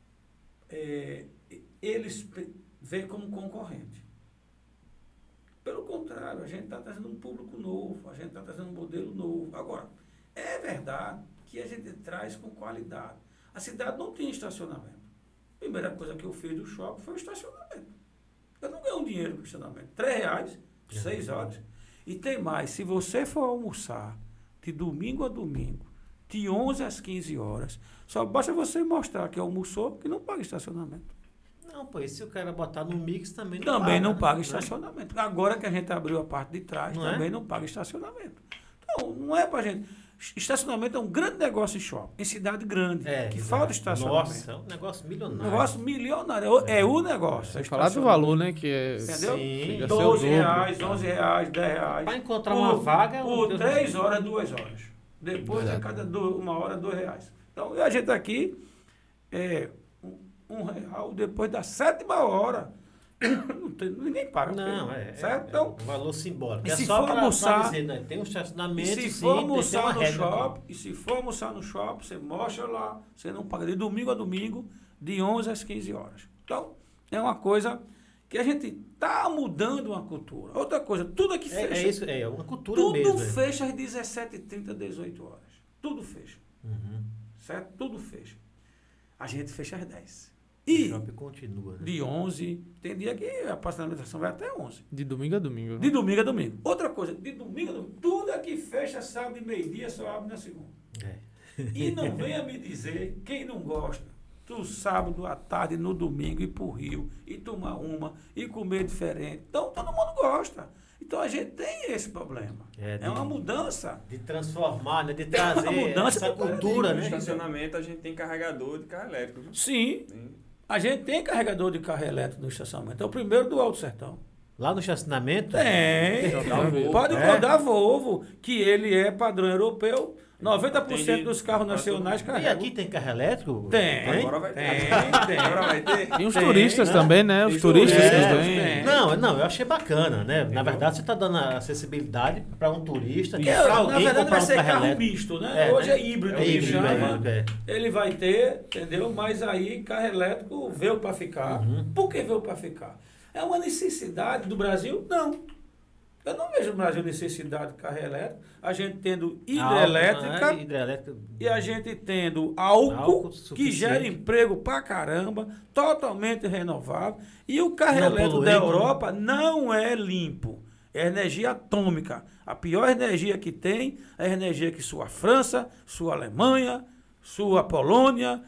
B: eles veem como concorrente. Pelo contrário, a gente está trazendo um público novo, a gente está trazendo um modelo novo. Agora, é verdade que a gente traz com qualidade. A cidade não tem estacionamento. A primeira coisa que eu fiz do shopping foi o estacionamento. Eu não ganho dinheiro com estacionamento. R$3, 6 horas. E tem mais, se você for almoçar de domingo a domingo, de 11 às 15 horas, só basta você mostrar que almoçou, que não paga estacionamento.
A: Não, pô, e se o cara botar no mix também
B: não paga
A: né?
B: estacionamento. Agora que a gente abriu a parte de trás,
A: Não
B: também não paga estacionamento. Então, não é pra gente... Estacionamento é um grande negócio em shopping, em cidade grande, que falta estacionamento.
A: Nossa, é um negócio milionário.
B: Negócio milionário, é o negócio.
F: Sem falar do valor, né? Que é...
B: Entendeu?
A: Sim.
B: R$12, R$11, R$10.
A: Para encontrar uma vaga...
B: Por 3 horas, 2 horas. Depois, a cada 1 hora, R$2. Então, a gente aqui, R$1 depois da 7ª hora. Ninguém paga.
A: Não,
B: certo? Então,
A: um valor simbólico.
B: E
A: É
B: se
A: só
B: for
A: para
B: almoçar,
A: dizer, né? Tem um estacionamento,
B: se
A: sim,
B: for
A: tem
B: almoçar
A: uma
B: no
A: regra
B: shopping, e se for almoçar no shopping, você mostra lá, você não paga de domingo a domingo, de 11 às 15 horas. Então, é uma coisa que a gente está mudando uma cultura. Outra coisa, tudo aqui fecha.
A: É isso, é uma cultura
B: tudo
A: mesmo.
B: Tudo fecha às 17h30, 18 horas. Tudo fecha. Certo? Tudo fecha. A gente fecha às 10. E
A: o shopping continua, né?
B: De 11, tem dia que a pastoramentação vai até 11.
F: De domingo a domingo. Né?
B: De domingo a domingo. Outra coisa, de domingo a domingo, tudo aqui fecha sábado e meio-dia, só abre na segunda. E não venha me dizer, quem não gosta, do sábado à tarde, no domingo, ir pro Rio, e tomar uma, e comer diferente. Então, todo mundo gosta. Então, a gente tem esse problema. É uma mudança.
A: De transformar, né? De trazer essa cultura, né?
C: No estacionamento, a gente tem carregador de carro elétrico. Viu?
B: Sim. A gente tem carregador de carro elétrico no estacionamento. É o primeiro do Alto Sertão.
A: Lá no estacionamento?
B: Tem. Pode rodar Volvo, que ele é padrão europeu. 90% dos carros nacionais carregam.
A: E aqui tem carro elétrico?
B: Tem.
C: Agora vai ter.
B: Tem.
C: Agora vai ter.
F: E os turistas também, né? Os turistas também.
A: Não, eu achei bacana, né? Na verdade, você está dando acessibilidade para um turista.
B: Na verdade, vai ser carro misto, né? Hoje é híbrido.
A: É híbrido,
B: chama. Ele vai ter, entendeu? Mas aí, carro elétrico veio para ficar. Por que veio para ficar? É uma necessidade do Brasil? Não. Eu não vejo no Brasil necessidade de carro elétrico. A gente tendo hidrelétrica e a gente tendo álcool que gera emprego pra caramba, totalmente renovável. E o carro elétrico da Europa não é limpo. É energia atômica. A pior energia que tem é a energia que sua França, sua Alemanha, sua Polônia,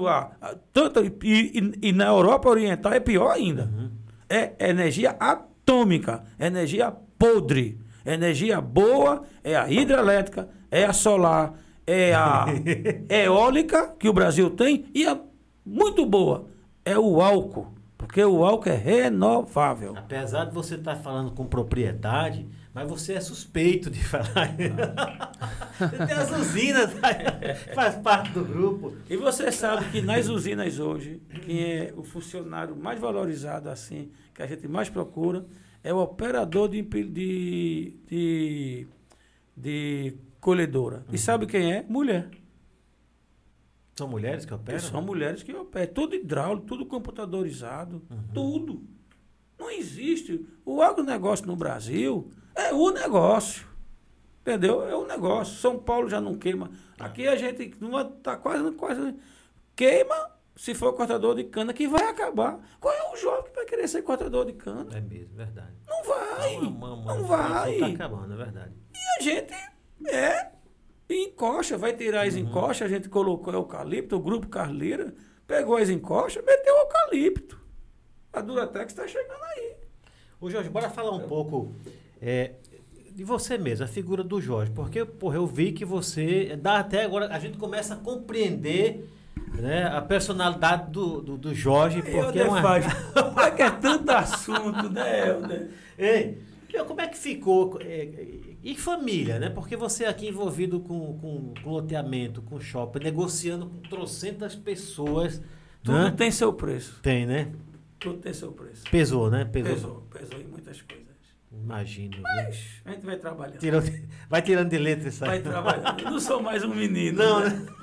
B: e na Europa Oriental é pior ainda. É energia atômica, energia podre. Energia boa é a hidrelétrica, é a solar, é a eólica que o Brasil tem e a muito boa é o álcool, porque o álcool é renovável.
A: Apesar de você estar falando com propriedade, mas você é suspeito de falar. Tem as usinas, faz parte do grupo.
B: E você sabe que nas usinas hoje, quem é o funcionário mais valorizado assim, que a gente mais procura, é o operador de colhedora. E sabe quem é? Mulher.
A: São mulheres que operam?
B: São mulheres que operam. Tudo hidráulico, tudo computadorizado, tudo. Não existe. O agronegócio no Brasil é o negócio. Entendeu? É o negócio. São Paulo já não queima. Aqui a gente está quase queima se for cortador de cana, que vai acabar. Qual é o jovem que vai querer ser cortador de cana?
A: É mesmo, verdade.
B: Não vai. Não vai.
A: Está acabando, é verdade.
B: E a gente encosta, vai tirar as encostas, a gente colocou eucalipto, o grupo Carleira pegou as encostas, meteu eucalipto. A Duratex está chegando aí.
A: Ô Jorge, bora falar um pouco de você mesmo, a figura do Jorge, porque, porra, eu vi que você, até agora, a gente começa a compreender, né, a personalidade do Jorge, porque
B: é que é tanto assunto, né, Helder?
A: Ei, como é que ficou? E família, né? Porque você aqui envolvido com loteamento, com shopping, negociando com trocentas pessoas.
B: Tudo
A: né?
B: tem seu preço.
A: Tem, né?
B: Tudo tem seu preço.
A: Pesou, né?
B: Pesou em muitas coisas.
A: Imagino.
B: Mas a gente vai trabalhando.
A: Vai tirando de letra isso aí.
B: Vai trabalhando. Eu não sou mais um menino.
A: Não,
B: né?
A: né?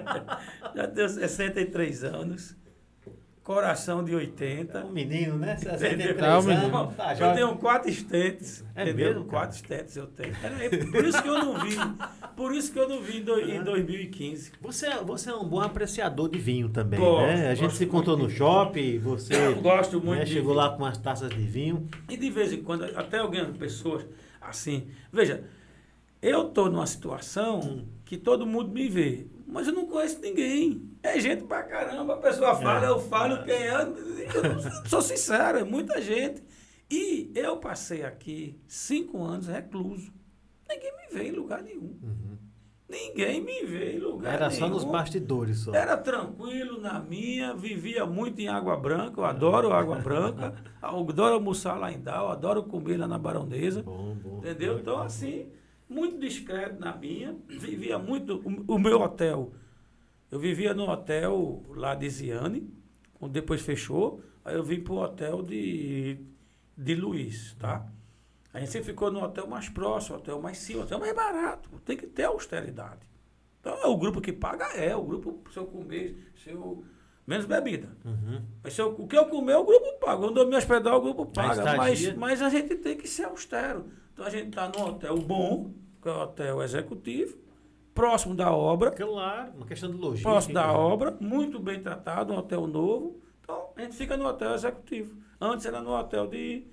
B: Já tenho 63 anos. Coração de 80.
A: Um menino, né? 63
F: Tá, um menino.
A: anos. Tá,
B: Eu tenho 4 estentes.
A: É
B: entendeu?
A: mesmo, cara?
B: 4 estentes eu tenho. Por isso que eu não vi. Por isso que eu não vi em 2015.
A: Você é um bom apreciador de vinho também,
B: Gosto,
A: né? A gente
B: gosto
A: se encontrou
B: muito
A: no
B: de
A: shopping, você
B: Eu gosto muito
A: né,
B: de
A: chegou
B: vinho.
A: lá com umas taças de vinho.
B: E de vez em quando, até algumas pessoas assim. Veja, eu estou numa situação que todo mundo me vê, mas eu não conheço ninguém. É gente pra caramba, a pessoa fala, eu falo quem é. Eu sou sincero, é muita gente. E eu passei aqui 5 anos recluso. Ninguém me vê em lugar nenhum. Ninguém me vê em lugar
A: Era
B: nenhum.
A: só nos bastidores só.
B: Era tranquilo na minha, vivia muito em Água Branca, eu adoro Água Branca, eu adoro almoçar lá em Dal, eu adoro comer lá na Baronesa,
A: Bom.
B: entendeu? Então, assim, muito discreto na minha, vivia muito, o meu hotel, eu vivia no hotel lá de Ziane, quando depois fechou, aí eu vim para o hotel de Luiz, tá? A gente sempre ficou no hotel mais próximo, hotel mais simples, hotel mais barato. Tem que ter austeridade. Então, é o grupo que paga, o grupo, se eu comer, menos bebida. Mas o que eu comer, o grupo paga. Quando eu me hospedar, o grupo paga. Mas a gente tem que ser austero. Então, a gente está num hotel bom, que é o hotel executivo, próximo da obra.
A: Claro, uma questão de logística.
B: Próximo da obra, muito bem tratado, um hotel novo. Então, a gente fica no hotel executivo. Antes era no hotel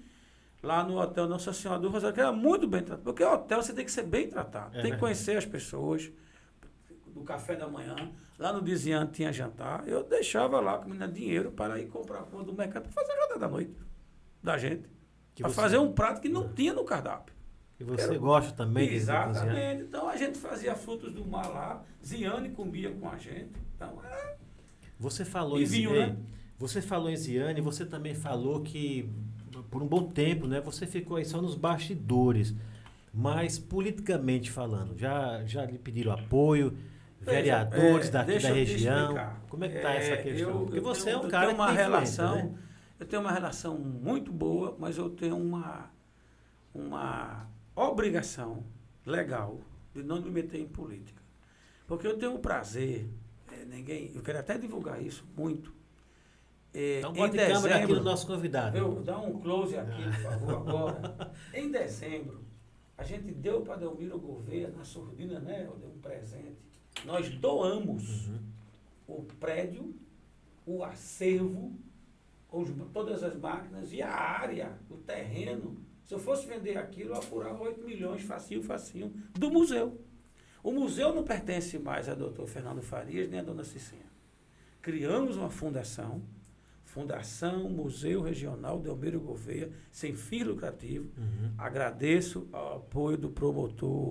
B: lá no hotel Nossa Senhora do Rosário, que era muito bem tratado. Porque hotel você tem que ser bem tratado. Tem que conhecer as pessoas. Do café da manhã. Lá no Diziante tinha jantar. Eu deixava lá com dinheiro para ir comprar coisa do mercado para fazer a jantar da noite da gente. Para fazer um prato que não tinha no cardápio.
A: E você gosta também de cozinhar?
B: Exatamente. Então a gente fazia frutos do mar lá. Ziane comia com a gente. Então
A: Você falou
B: E vinho, né?
A: Você falou em Ziane, você também falou que por um bom tempo, né, você ficou aí só nos bastidores, mas politicamente falando, já lhe pediram apoio, vereadores daqui da região. Como é que está essa questão? Porque você é um cara que tem influência, né?
B: Eu tenho uma relação muito boa, mas eu tenho uma obrigação legal de não me meter em política. Porque eu tenho o prazer, eu quero até divulgar isso muito.
A: Então bota em câmera aqui no nosso convidado.
B: Eu vou dar um close aqui, por favor, agora. Em dezembro, a gente deu para Delmiro Gouveia, na surdina, né? Eu dei um presente. Nós doamos o prédio, o acervo, todas as máquinas e a área, o terreno. Se eu fosse vender aquilo, eu apurava 8 milhões, facinho, do museu. O museu não pertence mais a doutor Fernando Farias nem a dona Cicinha. Criamos uma fundação Museu Regional Delmiro Gouveia, sem fim lucrativo. Agradeço ao apoio do promotor,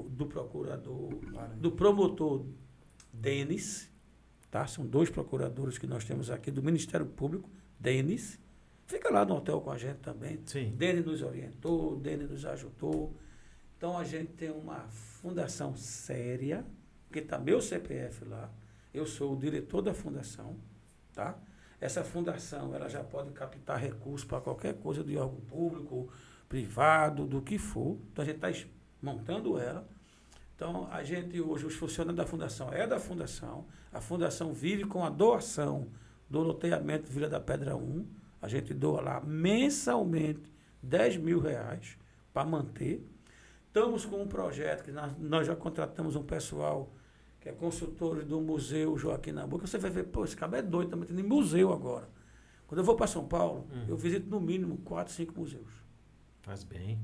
B: do promotor Denis, tá? São 2 procuradores que nós temos aqui do Ministério Público, Denis. Fica lá no hotel com a gente também.
A: Sim.
B: Denis nos orientou, Denis nos ajudou. Então, a gente tem uma fundação séria, porque está meu CPF lá, eu sou o diretor da fundação, tá? Essa fundação, ela já pode captar recursos para qualquer coisa de órgão público, privado, do que for. Então, a gente está montando ela. Então, a gente hoje, os funcionários da fundação é da fundação. A fundação vive com a doação do loteamento Vila da Pedra 1. A gente doa lá mensalmente R$10 mil para manter. Estamos com um projeto que nós já contratamos um pessoal que é consultor do Museu Joaquim Nabuco. Você vai ver, pô, esse cara é doido, também tem museu agora. Quando eu vou para São Paulo, eu visito no mínimo 4, 5 museus.
A: Faz bem.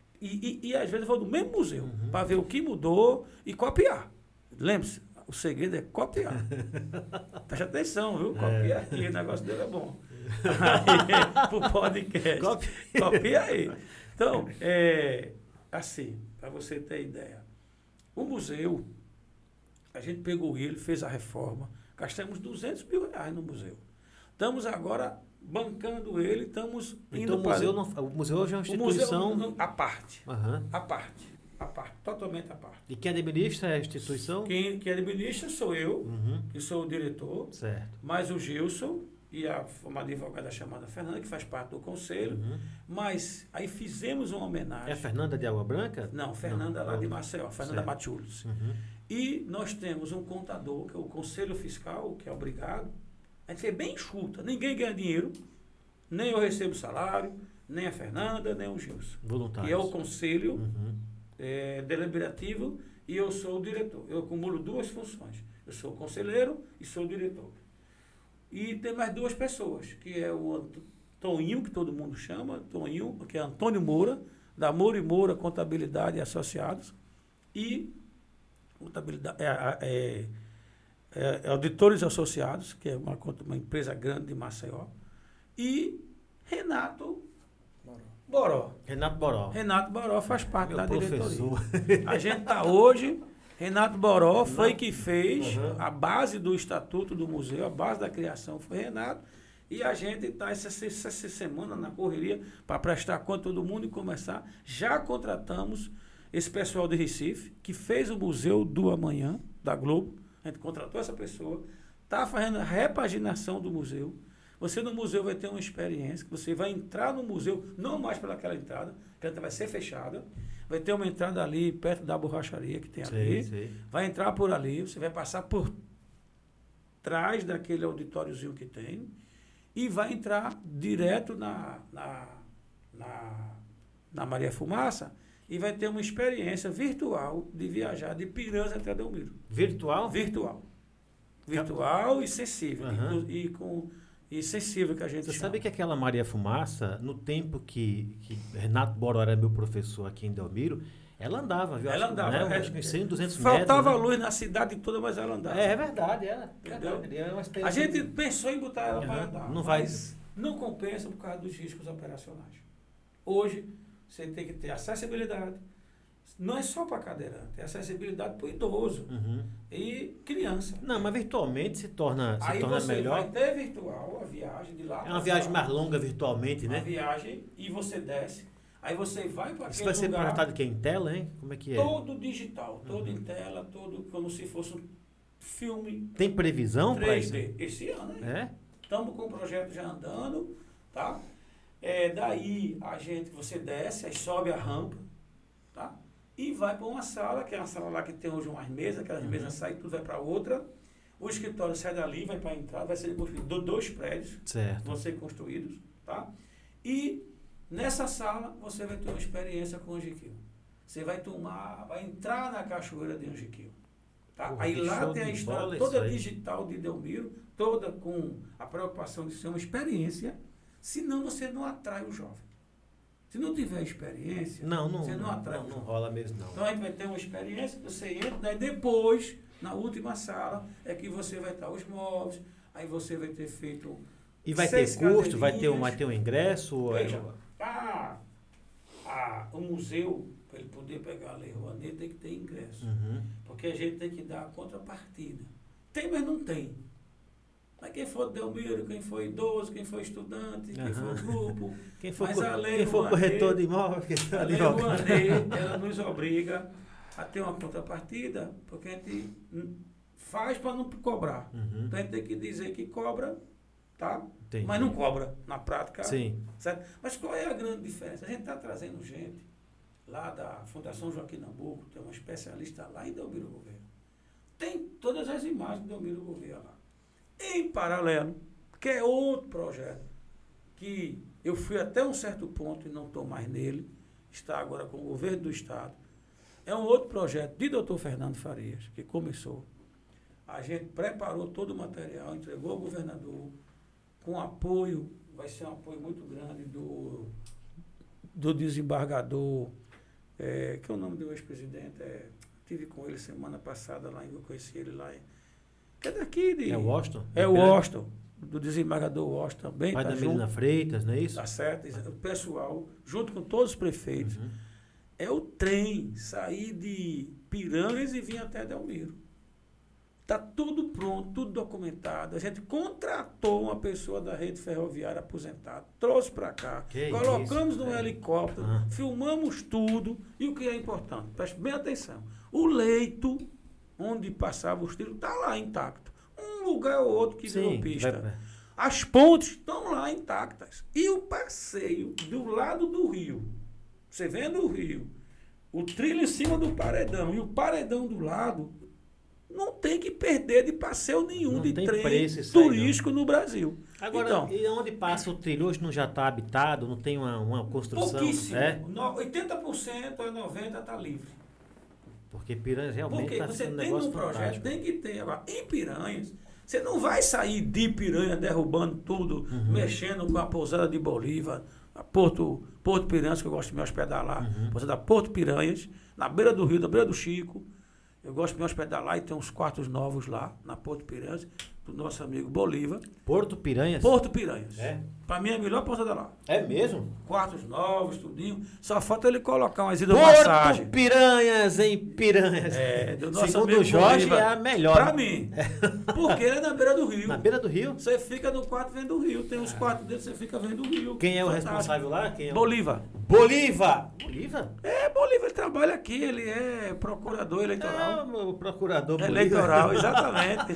B: E às vezes eu vou no mesmo museu para ver o que mudou e copiar. Lembre-se, o segredo é copiar. Preste atenção, viu? Copia aí, o negócio dele é bom. Aí, pro podcast. Copia aí. Então, assim, para você ter ideia, o museu, a gente pegou ele, fez a reforma, gastamos R$200 mil no museu. Estamos agora bancando ele, estamos indo
A: então, o museu hoje é uma instituição...
B: À parte.
A: Uhum.
B: À parte. Totalmente à parte.
A: E quem administra é a instituição?
B: Quem administra sou eu, que sou o diretor,
A: certo.
B: mas o Gilson e uma advogada chamada Fernanda, que faz parte do conselho, mas aí fizemos uma homenagem.
A: É a Fernanda de Água Branca?
B: Não, Fernanda lá de Maceió, Fernanda Matiulis. E nós temos um contador, que é o Conselho Fiscal, que é obrigado. A gente é bem enxuta, ninguém ganha dinheiro, nem eu recebo salário, nem a Fernanda, nem o Gilson.
A: Voluntários.
B: Que é o Conselho Deliberativo e eu sou o diretor. Eu acumulo 2 funções. Eu sou o conselheiro e sou o diretor. E tem mais 2 pessoas, que é o Toninho, que todo mundo chama, Toninho, que é Antônio Moura, da Moura e Moura Contabilidade e Associados, e Auditores Associados, que é uma empresa grande de Maceió, e Renato Boró. Renato Boró faz parte da diretoria. A gente está hoje... Renato Boró foi que fez a base do estatuto do museu, a base da criação foi Renato, e a gente está essa semana na correria para prestar conta todo mundo e começar. Já contratamos esse pessoal de Recife, que fez o Museu do Amanhã, da Globo. A gente contratou essa pessoa, está fazendo a repaginação do museu. Você no museu vai ter uma experiência, que você vai entrar no museu, não mais pelaquela entrada, que ela vai ser fechada. Vai ter uma entrada ali, perto da borracharia que tem ali. Sei. Vai entrar por ali, você vai passar por trás daquele auditóriozinho que tem e vai entrar direto na Maria Fumaça e vai ter uma experiência virtual de viajar de Piranhas até Delmiro.
A: Virtual?
B: Virtual e sensível. E sensível que a gente
A: Você
B: chama.
A: sabe que aquela Maria Fumaça, no tempo que Renato Boró era meu professor aqui em Delmiro, ela andava, viu?
B: Ela andava.
A: Né? Acho que 100, 200
B: faltava
A: metros.
B: luz na cidade toda, mas ela andava.
A: É verdade, ela.
B: Entendeu?
A: É uma
B: A gente pensou em botar ela para andar.
A: Não vai.
B: Mas não compensa por causa dos riscos operacionais. Hoje, você tem que ter acessibilidade. Não é só para cadeirante, é acessibilidade para o idoso e criança.
A: Não, mas virtualmente se torna
B: você
A: melhor.
B: Vai ter virtual, a viagem de lá.
A: É uma viagem mais longa virtualmente, né?
B: Uma viagem e você desce. Aí você vai para aquele lugar.
A: Isso vai ser projetado aqui em tela, hein? Como é que é?
B: Todo digital, todo em tela, todo como se fosse um filme.
A: Tem previsão para isso?
B: 3D. Esse ano, né?
A: É?
B: Estamos com o projeto já andando, tá? Daí você desce, aí sobe a rampa, tá? E vai para uma sala, que é uma sala lá que tem hoje umas mesas, aquelas mesas saem, tudo vai para outra. O escritório sai dali, vai para a entrada, vai ser construído 2 prédios, vão ser construídos, tá? E nessa sala você vai ter uma experiência com Angiquil. Você vai entrar na cachoeira de Angiquil. Tá?
A: Porra,
B: aí lá tem a história toda
A: aí.
B: digital de Delmiro, toda com a preocupação de ser uma experiência, senão você não atrai o jovem. Se não tiver experiência, você não atrai o jovem.
A: Não rola mesmo, não.
B: Então a gente vai ter uma experiência, você entra, daí depois, na última sala, é que você vai estar os móveis, aí você vai ter feito.
A: E vai ter custo, vai ter um ingresso?
B: Veja, o museu, para ele poder pegar a Lei Rouanet, tem que ter ingresso. Porque a gente tem que dar a contrapartida. Tem, mas não tem. Mas quem for Delmiro, quem for idoso, quem for estudante, quem for grupo,
A: Quem for,
B: mas a lei
A: quem for
B: Rouanet-
A: corretor de imóvel, que tá
B: a
A: ali,
B: Lei
A: ó.
B: Rouanet, ela nos obriga a ter uma contrapartida, porque a gente faz para não cobrar.
A: Uhum.
B: Então a gente tem que dizer que cobra, tá?
A: Entendi.
B: Mas não cobra na prática.
A: Sim.
B: Certo? Mas qual é a grande diferença? A gente está trazendo gente lá da Fundação Joaquim Nabuco, tem uma especialista lá em Delmiro Gouveia. Tem todas as imagens de Delmiro Gouveia lá. Em paralelo, que é outro projeto, que eu fui até um certo ponto e não estou mais nele, está agora com o governo do Estado. É um outro projeto de Dr. Fernando Farias, que começou. A gente preparou todo o material, entregou ao governador, com apoio, vai ser um apoio muito grande do desembargador, que é o nome do ex-presidente, tive com ele semana passada lá, eu conheci ele lá, que é daqui de...
A: É o Washington?
B: É o Washington, do desembargador Washington também.
A: Pai
B: tá
A: da
B: junto,
A: Melina Freitas, não é isso?
B: tá certo? O pessoal, junto com todos os prefeitos,
A: Uhum.
B: é o trem sair de Piranhas e vir até Delmiro. Está tudo pronto, tudo documentado. A gente contratou uma pessoa da rede ferroviária aposentada, trouxe para cá,
A: Que
B: colocamos
A: isso,
B: num
A: velho.
B: helicóptero,
A: Ah.
B: filmamos tudo. E o que é importante, preste bem atenção, o leito onde passavam os tiros está lá intacto. Um lugar ou outro que virou pista.
A: vai-
B: As pontes estão lá intactas. E o passeio do lado do rio, você vendo o rio, o trilho em cima do paredão e o paredão do lado, não tem que perder de passeio nenhum
A: Não
B: de
A: tem
B: trem
A: preço isso aí,
B: turístico no Brasil.
A: Agora,
B: então,
A: e onde passa o trilho hoje não já está habitado, não tem uma construção?
B: pouquíssimo.
A: É?
B: 80% a 90% está livre.
A: Porque Piranhas realmente
B: Porque
A: está
B: você
A: sendo um
B: tem
A: negócio
B: um projeto,
A: fantástico.
B: tem que ter. Agora, em Piranhas, você não vai sair de Piranha derrubando tudo,
A: Uhum.
B: mexendo com a pousada de Bolívar, a Porto Piranhas, que eu gosto de me hospedar lá,
A: Uhum.
B: pousada Porto Piranhas, na beira do rio, na beira do Chico. Eu gosto de me hospedar lá e tem uns quartos novos lá, na Porto Piranhas, do nosso amigo Bolívar.
A: Porto Piranhas?
B: Porto Piranhas.
A: É?
B: Para mim é a melhor pousada lá.
A: É mesmo?
B: Quartos novos, tudinho. Só falta ele colocar umas hidromassagem.
A: Porto Piranhas em Piranhas.
B: Do nosso
A: Segundo
B: amigo
A: o Jorge,
B: Bolívar.
A: é a melhor.
B: Pra mim. Porque ele é na beira do rio.
A: Na beira do rio?
B: Você fica no quarto vendo o rio. Tem os quartos dele, você fica vendo o rio.
A: Quem é o
B: Fantástico.
A: responsável lá? Quem é o...
B: Bolívar.
A: Bolívar! Bolívar?
B: Bolívar, ele trabalha aqui, ele é procurador eleitoral.
A: É, o procurador Bolívar.
B: Eleitoral, exatamente.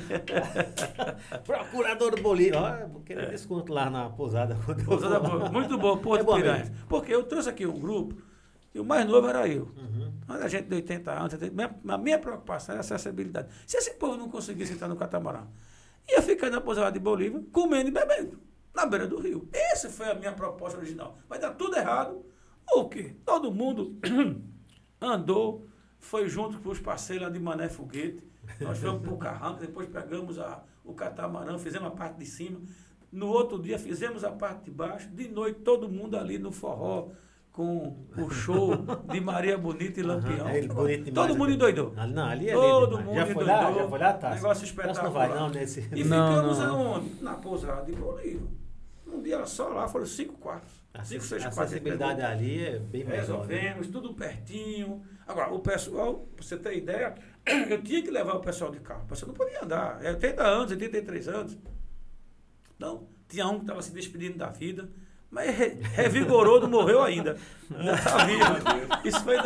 A: Procurador Bolívar. Olha, vou querer desconto lá na pousada. Quando eu
B: Pousada
A: for lá.
B: boa, muito boa, Porto
A: É bom
B: Piranhas.
A: mesmo.
B: Porque eu trouxe aqui um grupo, e o mais novo era eu.
A: Uhum.
B: Mas a gente de 80 anos, a minha preocupação era a acessibilidade. Se esse povo não conseguisse entrar no catamarã, ia ficar na pousada de Bolívar, comendo e bebendo, na beira do rio. Essa foi a minha proposta original. Vai dar tudo errado. O quê? Todo mundo andou, foi junto com os parceiros lá de Mané Foguete. Nós fomos para o Carranco, depois pegamos o catamarã, fizemos a parte de cima. No outro dia fizemos a parte de baixo. De noite, todo mundo ali no forró, com o show de Maria Bonita e Lampião.
A: É bonito demais,
B: Todo mundo
A: né?
B: endoidou.
A: Não, ali é
B: Todo
A: lindo
B: mundo
A: demais. Já foi lá?
B: endoidou.
A: Já foi lá, tá?
B: Negócio
A: Não vai
B: espetacular.
A: não nesse...
B: E
F: Não,
B: ficamos
F: não.
B: aonde? Na pousada de Bolívar. Um dia só lá, foram 5 quartos.
A: A
B: 5, 6 quartos.
A: acessibilidade ali é bem melhor. Né?
B: Resolvemos, tudo pertinho. Agora, o pessoal, pra você ter ideia, eu tinha que levar o pessoal de carro. O pessoal não podia andar. É 80 anos, 83 anos. Não, tinha um que estava se despedindo da vida, mas revigorou, não morreu ainda. Ainda tá vivo. Isso foi em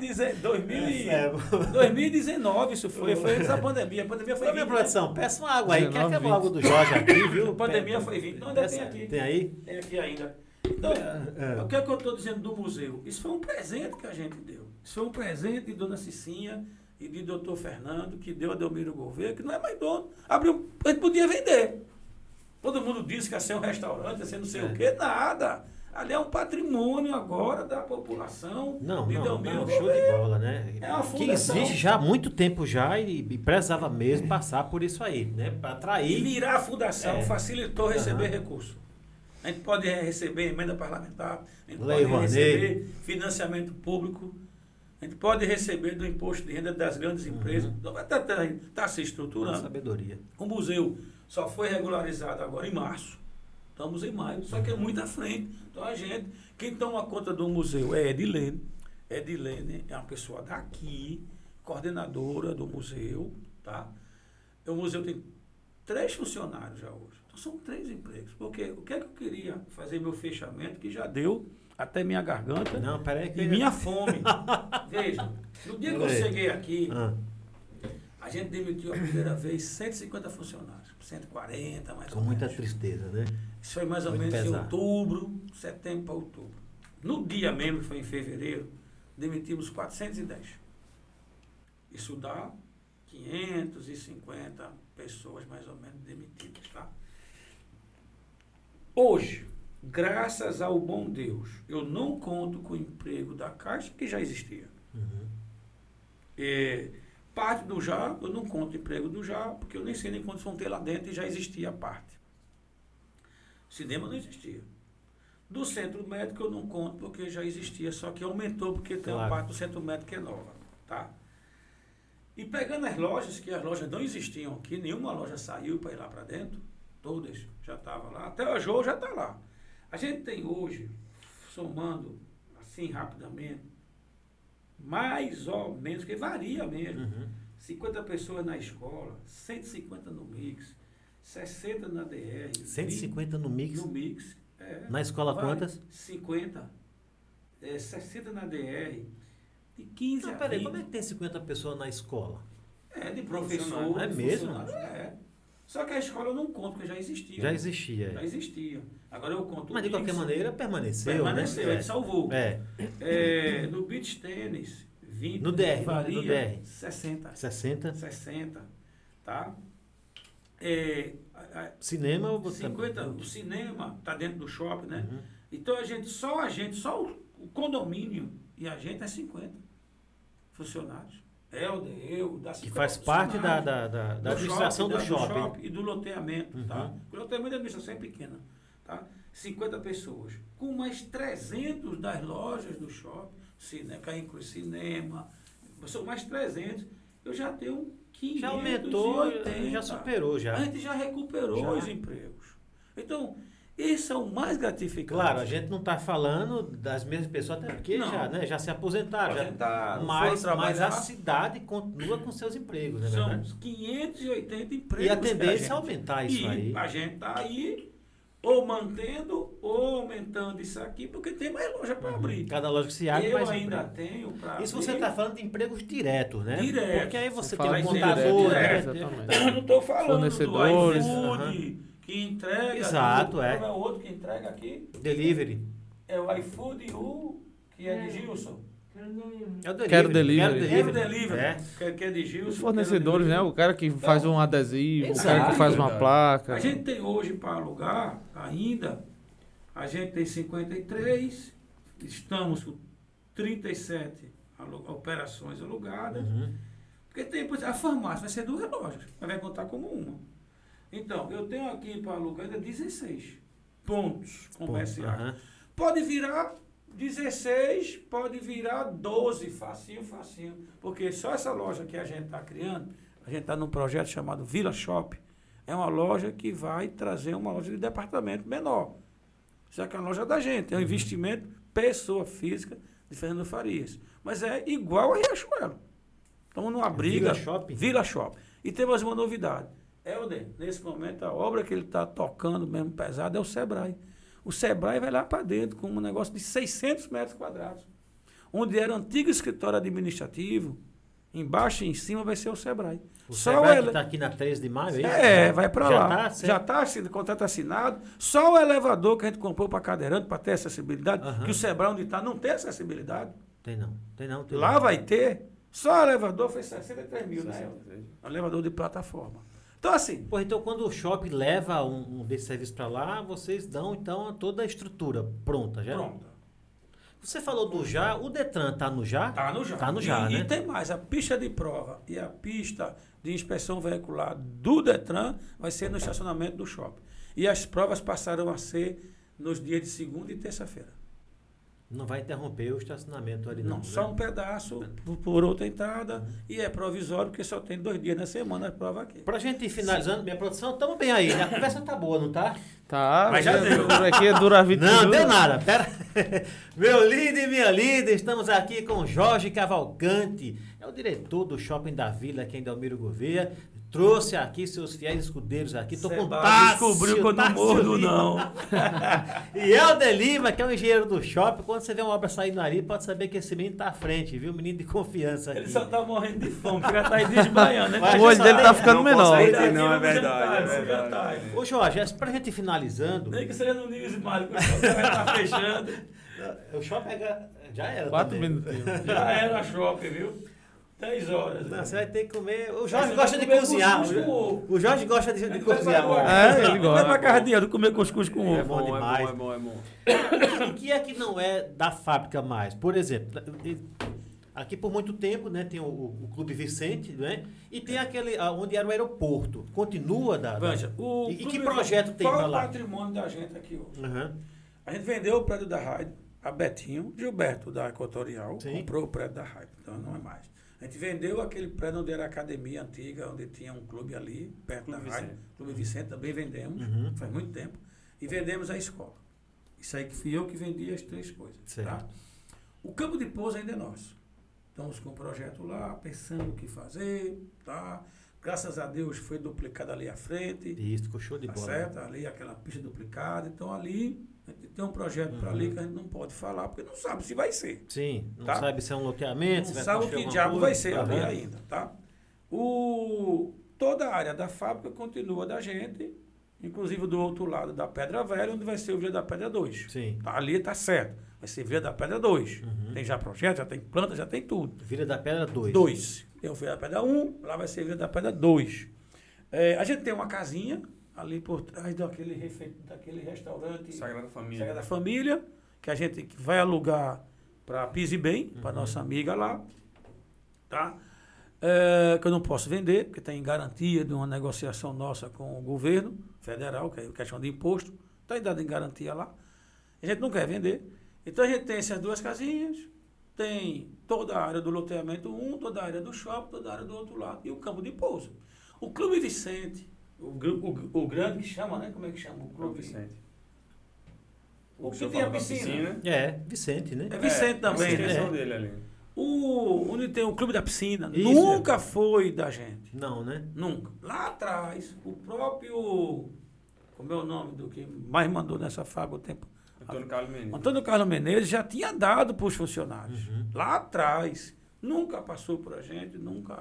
B: 2019, isso foi antes da pandemia. A pandemia foi
A: Ô, minha
B: 20, né?
A: produção, peça uma água aí. Quer
F: 19,
A: que eu água do Jorge aqui, viu?
B: A pandemia foi 20. Não, ainda
A: Peça-
B: tem aqui.
A: Tem aí?
B: Tem aqui ainda. Então, o que é que eu estou dizendo do museu? Isso foi um presente que a gente deu. Isso foi um presente de Dona Cicinha e de Dr. Fernando, que deu a Delmiro Gouveia, que não é mais dono. Abriu, a gente podia vender. Todo mundo disse que ia ser um restaurante, ia ser não sei o quê. Nada. Ali é um patrimônio agora da população
A: Não,
B: de
A: não,
B: Delmiro
A: não, show de
B: Gouveia.
A: bola, né?
B: É uma
A: Que
B: fundação.
A: existe já há muito tempo já e precisava mesmo passar por isso aí, né? Para
B: E
A: atrair.
B: virar a fundação
A: É.
B: facilitou receber
A: Aham.
B: recurso. A gente pode receber emenda parlamentar, a gente
A: Lei
B: pode
A: Rouanet.
B: receber financiamento público, a gente pode receber do imposto de renda das grandes
A: Uhum.
B: empresas. Então, está se
A: Uma
B: estruturando.
A: sabedoria.
B: O museu só foi regularizado agora em março. Estamos em maio, só que é muito à frente. Então a gente, quem toma conta do museu é Edilene. Edilene é uma pessoa daqui, coordenadora do museu, tá? O museu tem 3 funcionários já hoje. Então são 3 empregos. Porque o que é que eu queria fazer meu fechamento, que já deu até minha garganta
A: Não, peraí que
B: e minha fome. Veja, no dia que eu cheguei aqui, a gente demitiu a primeira vez 150 funcionários, 140 mais
A: Com
B: ou
A: muita
B: menos.
A: tristeza, né?
B: Isso foi mais ou
A: Muito
B: menos em
A: pesado.
B: outubro, setembro para outubro. No dia mesmo, que foi em fevereiro, demitimos 410. Isso dá 550 pessoas mais ou menos demitidas, tá? Hoje, graças ao bom Deus, eu não conto com o emprego da Caixa, que já existia. Parte do já, eu não conto emprego do já, porque eu nem sei nem quantos vão ter lá dentro e já existia a parte. Cinema não existia. Do centro médico eu não conto porque já existia, só que aumentou porque tem uma
A: Claro.
B: parte do centro médico que é nova, tá? E pegando as lojas, que as lojas não existiam aqui, nenhuma loja saiu para ir lá para dentro, todas já estavam lá, até a Jô já está lá. A gente tem hoje, somando assim rapidamente, mais ou menos, que varia mesmo, 50 pessoas na escola, 150 no Mix, 60 na DR.
A: 150 no mix.
B: No Mix.
A: Na escola
B: Varia.
A: quantas?
B: 50. 60 na DR. De 15
A: Não,
B: a
A: peraí,
B: 20.
A: como é que tem 50 pessoas na escola?
B: De professor.
A: É
B: de
A: mesmo?
B: funcionário. Só que a escola eu não conto, porque já existia.
A: Já existia.
B: Já existia. Agora eu conto
A: Mas de
B: o
A: qualquer
B: Mix.
A: maneira permaneceu,
B: Permaneceu,
A: né?
B: ele salvou.
A: É.
B: No beach tênis, 20.
A: No DR,
B: varia,
A: no DR.
B: 60.
A: 60.
B: 60. Tá?
A: Cinema ou
B: 50, o cinema está dentro do shopping, né? Então só o condomínio e a gente é 50 funcionários. Helder, eu, da
A: Que faz parte da administração do shopping.
B: e do loteamento, tá? O loteamento da administração é pequena, tá? 50 pessoas. Com mais 300 das lojas do shopping, que inclui cinema, são mais 300, eu já tenho 580.
A: Já aumentou, já superou já.
B: A gente já recuperou
A: Já.
B: os empregos. Então, esse é o mais gratificante.
A: Claro, a gente não está falando das mesmas pessoas, até porque
B: Não.
A: já se aposentaram.
B: Aposentaram,
A: Mas
B: foram
A: a
B: trabalhar.
A: cidade continua com seus empregos, né?
B: São
A: Verdade?
B: 580 empregos.
A: E a
B: pra
A: tendência
B: gente.
A: é aumentar isso
B: E
A: aí.
B: a gente está aí ou mantendo ou aumentando isso aqui, porque tem mais loja para abrir.
A: Cada loja que se abre,
B: Eu
A: mais
B: ainda
A: emprego.
B: tenho para
A: Isso você está falando de empregos diretos, né?
B: Direto.
A: Porque aí você tem
F: fala
A: um
F: de
A: contador,
F: direto,
A: né?
F: exatamente.
B: Eu não estou falando
F: Fornecedores,
B: do iFood, que entrega.
A: Exato,
B: tudo.
A: é.
B: Qual é o outro que entrega aqui?
A: Delivery.
B: É o iFood e o que é de Gilson.
A: É o delivery.
F: Quero delivery.
B: Quero delivery.
A: É.
B: Que é de Gilson.
F: Os fornecedores, né? O cara que faz um adesivo, o cara
B: Exato.
F: que faz uma placa.
B: A gente tem hoje para alugar ainda, a gente tem 53, estamos com 37 operações alugadas, porque tem, por exemplo, a farmácia vai ser 2 lojas, mas vai contar como uma. Então, eu tenho aqui para alugar ainda 16 pontos comerciais.
A: Aham.
B: Pode virar 16, pode virar 12, facinho, porque só essa loja que a gente está criando, a gente está num projeto chamado Vila Shop, é uma loja que vai trazer uma loja de departamento menor. Isso é a loja da gente, é um investimento pessoa física de Fernando Farias. Mas é igual a Riachuelo. Estamos numa briga.
A: Vila Shop?
B: Vila Shop. E temos uma novidade. Helder, nesse momento, a obra que ele está tocando mesmo pesado é o Sebrae. O Sebrae vai lá para dentro com um negócio de 600 metros quadrados. Onde era o antigo escritório administrativo, embaixo e em cima vai ser o Sebrae.
A: O
B: Só
A: Sebrae
B: ele-
A: que está aqui na 13 de maio, é isso?
B: vai para
A: Já
B: lá.
A: tá certo?
B: Já está o contrato assinado. Só o elevador que a gente comprou para cadeirante, para ter acessibilidade,
A: Aham.
B: que o Sebrae onde está não tem acessibilidade.
A: Tem não.
B: Lá
A: não.
B: vai ter. Só o elevador foi 63 mil, né? O elevador de plataforma. Então, assim,
A: Pô, então quando o shopping leva um desse serviço para lá, vocês dão então toda a estrutura pronta, já?
B: pronto.
A: Você falou do já, o Detran tá no já?
B: Tá no já.
A: Tá no já, né?
B: E tem mais, a pista de prova e a pista de inspeção veicular do Detran vai ser no estacionamento do shopping. E as provas passarão a ser nos dias de segunda e terça-feira.
A: Não vai interromper o estacionamento ali, não.
B: Não, só
A: né?
B: um pedaço por outra entrada e é provisório, porque só tem 2 dias na semana a prova aqui.
A: Pra gente ir finalizando, minha produção, estamos bem aí, né? A conversa tá boa, não tá?
F: Tá,
B: Mas já deu.
F: Por aqui dura 20
A: Não,
F: minutos.
A: deu nada. Pera. Meu líder e minha líder, estamos aqui com Jorge Cavalcante. É o diretor do Shopping da Vila, aqui em Delmiro Gouveia. Trouxe aqui seus fiéis escudeiros aqui. Tô com Tássio.
B: Descobriu que eu não
A: Tássio
B: mordo,
A: Lima.
B: não.
A: E Helder Lima, que é o engenheiro do shopping. Quando você vê uma obra saindo ali, pode saber que esse menino tá à frente, viu? Menino de confiança aqui.
B: Ele só tá morrendo de fome, porque já tá aí desmaiando, né?
A: Mas
F: O olho
A: só
F: dele
A: tem-
F: tá ficando
C: Não
F: menor.
C: consegue.
B: Daqui
C: Não, é
B: vamos
C: verdade,
B: jantar,
C: é verdade.
A: Ô Jorge, pra gente ir finalizando,
B: Nem que seja no nível mágico, o shopping vai estar fechando.
A: o shopping já era
F: 4
A: também.
F: minutinhos.
B: Já era shopping, viu? 10 horas.
A: Não,
B: né?
A: você vai ter que comer. O
B: Aí
A: Jorge
B: você
A: gosta
B: vai
A: de
B: comer
A: cozinhar.
B: cuscuz com ovo.
A: O Jorge gosta de
B: Ele
A: cozinhar.
B: vai pra-
F: É, ele
B: Vai
F: gosta.
B: pra casa de Eldo comer cuscuz com
A: É
B: ovo.
A: bom demais.
C: É bom.
A: O que é que não é da fábrica mais? Por exemplo, aqui por muito tempo, né, tem o Clube Vicente, né? E tem aquele onde era o aeroporto. Continua
B: Veja, o
A: E que
B: Clube
A: projeto
B: Vicente,
A: tem
B: qual
A: pra
B: é o
A: lá?
B: patrimônio da gente aqui hoje?
A: Aham.
B: A gente vendeu o prédio da Raid a Betinho, Gilberto da Equatorial,
A: Sim.
B: comprou o prédio da Raid, então não é mais. A gente vendeu aquele prédio onde era a academia antiga, onde tinha um clube ali, perto da
C: Clube
B: Raid.
C: Vicente.
B: Clube Vicente também vendemos,
A: Uhum.
B: faz muito tempo. E vendemos a escola. Isso aí que fui eu que vendi as 3 coisas.
A: Certo.
B: Tá? O campo de pouso ainda é nosso. Estamos com o projeto lá, pensando o que fazer, tá? Graças a Deus foi duplicado ali à frente.
A: Isso, ficou show de
B: Tá
A: bola.
B: certo? Ali aquela pista duplicada. Então ali a gente tem um projeto para ali que a gente não pode falar, porque não sabe se vai ser.
A: Sim, não
B: Tá?
A: sabe se é um loteamento, se
B: Não
A: vai
B: sabe o
A: construir
B: que
A: alguma
B: diabo
A: coisa.
B: vai ser ali
A: Aham.
B: ainda, tá? Toda a área da fábrica continua da gente, inclusive do outro lado da Pedra Velha, onde vai ser o Vila da Pedra 2.
A: Sim.
B: Tá, ali tá certo. Vai ser Vila da Pedra 2.
A: Uhum.
B: Tem já projeto, já tem planta, já tem tudo.
A: Vila da Pedra 2.
B: 2. Tem o Vila da Pedra 1, lá vai ser Vila da Pedra 2. A gente tem uma casinha ali por trás daquele restaurante
C: Sagrada Família.
B: Sagrada Família, que a gente vai alugar para Pise Bem, para nossa amiga lá, tá? Que eu não posso vender, porque tem garantia de uma negociação nossa com o governo federal, que é questão de imposto, está dado em garantia lá. A gente não quer vender. Então a gente tem essas 2 casinhas, tem toda a área do loteamento 1, toda a área do shopping, toda a área do outro lado e o campo de pouso. O Clube Vicente, o grande que chama, né? Como é que chama? O Clube
C: Vicente.
B: O que
C: senhor
B: tem a
C: falou da
B: piscina.
A: É, Vicente, né?
B: É Vicente também,
C: a extensão
B: né?
C: dele ali.
B: Onde tem o Clube da Piscina,
A: Isso,
B: nunca foi da gente.
A: Não, né?
B: Nunca. Lá atrás, o próprio. Como é o nome do que mais mandou nessa fábrica o tempo?
C: Antônio Carlos Menezes.
B: Antônio Carlos Menezes já tinha dado para os funcionários.
A: Uhum.
B: Lá atrás. Nunca passou por a gente,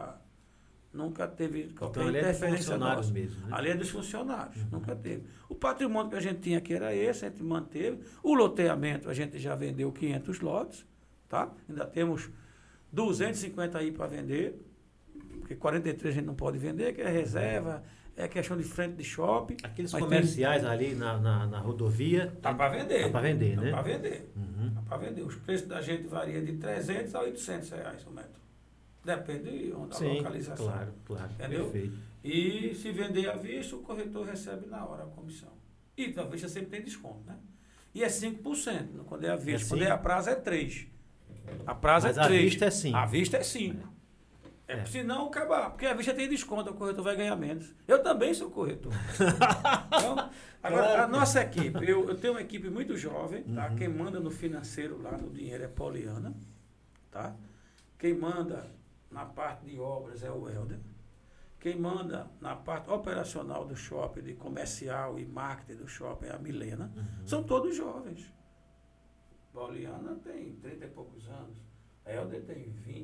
B: nunca teve qualquer
A: Então ali é dos
B: interferência
A: funcionários
B: nossa.
A: mesmo, né?
B: Ali é dos funcionários, nunca teve. O patrimônio que a gente tinha aqui era esse, a gente manteve. O loteamento, a gente já vendeu 500 lotes, tá? Ainda temos 250 aí para vender, porque 43 a gente não pode vender, que é reserva, é questão de frente de shopping.
A: Aqueles
B: Mas
A: comerciais ali na rodovia.
B: Tá para vender.
A: Tá pra vender,
B: Tá
A: né?
B: para vender.
A: Uhum.
B: Tá para vender. Os preços da gente variam de 300 a 800 reais o metro. Depende da
A: Sim,
B: localização.
A: claro.
B: Entendeu?
A: Perfeito.
B: E se vender à vista, o corretor recebe na hora a comissão. E à vista sempre tem desconto, né? E é 5%. Quando é à vista.
A: É
B: Quando é
A: 5?
B: a prazo é 3%. A prazo
A: Mas
B: é
A: à
B: 3%.
A: vista é 5.
B: À vista é 5%.
A: É.
B: Se não, acabar. Porque a vista tem desconto, o corretor vai ganhar menos. Eu também sou corretor. Então, agora, a nossa equipe, eu tenho uma equipe muito jovem, tá? Quem manda no financeiro lá, no dinheiro, é Poliana, tá? Quem manda na parte de obras é o Helder. Quem manda na parte operacional do shopping, de comercial e marketing do shopping é a Milena. São todos jovens. Poliana tem 30 e poucos anos. A Helder tem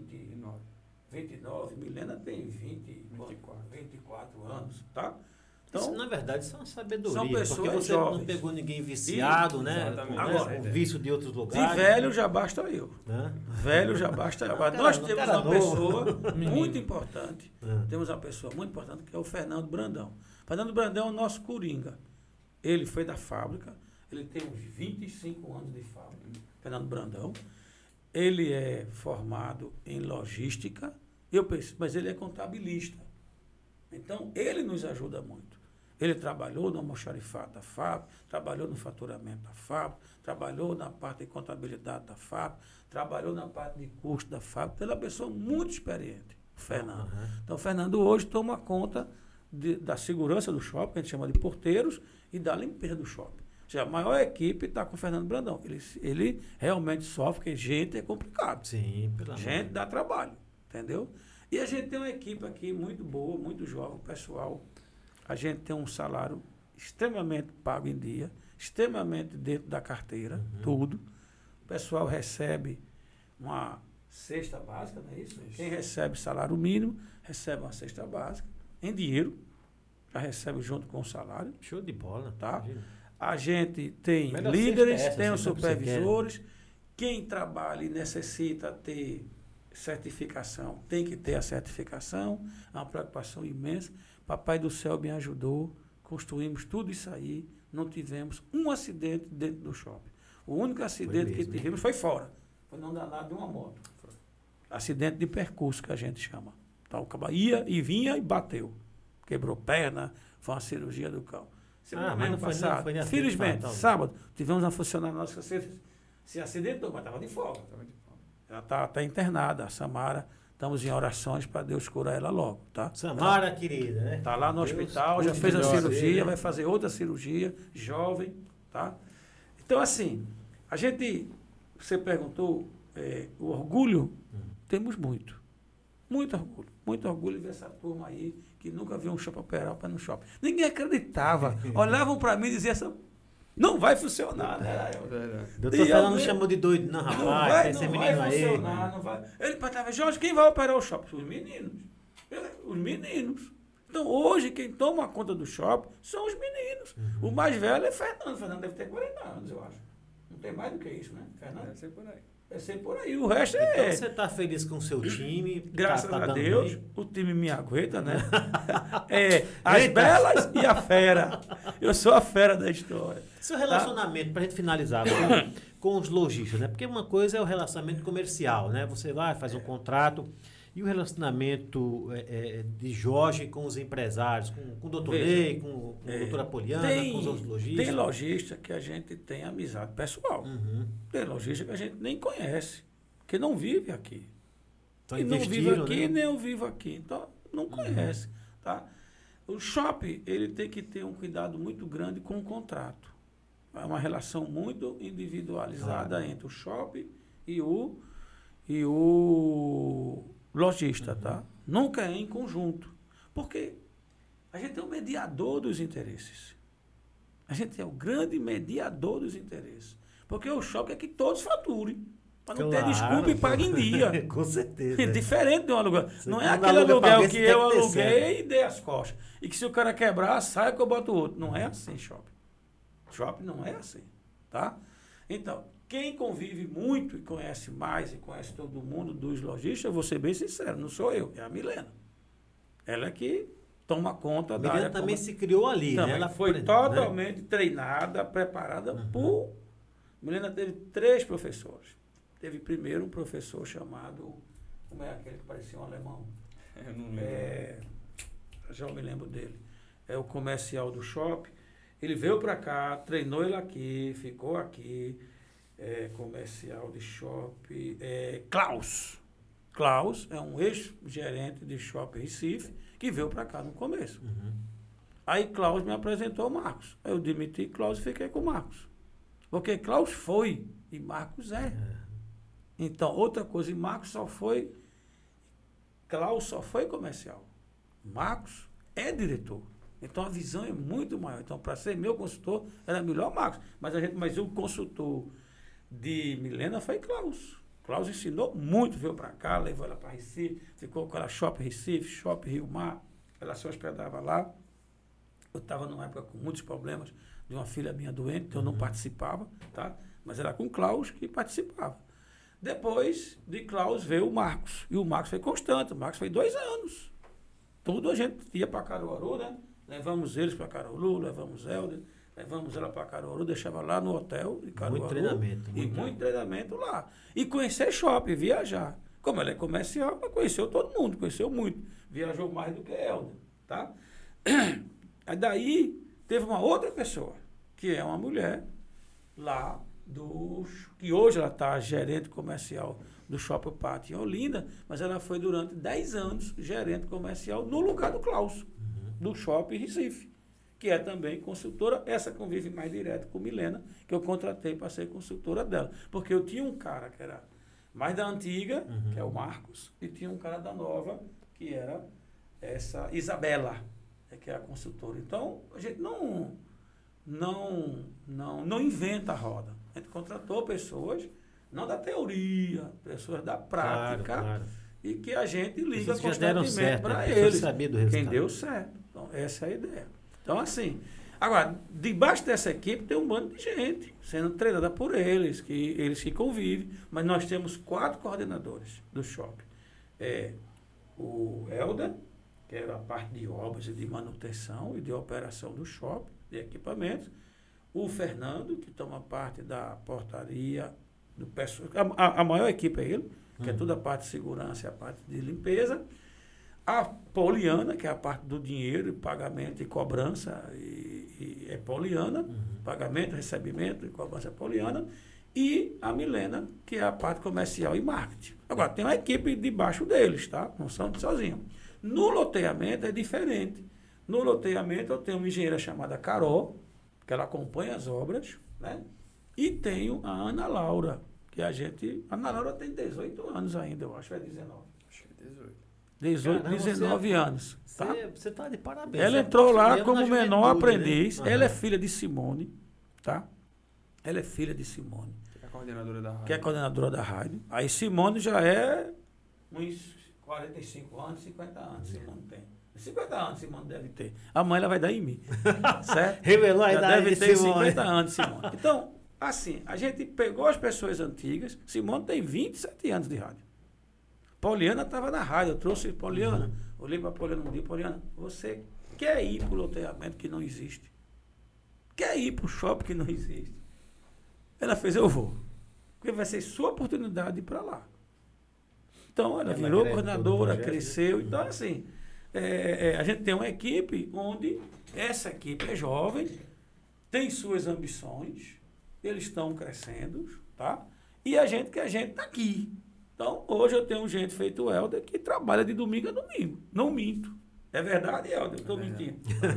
B: 29. Milena tem 24 anos, tá?
A: Isso,
B: Então,
A: na verdade, isso é uma sabedoria.
B: são pessoas
A: porque você não
B: jovens.
A: pegou ninguém viciado, né?
C: Exatamente.
A: Com,
B: Agora,
A: com vício de outros
B: de
A: lugares.
B: velho já basta eu.
A: Né?
B: Velho já basta eu. Agora,
A: Cara,
B: nós
A: não,
B: temos
A: cara
B: uma
A: novo.
B: pessoa muito importante.
A: Ah.
B: Temos uma pessoa muito importante que é o Fernando Brandão. Fernando Brandão é o nosso coringa. Ele foi da fábrica, ele tem uns 25 anos de fábrica. Fernando Brandão. Ele é formado em logística, mas ele é contabilista. Então, ele nos ajuda muito. Ele trabalhou no almoxarifado da fábrica, trabalhou no faturamento da fábrica, trabalhou na parte de contabilidade da fábrica, trabalhou na parte de custo da fábrica. Ele é uma pessoa muito experiente, o Fernando. Então, o Fernando hoje toma conta da segurança do shopping, que a gente chama de porteiros, e da limpeza do shopping. Ou seja, a maior equipe está com o Fernando Brandão. Ele realmente sofre, porque gente é complicado.
A: Sim, pelo amor.
B: Gente dá trabalho. entendeu? E a gente tem uma equipe aqui muito boa, muito jovem, pessoal. A gente tem um salário extremamente pago em dia, extremamente dentro da carteira, tudo. O pessoal recebe uma cesta básica, não é isso? Quem recebe salário mínimo, recebe uma cesta básica, em dinheiro, já recebe junto com o salário.
A: Show de bola.
B: Tá?
A: Imagina.
B: A gente tem
A: Melhor
B: líderes,
A: cesta é essa,
B: tem os
A: sempre você
B: supervisores. Quem trabalha e necessita ter certificação, tem que ter a certificação. É uma preocupação imensa. Papai do céu me ajudou, construímos tudo isso aí, não tivemos um acidente dentro do shopping. O único acidente
A: mesmo,
B: que tivemos foi fora. Foi não danado de uma moto. Acidente de percurso, que a gente chama. Então, o cabo ia e vinha e bateu. Quebrou perna, foi uma cirurgia do cão.
A: Mas não foi
B: passado,
A: nem acidente
B: infelizmente,
A: fatal.
B: sábado, tivemos uma funcionária nossa que se acidentou, mas estava de folga. Ela está internada, a Samara. Estamos em orações para Deus curar ela logo, tá?
A: Samara, querida, né?
B: Está lá no
A: Deus
B: hospital, já
A: cuide
B: fez a
A: melhor
B: cirurgia,
A: dele.
B: vai fazer outra cirurgia, jovem, tá? Então, assim, a gente, você perguntou, o orgulho, temos muito. Muito orgulho de ver essa turma aí, que nunca viu um shopping operar para no shopping. Ninguém acreditava. Olhavam para mim e diziam, não vai funcionar, né?
A: Doutor
B: E
A: Fernando
B: eu-
A: chamou de doido, não, rapaz.
B: Não vai,
A: esse
B: não
A: menino
B: vai
A: aí.
B: funcionar, não vai. Ele perguntava, Jorge, quem vai operar o shopping? Os meninos. Os meninos. Então, hoje, quem toma conta do shopping são os meninos. O mais velho é Fernando. Fernando deve ter 40 anos, eu acho. Não tem mais do que isso, né, Fernando?
C: Deve ser por aí.
B: Deve ser por aí. O resto
A: Então
B: é...
A: você tá feliz com o seu time?
B: Graças
A: tá
B: a
A: dando
B: Deus,
A: bem?
B: o time me aguenta, né? As
A: Eita.
B: belas e a fera. Eu sou a fera da história.
A: Seu relacionamento, pra gente finalizar agora, com os lojistas, né? Porque uma coisa é o relacionamento comercial, né? Você vai, faz um contrato. E o relacionamento de Jorge com os empresários, com o doutor
B: Veja,
A: Ney, com o doutor Apoliana, com os outros lojistas?
B: Tem lojista que a gente tem amizade pessoal.
A: Uhum.
B: Tem lojista que a gente nem conhece, que não vive aqui.
A: Então,
B: E não vive
A: investiram,
B: aqui,
A: né?
B: nem eu vivo aqui. Então, não conhece. Tá? O shopping, ele tem que ter um cuidado muito grande com o contrato. É uma relação muito individualizada
A: Claro.
B: entre o shopping e o lojista, tá? Nunca é em conjunto. Porque a gente é o mediador dos interesses. A gente é o grande mediador dos interesses. Porque o shopping é que todos faturem. Para não ter
A: Claro.
B: desculpa e pague em dia.
A: Com certeza.
B: É diferente de um aluguel. Não é
A: quando
B: aquele
A: aluga pra
B: aluguel
A: alguém,
B: que
A: você tem
B: eu
A: que ter
B: aluguei e dei as costas. E que se o cara quebrar, sai que eu boto outro. Não é assim, shopping. Shopping não é assim, tá? Então, quem convive muito e conhece mais e conhece todo mundo dos lojistas, eu vou ser bem sincero, não sou eu, é a Milena. Ela é que toma conta
A: A
B: da
A: Milena
B: área
A: também
B: comercial.
A: se criou ali,
B: Também
A: né? Ela
B: foi
A: né?
B: totalmente treinada, preparada por... Milena teve 3 professores. Teve primeiro um professor chamado... Como é aquele que parecia um alemão?
C: Eu não lembro.
B: Já me lembro dele. É o comercial do shopping. Ele veio para cá, treinou ele aqui, ficou aqui. Comercial de shopping. Klaus. Klaus é um ex-gerente de shopping Recife que veio para cá no começo. Aí Klaus me apresentou o Marcos. Aí eu demiti Klaus e fiquei com o Marcos. Porque Klaus foi e Marcos é. Então, outra coisa, e Marcos só foi... Klaus só foi comercial. Marcos é diretor. Então, a visão é muito maior. Então, para ser meu consultor, era melhor Marcos. Mas o consultor de Milena foi Klaus. Klaus ensinou muito, veio para cá, levou ela para Recife, ficou com ela Shopping Recife, Shopping Rio Mar. Ela se hospedava lá. Eu estava numa época com muitos problemas de uma filha minha doente, então eu não participava, tá? Mas era com Klaus que participava. Depois de Klaus veio o Marcos. E o Marcos foi constante. O Marcos foi 2 anos. Tudo a gente ia para Caruaru, né? Levamos eles para Caruaru, levamos Helder, levamos ela para Caruaru, deixava lá no hotel de Caruaru.
A: Muito treinamento.
B: E muito treinamento lá. E conhecer shopping, viajar. Como ela é comercial, ela conheceu todo mundo, conheceu muito. Viajou mais do que Helder, tá? Aí daí teve uma outra pessoa, que é uma mulher lá que hoje ela está gerente comercial do Shopping Pátio em Olinda, mas ela foi durante 10 anos gerente comercial no lugar do Klaus, do Shopping Recife, que é também consultora. Essa convive mais direto com Milena, que eu contratei para ser consultora dela. Porque eu tinha um cara que era Mas da antiga, que é o Marcos, e tinha um cara da nova, que era essa Isabela, que é a consultora. Então, a gente não inventa a roda. A gente contratou pessoas, não da teoria, pessoas da prática,
A: Claro.
B: e que a gente liga
A: Pessoas que já deram
B: constantemente
A: certo,
B: para
A: né? Pessoas
B: eles.
A: sabiam do
B: Quem
A: resultado.
B: deu certo. Então, essa é a ideia. Então, assim, agora, debaixo dessa equipe tem um bando de gente sendo treinada por eles que convivem, mas nós temos 4 coordenadores do shopping. O Helder, que era a parte de obras e de manutenção e de operação do shopping, de equipamentos. O Fernando, que toma parte da portaria, do pessoal. A maior equipe é ele, que é toda a parte de segurança e a parte de limpeza. A Poliana, que é a parte do dinheiro, pagamento e cobrança, e é Poliana, pagamento, recebimento e cobrança é Poliana. E a Milena, que é a parte comercial e marketing. Agora, tem uma equipe debaixo deles, tá? Não são sozinhos. No loteamento é diferente. No loteamento eu tenho uma engenheira chamada Carol, que ela acompanha as obras, né? E tenho a Ana Laura, que a Ana Laura tem 18 anos ainda, eu acho, é 19.
C: Acho que é 18.
B: 18,
A: Caramba,
B: 19 anos. Tá?
A: Você tá de parabéns.
B: Ela
A: Você
B: entrou lá
A: apostou
B: como
A: mesmo na
B: menor
A: juventude,
B: aprendiz.
A: né?
B: Ela é filha de Simone, tá? Ela é filha de Simone,
C: Que é a coordenadora da rádio.
B: que é coordenadora da rádio. Aí Simone já é uns 45 anos, 50 anos, Simone tem. 50 anos Simone deve ter. Amanhã ela vai dar em mim. Certo?
A: Revelou a
B: Já
A: idade
B: deve
A: de
B: ter
A: Simone.
B: 50 anos, Simone. Então, assim, a gente pegou as pessoas antigas. Simone tem 27 anos de rádio. Poliana estava na rádio, eu trouxe Poliana. Olhei para Poliana um dia, Poliana, você quer ir para o loteamento que não existe? Quer ir para o shopping que não existe? Ela fez, eu vou. Porque vai ser sua oportunidade de ir para lá. Então, ela virou
A: acreditou no
B: coordenadora,
A: projeto,
B: cresceu.
A: né?
B: Então, assim, a gente tem uma equipe onde essa equipe é jovem, tem suas ambições, eles estão crescendo, tá? E a gente está aqui. Então, hoje eu tenho gente feito o Helder que trabalha de domingo a domingo. Não minto. É verdade, Helder? Eu estou mentindo.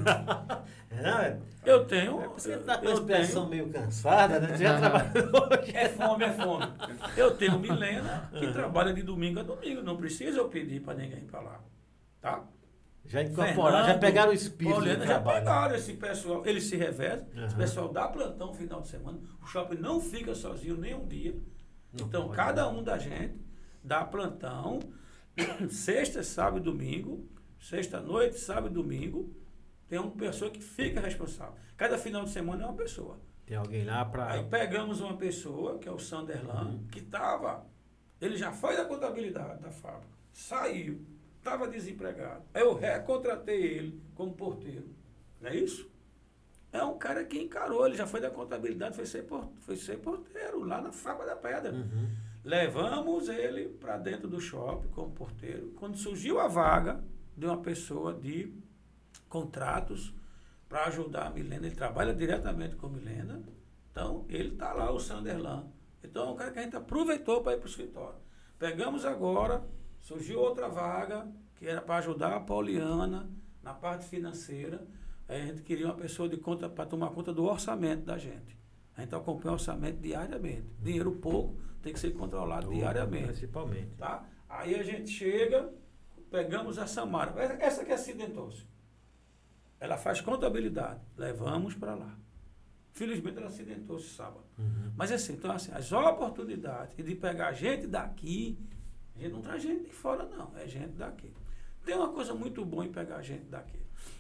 B: Eu tenho.
A: Você tá com
B: eu
A: a expressão
B: tenho-
A: meio cansada, né? Você já trabalhou hoje.
B: É fome, é fome. Eu tenho Milena que trabalha de domingo a domingo. Não precisa eu pedir para ninguém ir para lá. Tá?
A: Já incorporaram, já pegaram o espírito
B: Paulina,
A: do
B: já
A: trabalho.
B: pegaram esse pessoal. Eles se revezam. Esse
A: Aham.
B: pessoal dá plantão no final de semana. O shopping não fica sozinho nem um dia.
A: Não
B: Então,
A: pode,
B: cada um da gente dá plantão. Sexta, sábado e domingo. Sexta-noite, sábado e domingo. Tem uma pessoa que fica responsável. Cada final de semana é uma pessoa.
A: Tem alguém lá para...
B: Aí pegamos uma pessoa, que é o Sanderlan, que estava. Ele já foi da contabilidade da fábrica. Saiu. Estava desempregado. Aí eu recontratei ele como porteiro. Não é isso? É um cara que encarou. Ele já foi da contabilidade, foi ser porteiro lá na Fábrica da Pedra. Levamos ele para dentro do shopping como porteiro. Quando surgiu a vaga de uma pessoa de contratos para ajudar a Milena, ele trabalha diretamente com a Milena. Então, ele está lá, o Sanderlan. Então, é um cara que a gente aproveitou para ir para o escritório. Pegamos agora, surgiu outra vaga, que era para ajudar a Poliana na parte financeira. Aí a gente queria uma pessoa de conta para tomar conta do orçamento da gente. A gente acompanha o orçamento diariamente. Dinheiro pouco tem que ser controlado diariamente.
A: Principalmente.
B: Tá? Aí a gente chega, pegamos a Samara. Essa que acidentou-se. Ela faz contabilidade. Levamos para lá. Felizmente ela acidentou-se sábado. Mas assim, então assim, as oportunidades de pegar gente daqui, a gente não traz gente de fora, não. É gente daqui. Tem uma coisa muito boa em pegar gente daqui.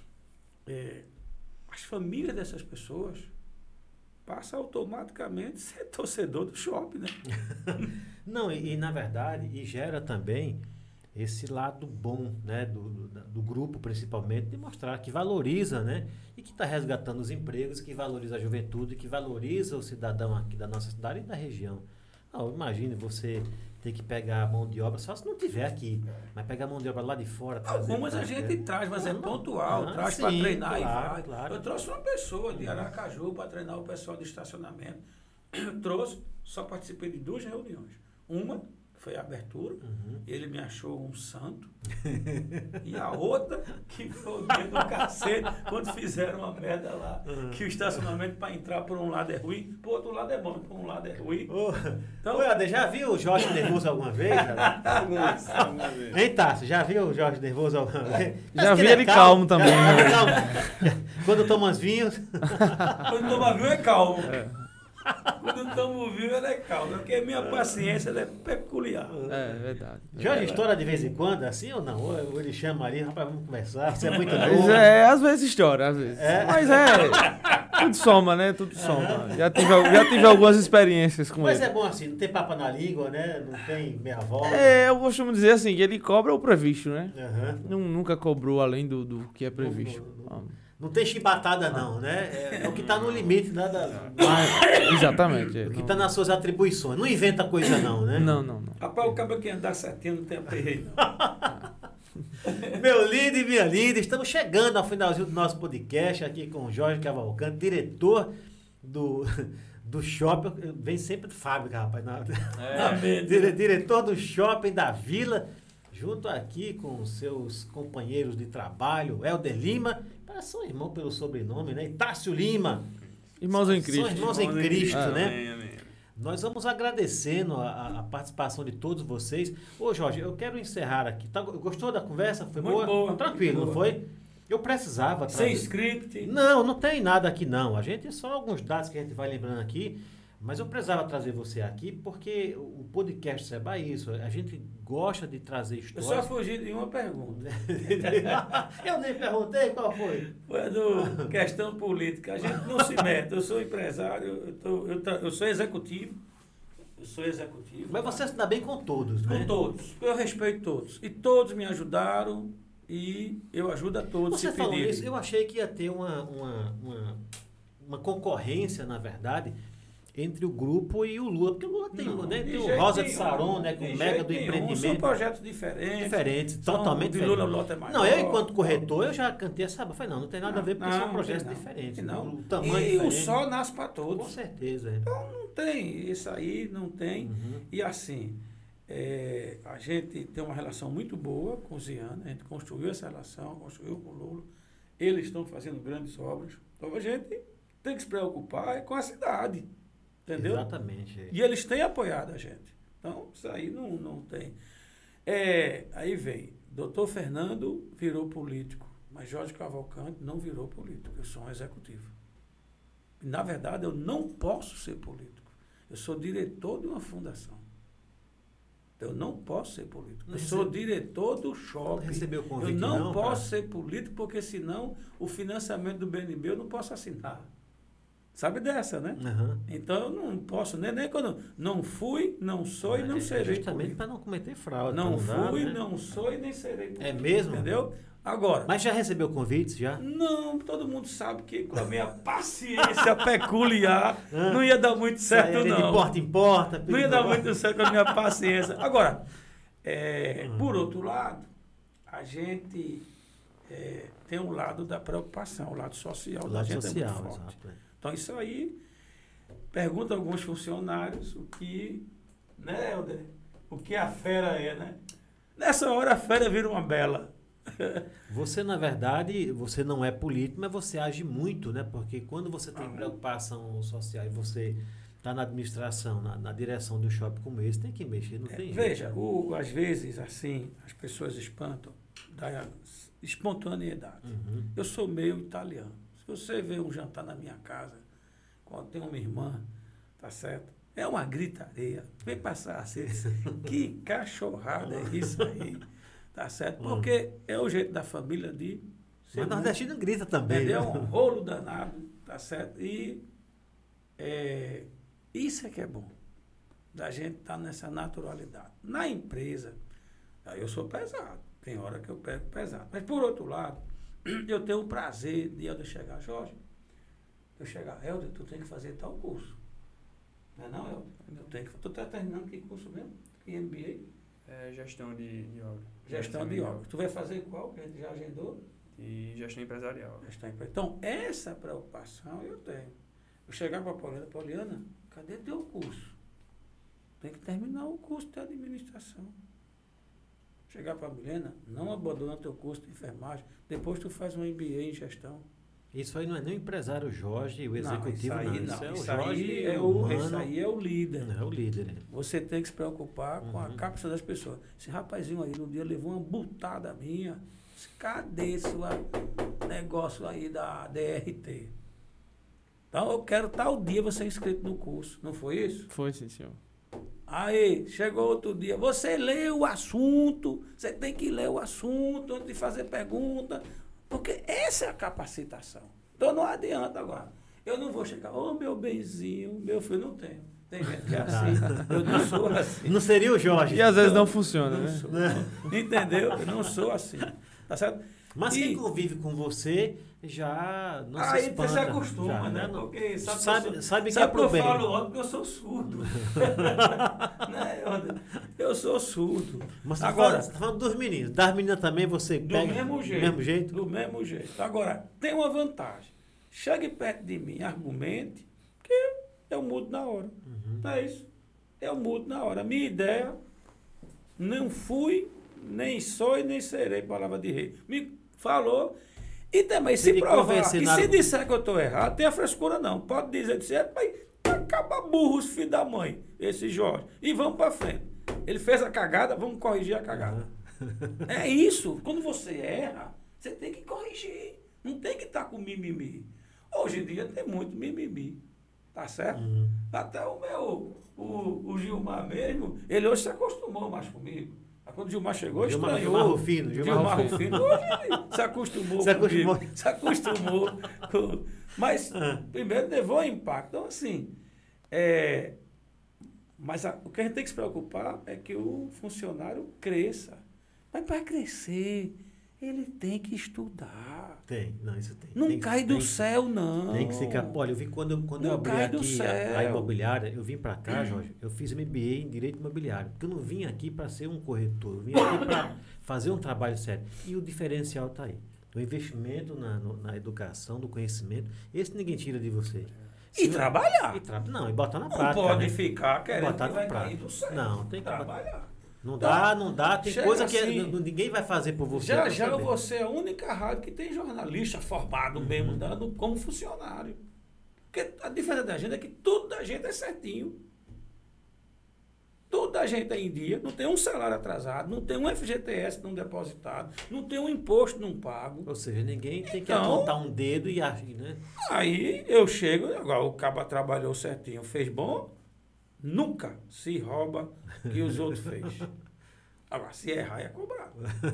B: As famílias dessas pessoas passam automaticamente a ser torcedor do shopping, né?
A: Não, e na verdade, e gera também esse lado bom, né, do grupo principalmente, de mostrar que valoriza, né, e que está resgatando os empregos, que valoriza a juventude, que valoriza o cidadão aqui da nossa cidade e da região. Não, imagine você ter que pegar a mão de obra, só se não tiver aqui, mas pegar a mão de obra lá de fora. trazer
B: Algumas a
A: pra
B: gente
A: cá.
B: traz, mas é
A: Não,
B: pontual, traz para
A: sim,
B: treinar
A: claro,
B: e vai.
A: claro.
B: Eu trouxe uma pessoa de Aracaju para treinar o pessoal de estacionamento. Eu trouxe, só participei de 2 reuniões. Uma foi a abertura, ele me achou um santo, e a outra que foi o dedo do cacete, quando fizeram uma merda lá, que o estacionamento para entrar por um lado é ruim, por outro lado é bom, por um lado é ruim.
A: Então, Helder, já viu o Jorge nervoso alguma vez?
C: Algumas vezes.
A: Hein, Tássio? Já viu o Jorge nervoso alguma vez?
F: Já
A: Mas
F: vi
A: que
F: ele calmo também.
A: Calmo, calmo. Quando toma uns vinhos.
B: Quando toma vinho é calmo. Quando tomo vinho ele é calmo, porque a minha paciência ela é peculiar.
F: É verdade.
A: Jorge estoura de vez em quando, assim ou não? Ou ele chama ali, rapaz, vamos conversar, você é muito
F: Mas
A: novo.
F: às vezes estoura, às vezes.
A: É?
F: Mas tudo soma, né? Tudo soma. Já tive algumas experiências com
A: Mas
F: ele.
A: é bom assim, não tem papo na língua, né? Não tem meia volta.
F: Eu costumo dizer assim, que ele cobra o previsto, né?
A: Aham.
F: Nunca cobrou além do que é previsto.
A: Não tem chibatada não, né? É o que está no limite
F: Exatamente.
A: o que está nas suas atribuições. Não inventa coisa não, né?
F: Não.
B: Rapaz, o cabra que andar certinho não tem aperreio, não.
A: Meu lindo e minha linda, estamos chegando ao finalzinho do nosso podcast aqui com o Jorge Cavalcante, diretor do shopping. Vem sempre de fábrica, rapaz. Diretor do shopping da Vila, junto aqui com seus companheiros de trabalho, Helder Lima, são irmão pelo sobrenome, né? E Tássio Lima.
F: Irmãos em Cristo.
A: São irmãos em Cristo, né?
C: Amém, amém.
A: Nós vamos agradecendo a participação de todos vocês. Ô, Jorge, eu quero encerrar aqui. Gostou da conversa? Foi
B: Muito boa.
A: Tranquilo,
B: Muito
A: não
B: boa.
A: foi? Eu precisava
B: Sem
A: trazer.
B: script.
A: Não tem nada aqui não. A gente só alguns dados que a gente vai lembrando aqui. Mas eu precisava trazer você aqui porque o podcast Seba é isso. A gente gosta de trazer
B: Eu
A: histórias.
B: só fugi de uma pergunta.
A: Eu nem perguntei qual foi.
B: Foi do questão política. A gente não se mete. Eu sou empresário, eu sou executivo.
A: Mas você se dá bem com todos, né?
B: Com todos. Eu respeito todos. E todos me ajudaram e eu ajudo a todos.
A: Você
B: se
A: falou
B: pedirem.
A: isso, eu achei que ia ter uma concorrência, na verdade, entre o grupo e o Lula. Porque o Lula tem,
B: Não,
A: né?
B: de
A: Tem o
B: jeito
A: Rosa de
B: nenhum.
A: Saron, né? Com
B: De
A: o Mega
B: jeito
A: do
B: nenhum.
A: Empreendimento.
B: São projetos diferentes.
A: Diferentes,
B: São
A: totalmente
B: de
A: diferentes.
B: Lula, o lote é maior.
A: Não, eu, enquanto corretor, eu já cantei essa. Falei, não tem nada a ver, porque
B: Não,
A: são
B: não
A: projetos
B: tem não.
A: diferentes.
B: Não.
A: O tamanho
B: E
A: diferente.
B: o sol nasce para
A: Com
B: todos.
A: certeza. É.
B: Então não tem, isso aí não tem.
A: Uhum.
B: E assim, a gente tem uma relação muito boa com o Ziana, a gente construiu essa relação, construiu com o Lula. Eles estão fazendo grandes obras. Então a gente tem que se preocupar com a cidade. Entendeu?
A: Exatamente.
B: E eles têm apoiado a gente. Então, isso aí não tem. Aí vem, doutor Fernando virou político, mas Jorge Cavalcante não virou político. Eu sou um executivo. Na verdade, eu não posso ser político. Eu sou diretor de uma fundação. Eu não posso ser político. Eu sou diretor do shopping.
A: Recebeu o convite,
B: eu não
A: pra-
B: posso ser político, porque senão o financiamento do BNB eu não posso assinar. Sabe dessa, né?
A: Uhum.
B: Então eu não posso, nem quando não fui, não sou e não serei
A: Justamente
B: político.
A: para não cometer fraude.
B: Não
A: pra dar,
B: fui,
A: né?
B: não sou e nem serei político.
A: É mesmo?
B: Entendeu? Agora,
A: Mas já recebeu convites, já?
B: não, todo mundo sabe que com a minha paciência peculiar não ia dar muito certo,
A: Saia ali
B: não.
A: de porta em porta.
B: Não ia dar muito certo com a minha paciência. Agora, por outro lado, a gente tem um lado da preocupação, o lado social
A: O
B: da
A: lado
B: gente
A: social,
B: é muito forte.
A: exato. É.
B: Então, isso aí, pergunta a alguns funcionários o que, né, Helder? O que a fera é, né? Nessa hora a fera vira uma bela.
A: Você, na verdade, você não é político, mas você age muito, né? Porque quando você tem preocupação social e você está na administração, na direção do shopping como esse, tem que mexer, não tem jeito.
B: Veja, às vezes, assim, as pessoas espantam da espontaneidade.
A: Uhum.
B: Eu sou meio italiano. Se você vê um jantar na minha casa, quando tem uma irmã, tá certo? É uma gritaria. Vem passar assim, que cachorrada é isso aí? Tá certo? Porque é o jeito da família de ser.
A: Mas nordestino grita também.
B: Entendeu?
A: né?
B: Um rolo danado, tá certo? E isso é que é bom, da gente estar nessa naturalidade. Na empresa, aí eu sou pesado, tem hora que eu pego pesado. Mas, por outro lado, eu tenho o prazer de eu chegar, Jorge, Helder, tu tem que fazer tal curso. Não é não, Helder? Tu tá terminando que curso mesmo? Que MBA?
C: Gestão de obra.
B: Gestão de obras. Tu vai fazer qual? Que a gente já agendou?
C: E gestão empresarial.
B: Então, essa preocupação eu tenho. Eu chegar para a Poliana, cadê teu curso? tem que terminar o curso de administração. Chegar para a Milena, não abandona teu curso de enfermagem, depois tu faz um MBA em gestão.
A: Isso aí não é nem o empresário Jorge, o executivo,
B: não.
A: Isso é o
B: Isso
A: Jorge
B: isso aí é o líder.
A: É o líder.
B: Você tem que se preocupar com a capacidade das pessoas. Esse rapazinho aí, no dia, levou uma butada minha. Cadê esse negócio aí da DRT? Então, eu quero tal dia você inscrito no curso. Não foi isso?
F: Foi, sim, senhor.
B: Aí, chegou outro dia. Você lê o assunto. Você tem que ler o assunto antes de fazer pergunta. Porque essa é a capacitação. Então, não adianta agora. Eu não vou chegar, meu benzinho, meu filho, não tenho. Tem gente que é assim. Eu não sou assim.
A: Não seria o Jorge.
F: E às vezes não funciona, né?
B: Sou. Entendeu? Eu não sou assim. Tá certo?
A: Mas quem convive com você já não se
B: Aí
A: espanta.
B: você se acostuma,
A: já,
B: né?
A: Não,
B: Porque
A: sabe que é
B: que eu
A: pro bem.
B: falo óbvio que eu sou surdo. Né? Eu sou surdo.
A: Mas
B: agora,
A: você tá falando dos meninos. Das meninas também você
B: do
A: pega
B: mesmo jeito.
A: do mesmo jeito?
B: Do mesmo jeito. Agora, tem uma vantagem. Chegue perto de mim, argumente, que eu mudo na hora. Não é isso? Eu mudo na hora. Minha ideia, não fui, nem sou e nem serei palavra de rei. Me falou. E também, se provar, e se disser que eu estou errado, tem a frescura não. Pode dizer de certo, mas acaba burro os filhos da mãe, esse Jorge. E vamos para frente. Ele fez a cagada, vamos corrigir a cagada. É isso. Quando você erra, você tem que corrigir. Não tem que estar com mimimi. Hoje em dia tem muito mimimi. Tá certo? Até o Gilmar mesmo, ele hoje se acostumou mais comigo. Quando o Gilmar chegou, estranhou.
A: Gilmar Rufino.
B: Gilmar Rufino. Hoje ele se acostumou comigo. Se acostumou. Mas, primeiro, levou impacto. Então, assim, mas o que a gente tem que se preocupar é que o funcionário cresça. Mas para crescer, ele tem que estudar.
A: Isso tem.
B: Não cai do céu, não.
A: Tem que ser capaz. Olha, eu vi quando eu abri aqui a imobiliária, eu vim para cá, Jorge, eu fiz MBA em Direito Imobiliário. Porque eu não vim aqui para ser um corretor, eu vim aqui para fazer um trabalho sério. E o diferencial está aí. O investimento na educação, no conhecimento, esse ninguém tira de você.
B: E trabalhar.
A: E botar na prática.
B: Não pode ficar
A: querendo
B: botar
A: que
B: vai
A: prática.
B: cair do céu.
A: Não, tem que
B: trabalhar.
A: Não dá, tem coisa que ninguém vai fazer por você.
B: Já você é a única rádio que tem jornalista formado mesmo, dando como funcionário. Porque a diferença da gente é que tudo da gente é certinho. Tudo da gente é em dia, não tem um salário atrasado, não tem um FGTS não depositado, não tem um imposto não pago.
A: Ou seja, ninguém tem que apontar um dedo e agir, né?
B: Aí eu chego, agora o caba trabalhou certinho, fez bom, nunca se rouba que os outros fez. Agora, se errar, é cobrado.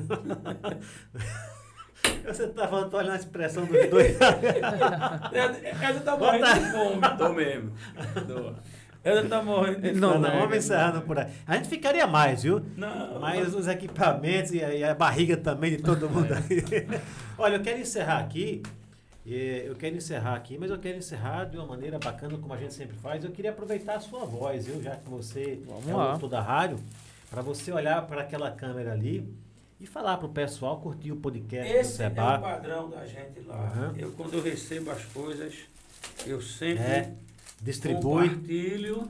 A: Você tá falando, tô olhando a expressão dos dois.
B: Ela tá morrendo de fome.
C: Tô mesmo.
B: Ela tá morrendo de fome.
A: Não, vamos encerrando por aí. A gente ficaria mais, viu?
B: Não.
A: Mas os equipamentos e a barriga também de todo mundo aí. Olha, eu quero encerrar aqui. Mas eu quero encerrar de uma maneira bacana, como a gente sempre faz. Eu queria aproveitar a sua voz, viu? Já que você é o autor da rádio, para você olhar para aquela câmera ali e falar para o pessoal curtir o podcast do Seba.
B: Esse é o padrão da gente lá. Quando eu recebo as coisas, eu sempre compartilho.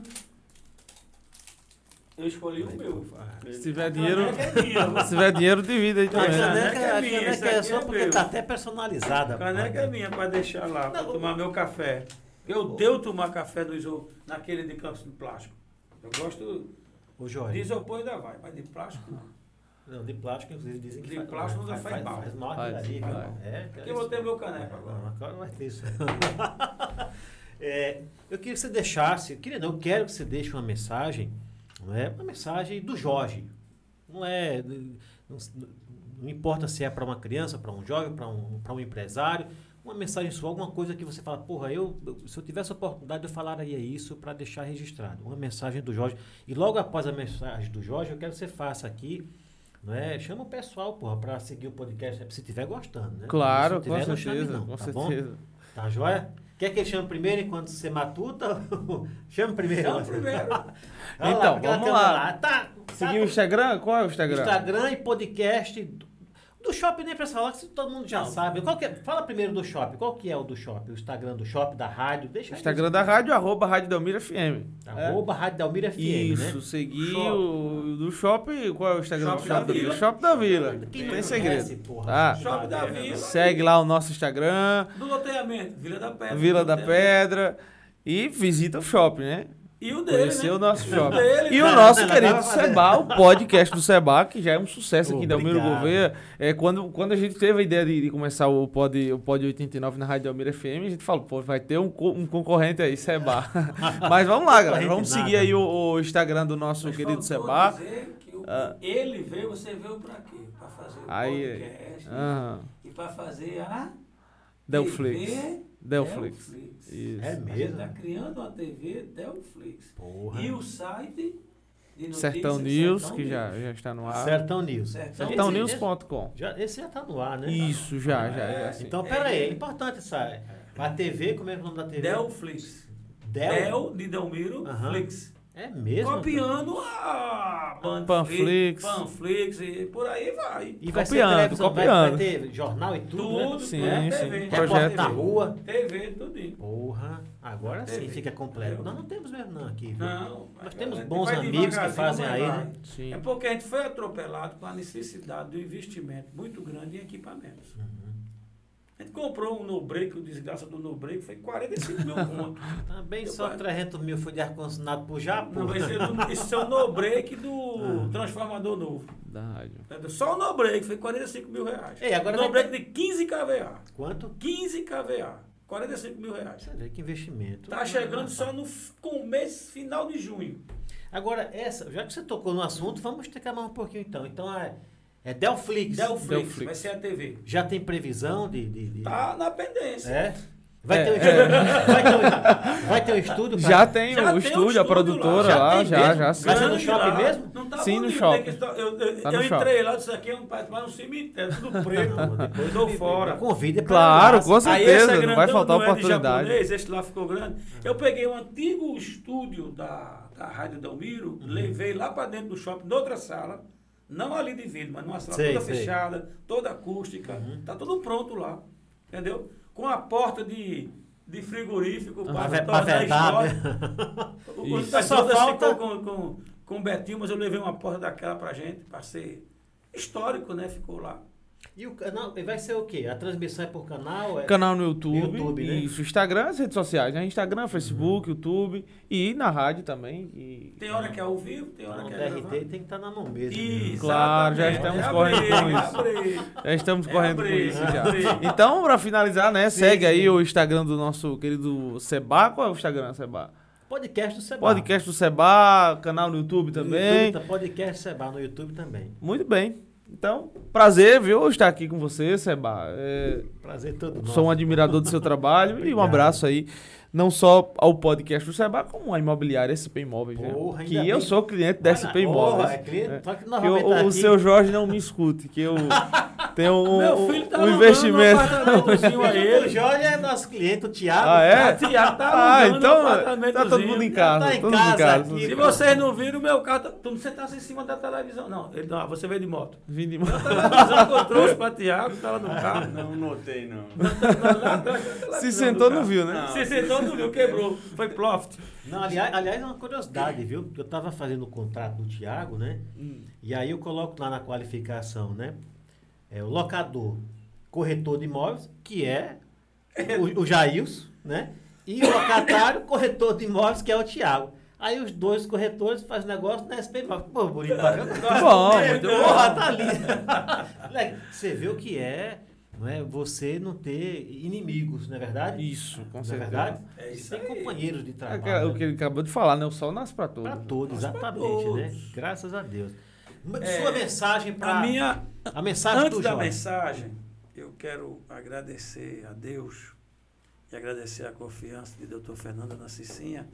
B: Eu escolhi o meu.
F: Se tiver dinheiro, divide aí também.
A: A caneca é sua porque tá até personalizada.
B: A caneca é minha para deixar lá, para tomar meu café. Eu devo tomar café naquele de canto de plástico. Eu gosto de isopor ainda vai, mas de plástico não.
A: Não, de plástico, inclusive, dizem que
B: de plástico não faz mal.
A: Faz mal ali.
B: Porque eu vou ter meu caneca agora.
A: Agora vai ter isso. Eu queria que você deixasse, eu quero que você deixe uma mensagem, não é? Uma mensagem do Jorge. Não importa se é para uma criança, para um jovem, para um empresário, uma mensagem sua, alguma coisa que você fala, porra, se eu tivesse a oportunidade, eu falaria isso para deixar registrado. Uma mensagem do Jorge. E logo após a mensagem do Jorge, eu quero que você faça aqui, não é? Chama o pessoal, porra, para seguir o podcast, se estiver gostando, né?
F: Claro,
A: se tiver,
F: com certeza,
A: não,
F: com
A: tá
F: certeza.
A: Bom? Tá joia? Quer que ele chame primeiro enquanto você matuta? Chama primeiro.
B: Chama primeiro.
F: Então, vamos lá.
A: Tá.
F: Seguir o Instagram? Qual é o Instagram?
A: Instagram e podcast. Do shopping nem precisa falar, que todo mundo já sabe. Fala primeiro do shopping. Qual que é o do shopping? O Instagram do shopping, da rádio? Deixa
F: Instagram da rádio, @Rádio Delmiro FM.
A: Rádio Delmiro FM,
F: Isso,
A: né?
F: seguir o do shopping. Qual é o Instagram
B: Shopping
F: do
B: da
F: shopping?
B: Vila.
F: Shopping da Vila.
A: Quem
F: Não
A: não
F: tem
A: conhece,
F: segredo.
A: porra?
F: Tá?
B: Shopping da Vila.
F: Segue lá o nosso Instagram,
B: Do loteamento, Vila da Pedra.
F: Vila da
B: Loteamento.
F: Pedra. E visita o shopping, né?
B: E o dele,
F: Conhecer
B: né?
F: o nosso shopping.
B: dele,
F: E
B: né?
F: o nosso
A: Não,
F: querido
A: dá pra fazer.
F: Seba, o podcast do Seba, que já é um sucesso aqui em Delmiro
A: Obrigado.
F: Gouveia. Quando a gente teve a ideia de começar o Pod 89 na Rádio Delmiro FM, a gente falou, pô, vai ter um concorrente aí, Seba. Mas vamos lá, galera. Vamos
A: Concorrente
F: seguir
A: nada.
F: aí o Instagram do nosso
B: Mas
F: querido
B: faltou
F: Seba.
B: dizer que
F: Ah.
B: ele veio, você veio pra quê? Pra fazer o
F: Aí,
B: podcast e pra fazer a
F: Delflix.
B: TV
F: Delflix. Isso.
A: É
B: A gente
A: mesmo?
B: tá criando uma TV Delflix.
A: Porra.
B: E o site de notícias
F: Sertão News,
B: Sertão
F: que
B: News.
F: já está no ar.
A: Sertão News.
F: Sertãonews.com.
A: Esse já tá no ar, né?
F: Isso, já sim.
A: Então, pera aí, é importante essa... A TV, como é que é o nome da TV?
B: Delflix.
A: Del?
B: Del de Delmiro
A: Aham.
B: Flix.
A: É mesmo?
B: Copiando a
F: Panflix.
B: Panflix e por aí vai.
A: E vai ser
F: Copiando,
A: televisão,
F: copiando.
A: vai ter jornal e tudo, né?
B: Tudo,
F: Sim,
B: tudo é
F: sim.
B: TV.
A: Repórter na rua.
B: TV, tudinho.
A: Porra, agora sim
B: TV.
A: fica completo. Nós não temos mesmo não aqui, viu?
B: Não.
A: Nós temos
B: a gente
A: bons
B: vai
A: amigos que
B: devagarzinho,
A: fazem
B: mas
A: aí,
B: vai.
A: né?
F: Sim.
B: É porque a gente foi atropelado com a necessidade do investimento muito grande em equipamentos. A gente comprou um no-break, o desgraça do no-break, foi 45 mil conto.
A: Também
B: Eu
A: só
B: pai.
A: 300 mil foi de ar-condicionado pro Japão.
B: Não, vai ser esse é o no-break do transformador novo.
F: Da rádio.
B: Entendeu? Só o no-break foi 45 mil reais.
A: Ei, agora
B: No-break de 15 kVA.
A: Quanto?
B: 15 kVA. 45 mil reais.
A: Você vê que investimento.
B: Tá chegando só no começo, final de junho.
A: Agora, já que você tocou no assunto, vamos explicar mais um pouquinho então. Então é Delflix.
B: Delflix, vai ser a TV.
A: Já tem previsão de...
B: Tá na pendência.
A: É? Vai ter um estúdio? Vai ter um estúdio? pra-
F: Já tem
B: Já
F: o
B: tem um
F: estúdio, a
B: estúdio
F: produtora
A: lá.
F: lá,
A: Já tem mesmo?
F: já sim.
A: Vai ser no
B: Grande
A: shopping
B: lá.
A: mesmo?
B: Não tá
F: Sim, no
B: bonito,
F: shopping.
B: tem que- Eu
F: Tá no
B: entrei lá, isso aqui é um cemitério, tudo preto.
A: Depois
B: Tô
A: me
B: fora.
A: convida pra
F: Claro,
A: lá.
F: com
B: Aí esse
F: certeza,
B: é
F: não
B: grandão,
F: vai faltar
B: não é de
F: oportunidade.
B: japonês, esse lá ficou grande. Eu peguei um antigo estúdio da Rádio Delmiro, levei lá para dentro do shopping, noutra sala, não ali de vidro, mas numa sala
A: Sei,
B: toda
A: sei.
B: fechada, toda acústica, tá tudo pronto lá, entendeu? Com a porta de frigorífico
A: Pra
B: para
A: pra
B: tornar
A: vedar,
B: história. O
F: Isso.
B: pessoal
A: Só falta-
B: ficou com o Betinho, mas eu levei uma porta daquela pra gente, para ser histórico, né? Ficou lá.
A: E o canal, vai ser o quê? A transmissão é por canal?
F: Canal no YouTube,
A: YouTube, né?
F: isso, Instagram, as redes sociais, né? Instagram, Facebook, YouTube e na rádio também.
B: Tem hora que é ao vivo, tem hora
A: Então,
B: que
A: o
B: é
A: DRT
B: gravado.
A: tem que estar na mão mesmo.
B: Exatamente.
F: Claro, já estamos
B: É a
F: correndo
B: briga,
F: com
B: é a
F: isso.
B: briga.
F: Já estamos
B: É
F: correndo
B: a
F: com
B: briga,
F: isso
B: é a
F: já.
B: briga.
F: Então, pra finalizar, né?
A: Sim,
F: segue aí
A: sim.
F: o Instagram do nosso querido Seba. Qual é o Instagram, Seba?
A: Podcast do Seba.
F: Podcast do Seba, canal no YouTube também.
A: YouTube, podcast Seba no YouTube também.
F: Muito bem. Então, prazer, viu, estar aqui com você, Seba.
A: Prazer todo nosso.
F: Sou um admirador do seu trabalho e um
A: Obrigado.
F: abraço aí, não só ao podcast do Seba, como à imobiliária SP Imóveis, né?
A: Porra, ainda
F: Que
A: bem.
F: eu sou cliente da SP Imóveis.
A: Porra, é cliente, só que
F: Que
A: normalmente tá
F: o
A: aqui-
F: seu Jorge não me escute, que eu tenho
B: Meu filho tá
F: um
B: alugando
F: investimento.
B: um apartamentozinho a
A: O
B: ele.
A: Jorge é nosso cliente, o Thiago.
F: Ah, é?
B: O Thiago tá
F: Ah,
B: alugando um
F: então
B: apartamentozinho.
F: tá todo mundo em
A: Já
F: casa.
A: tá em
F: todo mundo em
A: casa
F: casa.
A: aqui.
B: Se vocês não viram, o meu carro tá... Tu não sentasse em cima da televisão, não. Ele, não, você veio de moto.
F: Vim de...
B: A televisão que eu trouxe pra Thiago, tava no carro.
C: Não notei, não.
B: Lá atrás da televisão
F: Se
B: do
F: sentou,
B: carro.
F: não viu, né?
C: Não.
B: Se sentou, não viu, quebrou. Foi ploft.
A: Não, aliás, é uma curiosidade, viu? Porque eu tava fazendo o contrato do Thiago, né? E aí eu coloco lá na qualificação, né? É o locador, corretor de imóveis, que é o Jailson, né? E o locatário, corretor de imóveis, que é o Thiago. Aí os dois corretores fazem negócio na SP Imóveis. Pô, bonito pra caramba.
F: Bom, muito bom.
A: Porra, tá ali. Moleque, você vê o que é, não é? Você não ter inimigos, não é verdade?
F: Isso, com
A: Não é
F: certeza.
A: verdade?
B: É isso
A: Tem
B: aí.
A: companheiros de
F: É
A: trabalho.
F: o que ele acabou de falar, né? O sol nasce pra todos.
A: Para todos,
B: Nossa, pra
A: exatamente, né?
B: todos.
A: Graças a Deus.
B: É,
A: Sua mensagem para a mensagem
B: Antes
A: do
B: da
A: Jorge.
B: mensagem, eu quero agradecer a Deus e agradecer a confiança de Dr. Fernando na Cicinha.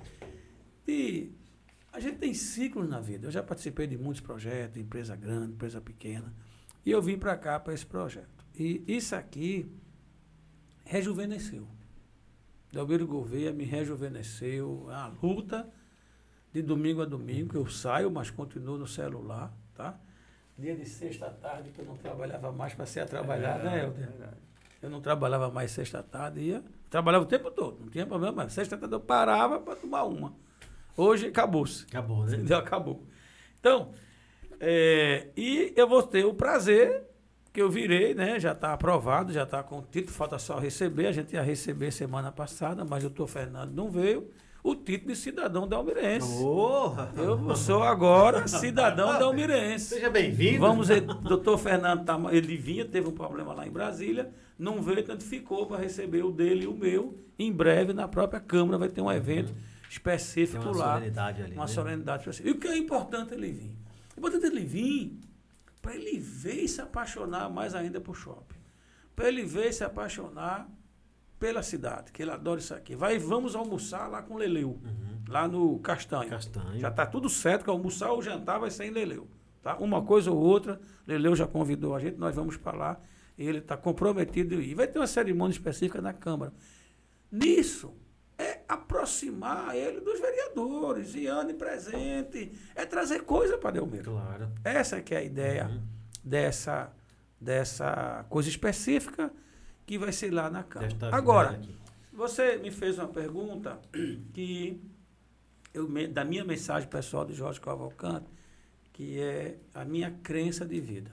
B: E a gente tem ciclos na vida. Eu já participei de muitos projetos, empresa grande, empresa pequena, e eu vim para cá para esse projeto. E isso aqui rejuvenesceu. Delmiro Gouveia me rejuvenesceu. É uma luta de domingo a domingo, que eu saio, mas continuo no celular, tá? dia de sexta à tarde, que eu não trabalhava mais para ser a trabalhar, né, Helder?
C: Verdade.
B: Eu não trabalhava mais sexta à tarde, trabalhava o tempo todo, não tinha problema, mas sexta à tarde eu parava para tomar uma. Hoje acabou-se.
A: Acabou, né?
B: Entendeu? Acabou. Então, e eu vou ter o prazer que eu virei, né? Já está aprovado, já está com o título, falta só receber. A gente ia receber semana passada, mas o doutor Fernando não veio. O título de cidadão dalmirense.
A: Oh!
B: Eu sou agora cidadão dalmirense.
A: Seja bem-vindo.
B: Vamos ver, doutor Fernando, ele vinha, teve um problema lá em Brasília, não veio, tanto ficou para receber o dele e o meu. Em breve, na própria Câmara, vai ter um evento específico
A: Tem uma
B: lá.
A: solenidade ali,
B: Uma
A: né?
B: solenidade específica. E o que é importante ele vir? É importante ele vir para ele ver e se apaixonar mais ainda por shopping. Para ele ver e se apaixonar pela cidade, que ele adora isso aqui. Vamos almoçar lá com o Leleu, lá no Castanho. Já está tudo certo, que almoçar ou jantar vai ser em Leleu. Tá? Uma coisa ou outra, Leleu já convidou a gente, nós vamos para lá, e ele está comprometido. E vai ter uma cerimônia específica na Câmara. Nisso, é aproximar ele dos vereadores, e ano presente, é trazer coisa para Delmiro.
A: Claro.
B: Essa é que é a ideia dessa coisa específica que vai ser lá na Câmara. Agora, você me fez uma pergunta que da minha mensagem pessoal de Jorge Cavalcante, que é a minha crença de vida.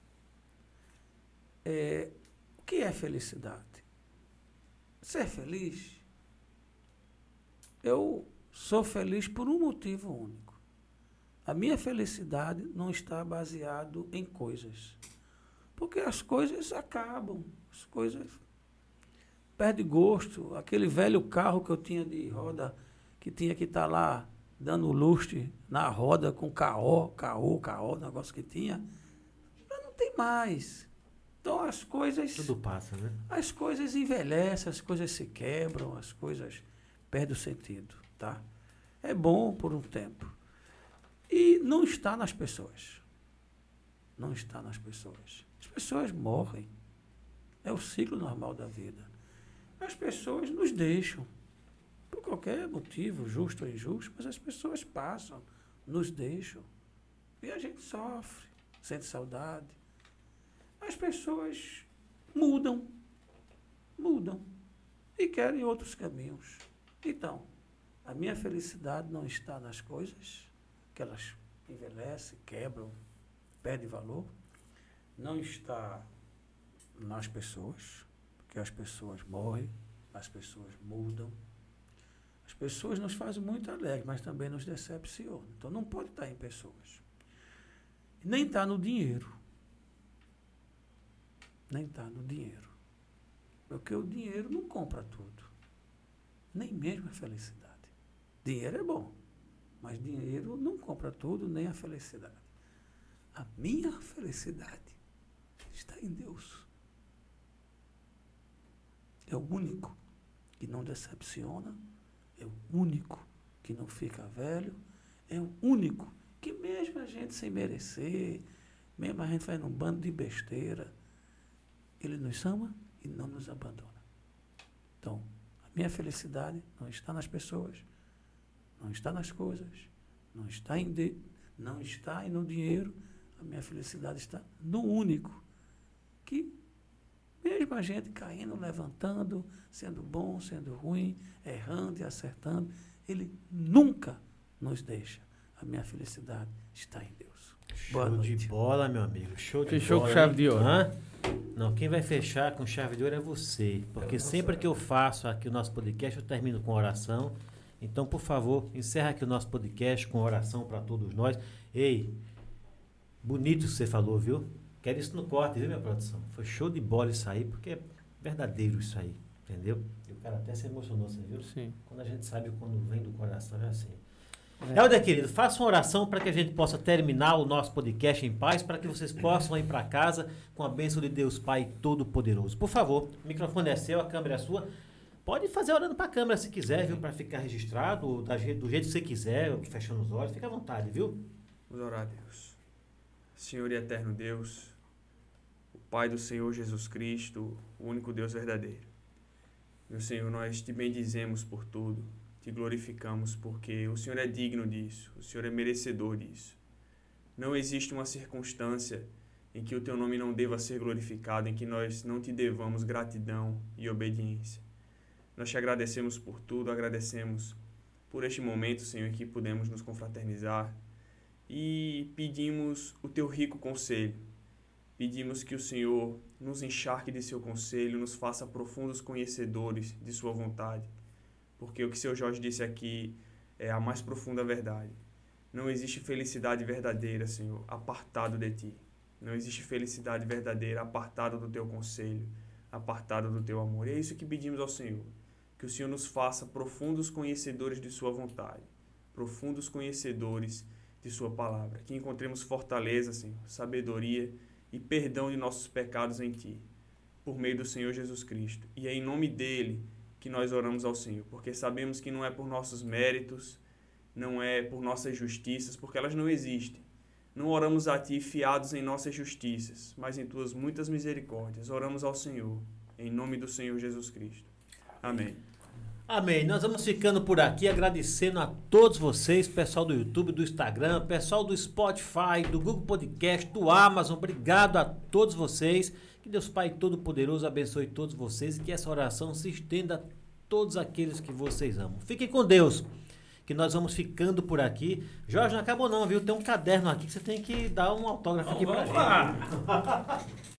B: O que é felicidade? Ser feliz? Eu sou feliz por um motivo único. A minha felicidade não está baseada em coisas. Porque as coisas acabam, as coisas perdem gosto. Aquele velho carro que eu tinha de roda, que tinha que estar lá dando lustre na roda com caô, negócio que tinha, já não tem mais. Então as coisas...
A: Tudo passa, né?
B: As coisas envelhecem, as coisas se quebram, as coisas perdem o sentido, tá? É bom por um tempo. E não está nas pessoas. Não está nas pessoas. As pessoas morrem. É o ciclo normal da vida. As pessoas nos deixam. Por qualquer motivo, justo ou injusto, mas as pessoas passam, nos deixam. E a gente sofre, sente saudade. As pessoas mudam. E querem outros caminhos. Então, a minha felicidade não está nas coisas, que elas envelhecem, quebram, perdem valor. Não está nas pessoas, porque as pessoas morrem, as pessoas mudam. As pessoas nos fazem muito alegres, mas também nos decepcionam. Então não pode estar em pessoas. Nem está no dinheiro. Nem está no dinheiro. Porque o dinheiro não compra tudo. Nem mesmo a felicidade. Dinheiro é bom, mas dinheiro não compra tudo, nem a felicidade. A minha felicidade está em Deus. É o único que não decepciona, é o único que não fica velho, é o único que mesmo a gente sem merecer, mesmo a gente fazendo um bando de besteira, Ele nos ama e não nos abandona. Então, a minha felicidade não está nas pessoas, não está nas coisas, não está no dinheiro. A minha felicidade está no único que, mesmo a gente caindo, levantando, sendo bom, sendo ruim, errando e acertando, Ele nunca nos deixa. A minha felicidade está em Deus. Boa
A: Show
B: noite.
A: de bola, meu amigo. Show de
F: Fechou
A: bola.
F: com chave
A: hein?
F: de ouro.
A: Hã? Não, quem vai fechar com chave de ouro é você. Porque sempre que eu faço aqui o nosso podcast, eu termino com oração. Então, por favor, encerra aqui o nosso podcast com oração para todos nós. Ei, bonito que você falou, viu? Quero isso no corte, viu, minha produção? Foi show de bola isso aí, porque é verdadeiro isso aí, entendeu? E o cara até se emocionou, você viu?
F: Sim.
A: Quando a gente sabe quando vem do coração, é assim. Helder, querido, faça uma oração para que a gente possa terminar o nosso podcast em paz, para que vocês possam ir para casa com a bênção de Deus Pai Todo-Poderoso. Por favor, o microfone é seu, a câmera é sua. Pode fazer orando para a câmera se quiser, viu? Para ficar registrado, do jeito que você quiser, fechando os olhos, fica à vontade, viu?
C: Vamos orar a Deus. Senhor e eterno Deus, o Pai do Senhor Jesus Cristo, o único Deus verdadeiro. Meu Senhor, nós te bendizemos por tudo, te glorificamos porque o Senhor é digno disso, o Senhor é merecedor disso. Não existe uma circunstância em que o teu nome não deva ser glorificado, em que nós não te devamos gratidão e obediência. Nós te agradecemos por tudo, agradecemos por este momento, Senhor, em que pudemos nos confraternizar e pedimos o teu rico conselho. Pedimos que o Senhor nos encharque de seu conselho, nos faça profundos conhecedores de sua vontade, porque o que o Sr. Jorge disse aqui é a mais profunda verdade. Não existe felicidade verdadeira, Senhor, apartado de ti. Não existe felicidade verdadeira apartado do teu conselho, apartado do teu amor. E é isso que pedimos ao Senhor, que o Senhor nos faça profundos conhecedores de sua vontade, profundos conhecedores de sua palavra, que encontremos fortaleza, Senhor, sabedoria e perdão de nossos pecados em ti, por meio do Senhor Jesus Cristo. E é em nome dele que nós oramos ao Senhor, porque sabemos que não é por nossos méritos, não é por nossas justiças, porque elas não existem. Não oramos a ti fiados em nossas justiças, mas em tuas muitas misericórdias. Oramos ao Senhor, em nome do Senhor Jesus Cristo. Amém.
A: Amém. Nós vamos ficando por aqui, agradecendo a todos vocês, pessoal do YouTube, do Instagram, pessoal do Spotify, do Google Podcast, do Amazon. Obrigado a todos vocês. Que Deus Pai Todo-Poderoso abençoe todos vocês e que essa oração se estenda a todos aqueles que vocês amam. Fiquem com Deus, que nós vamos ficando por aqui. Jorge, não acabou não, viu? Tem um caderno aqui que você tem que dar um autógrafo aqui pra gente.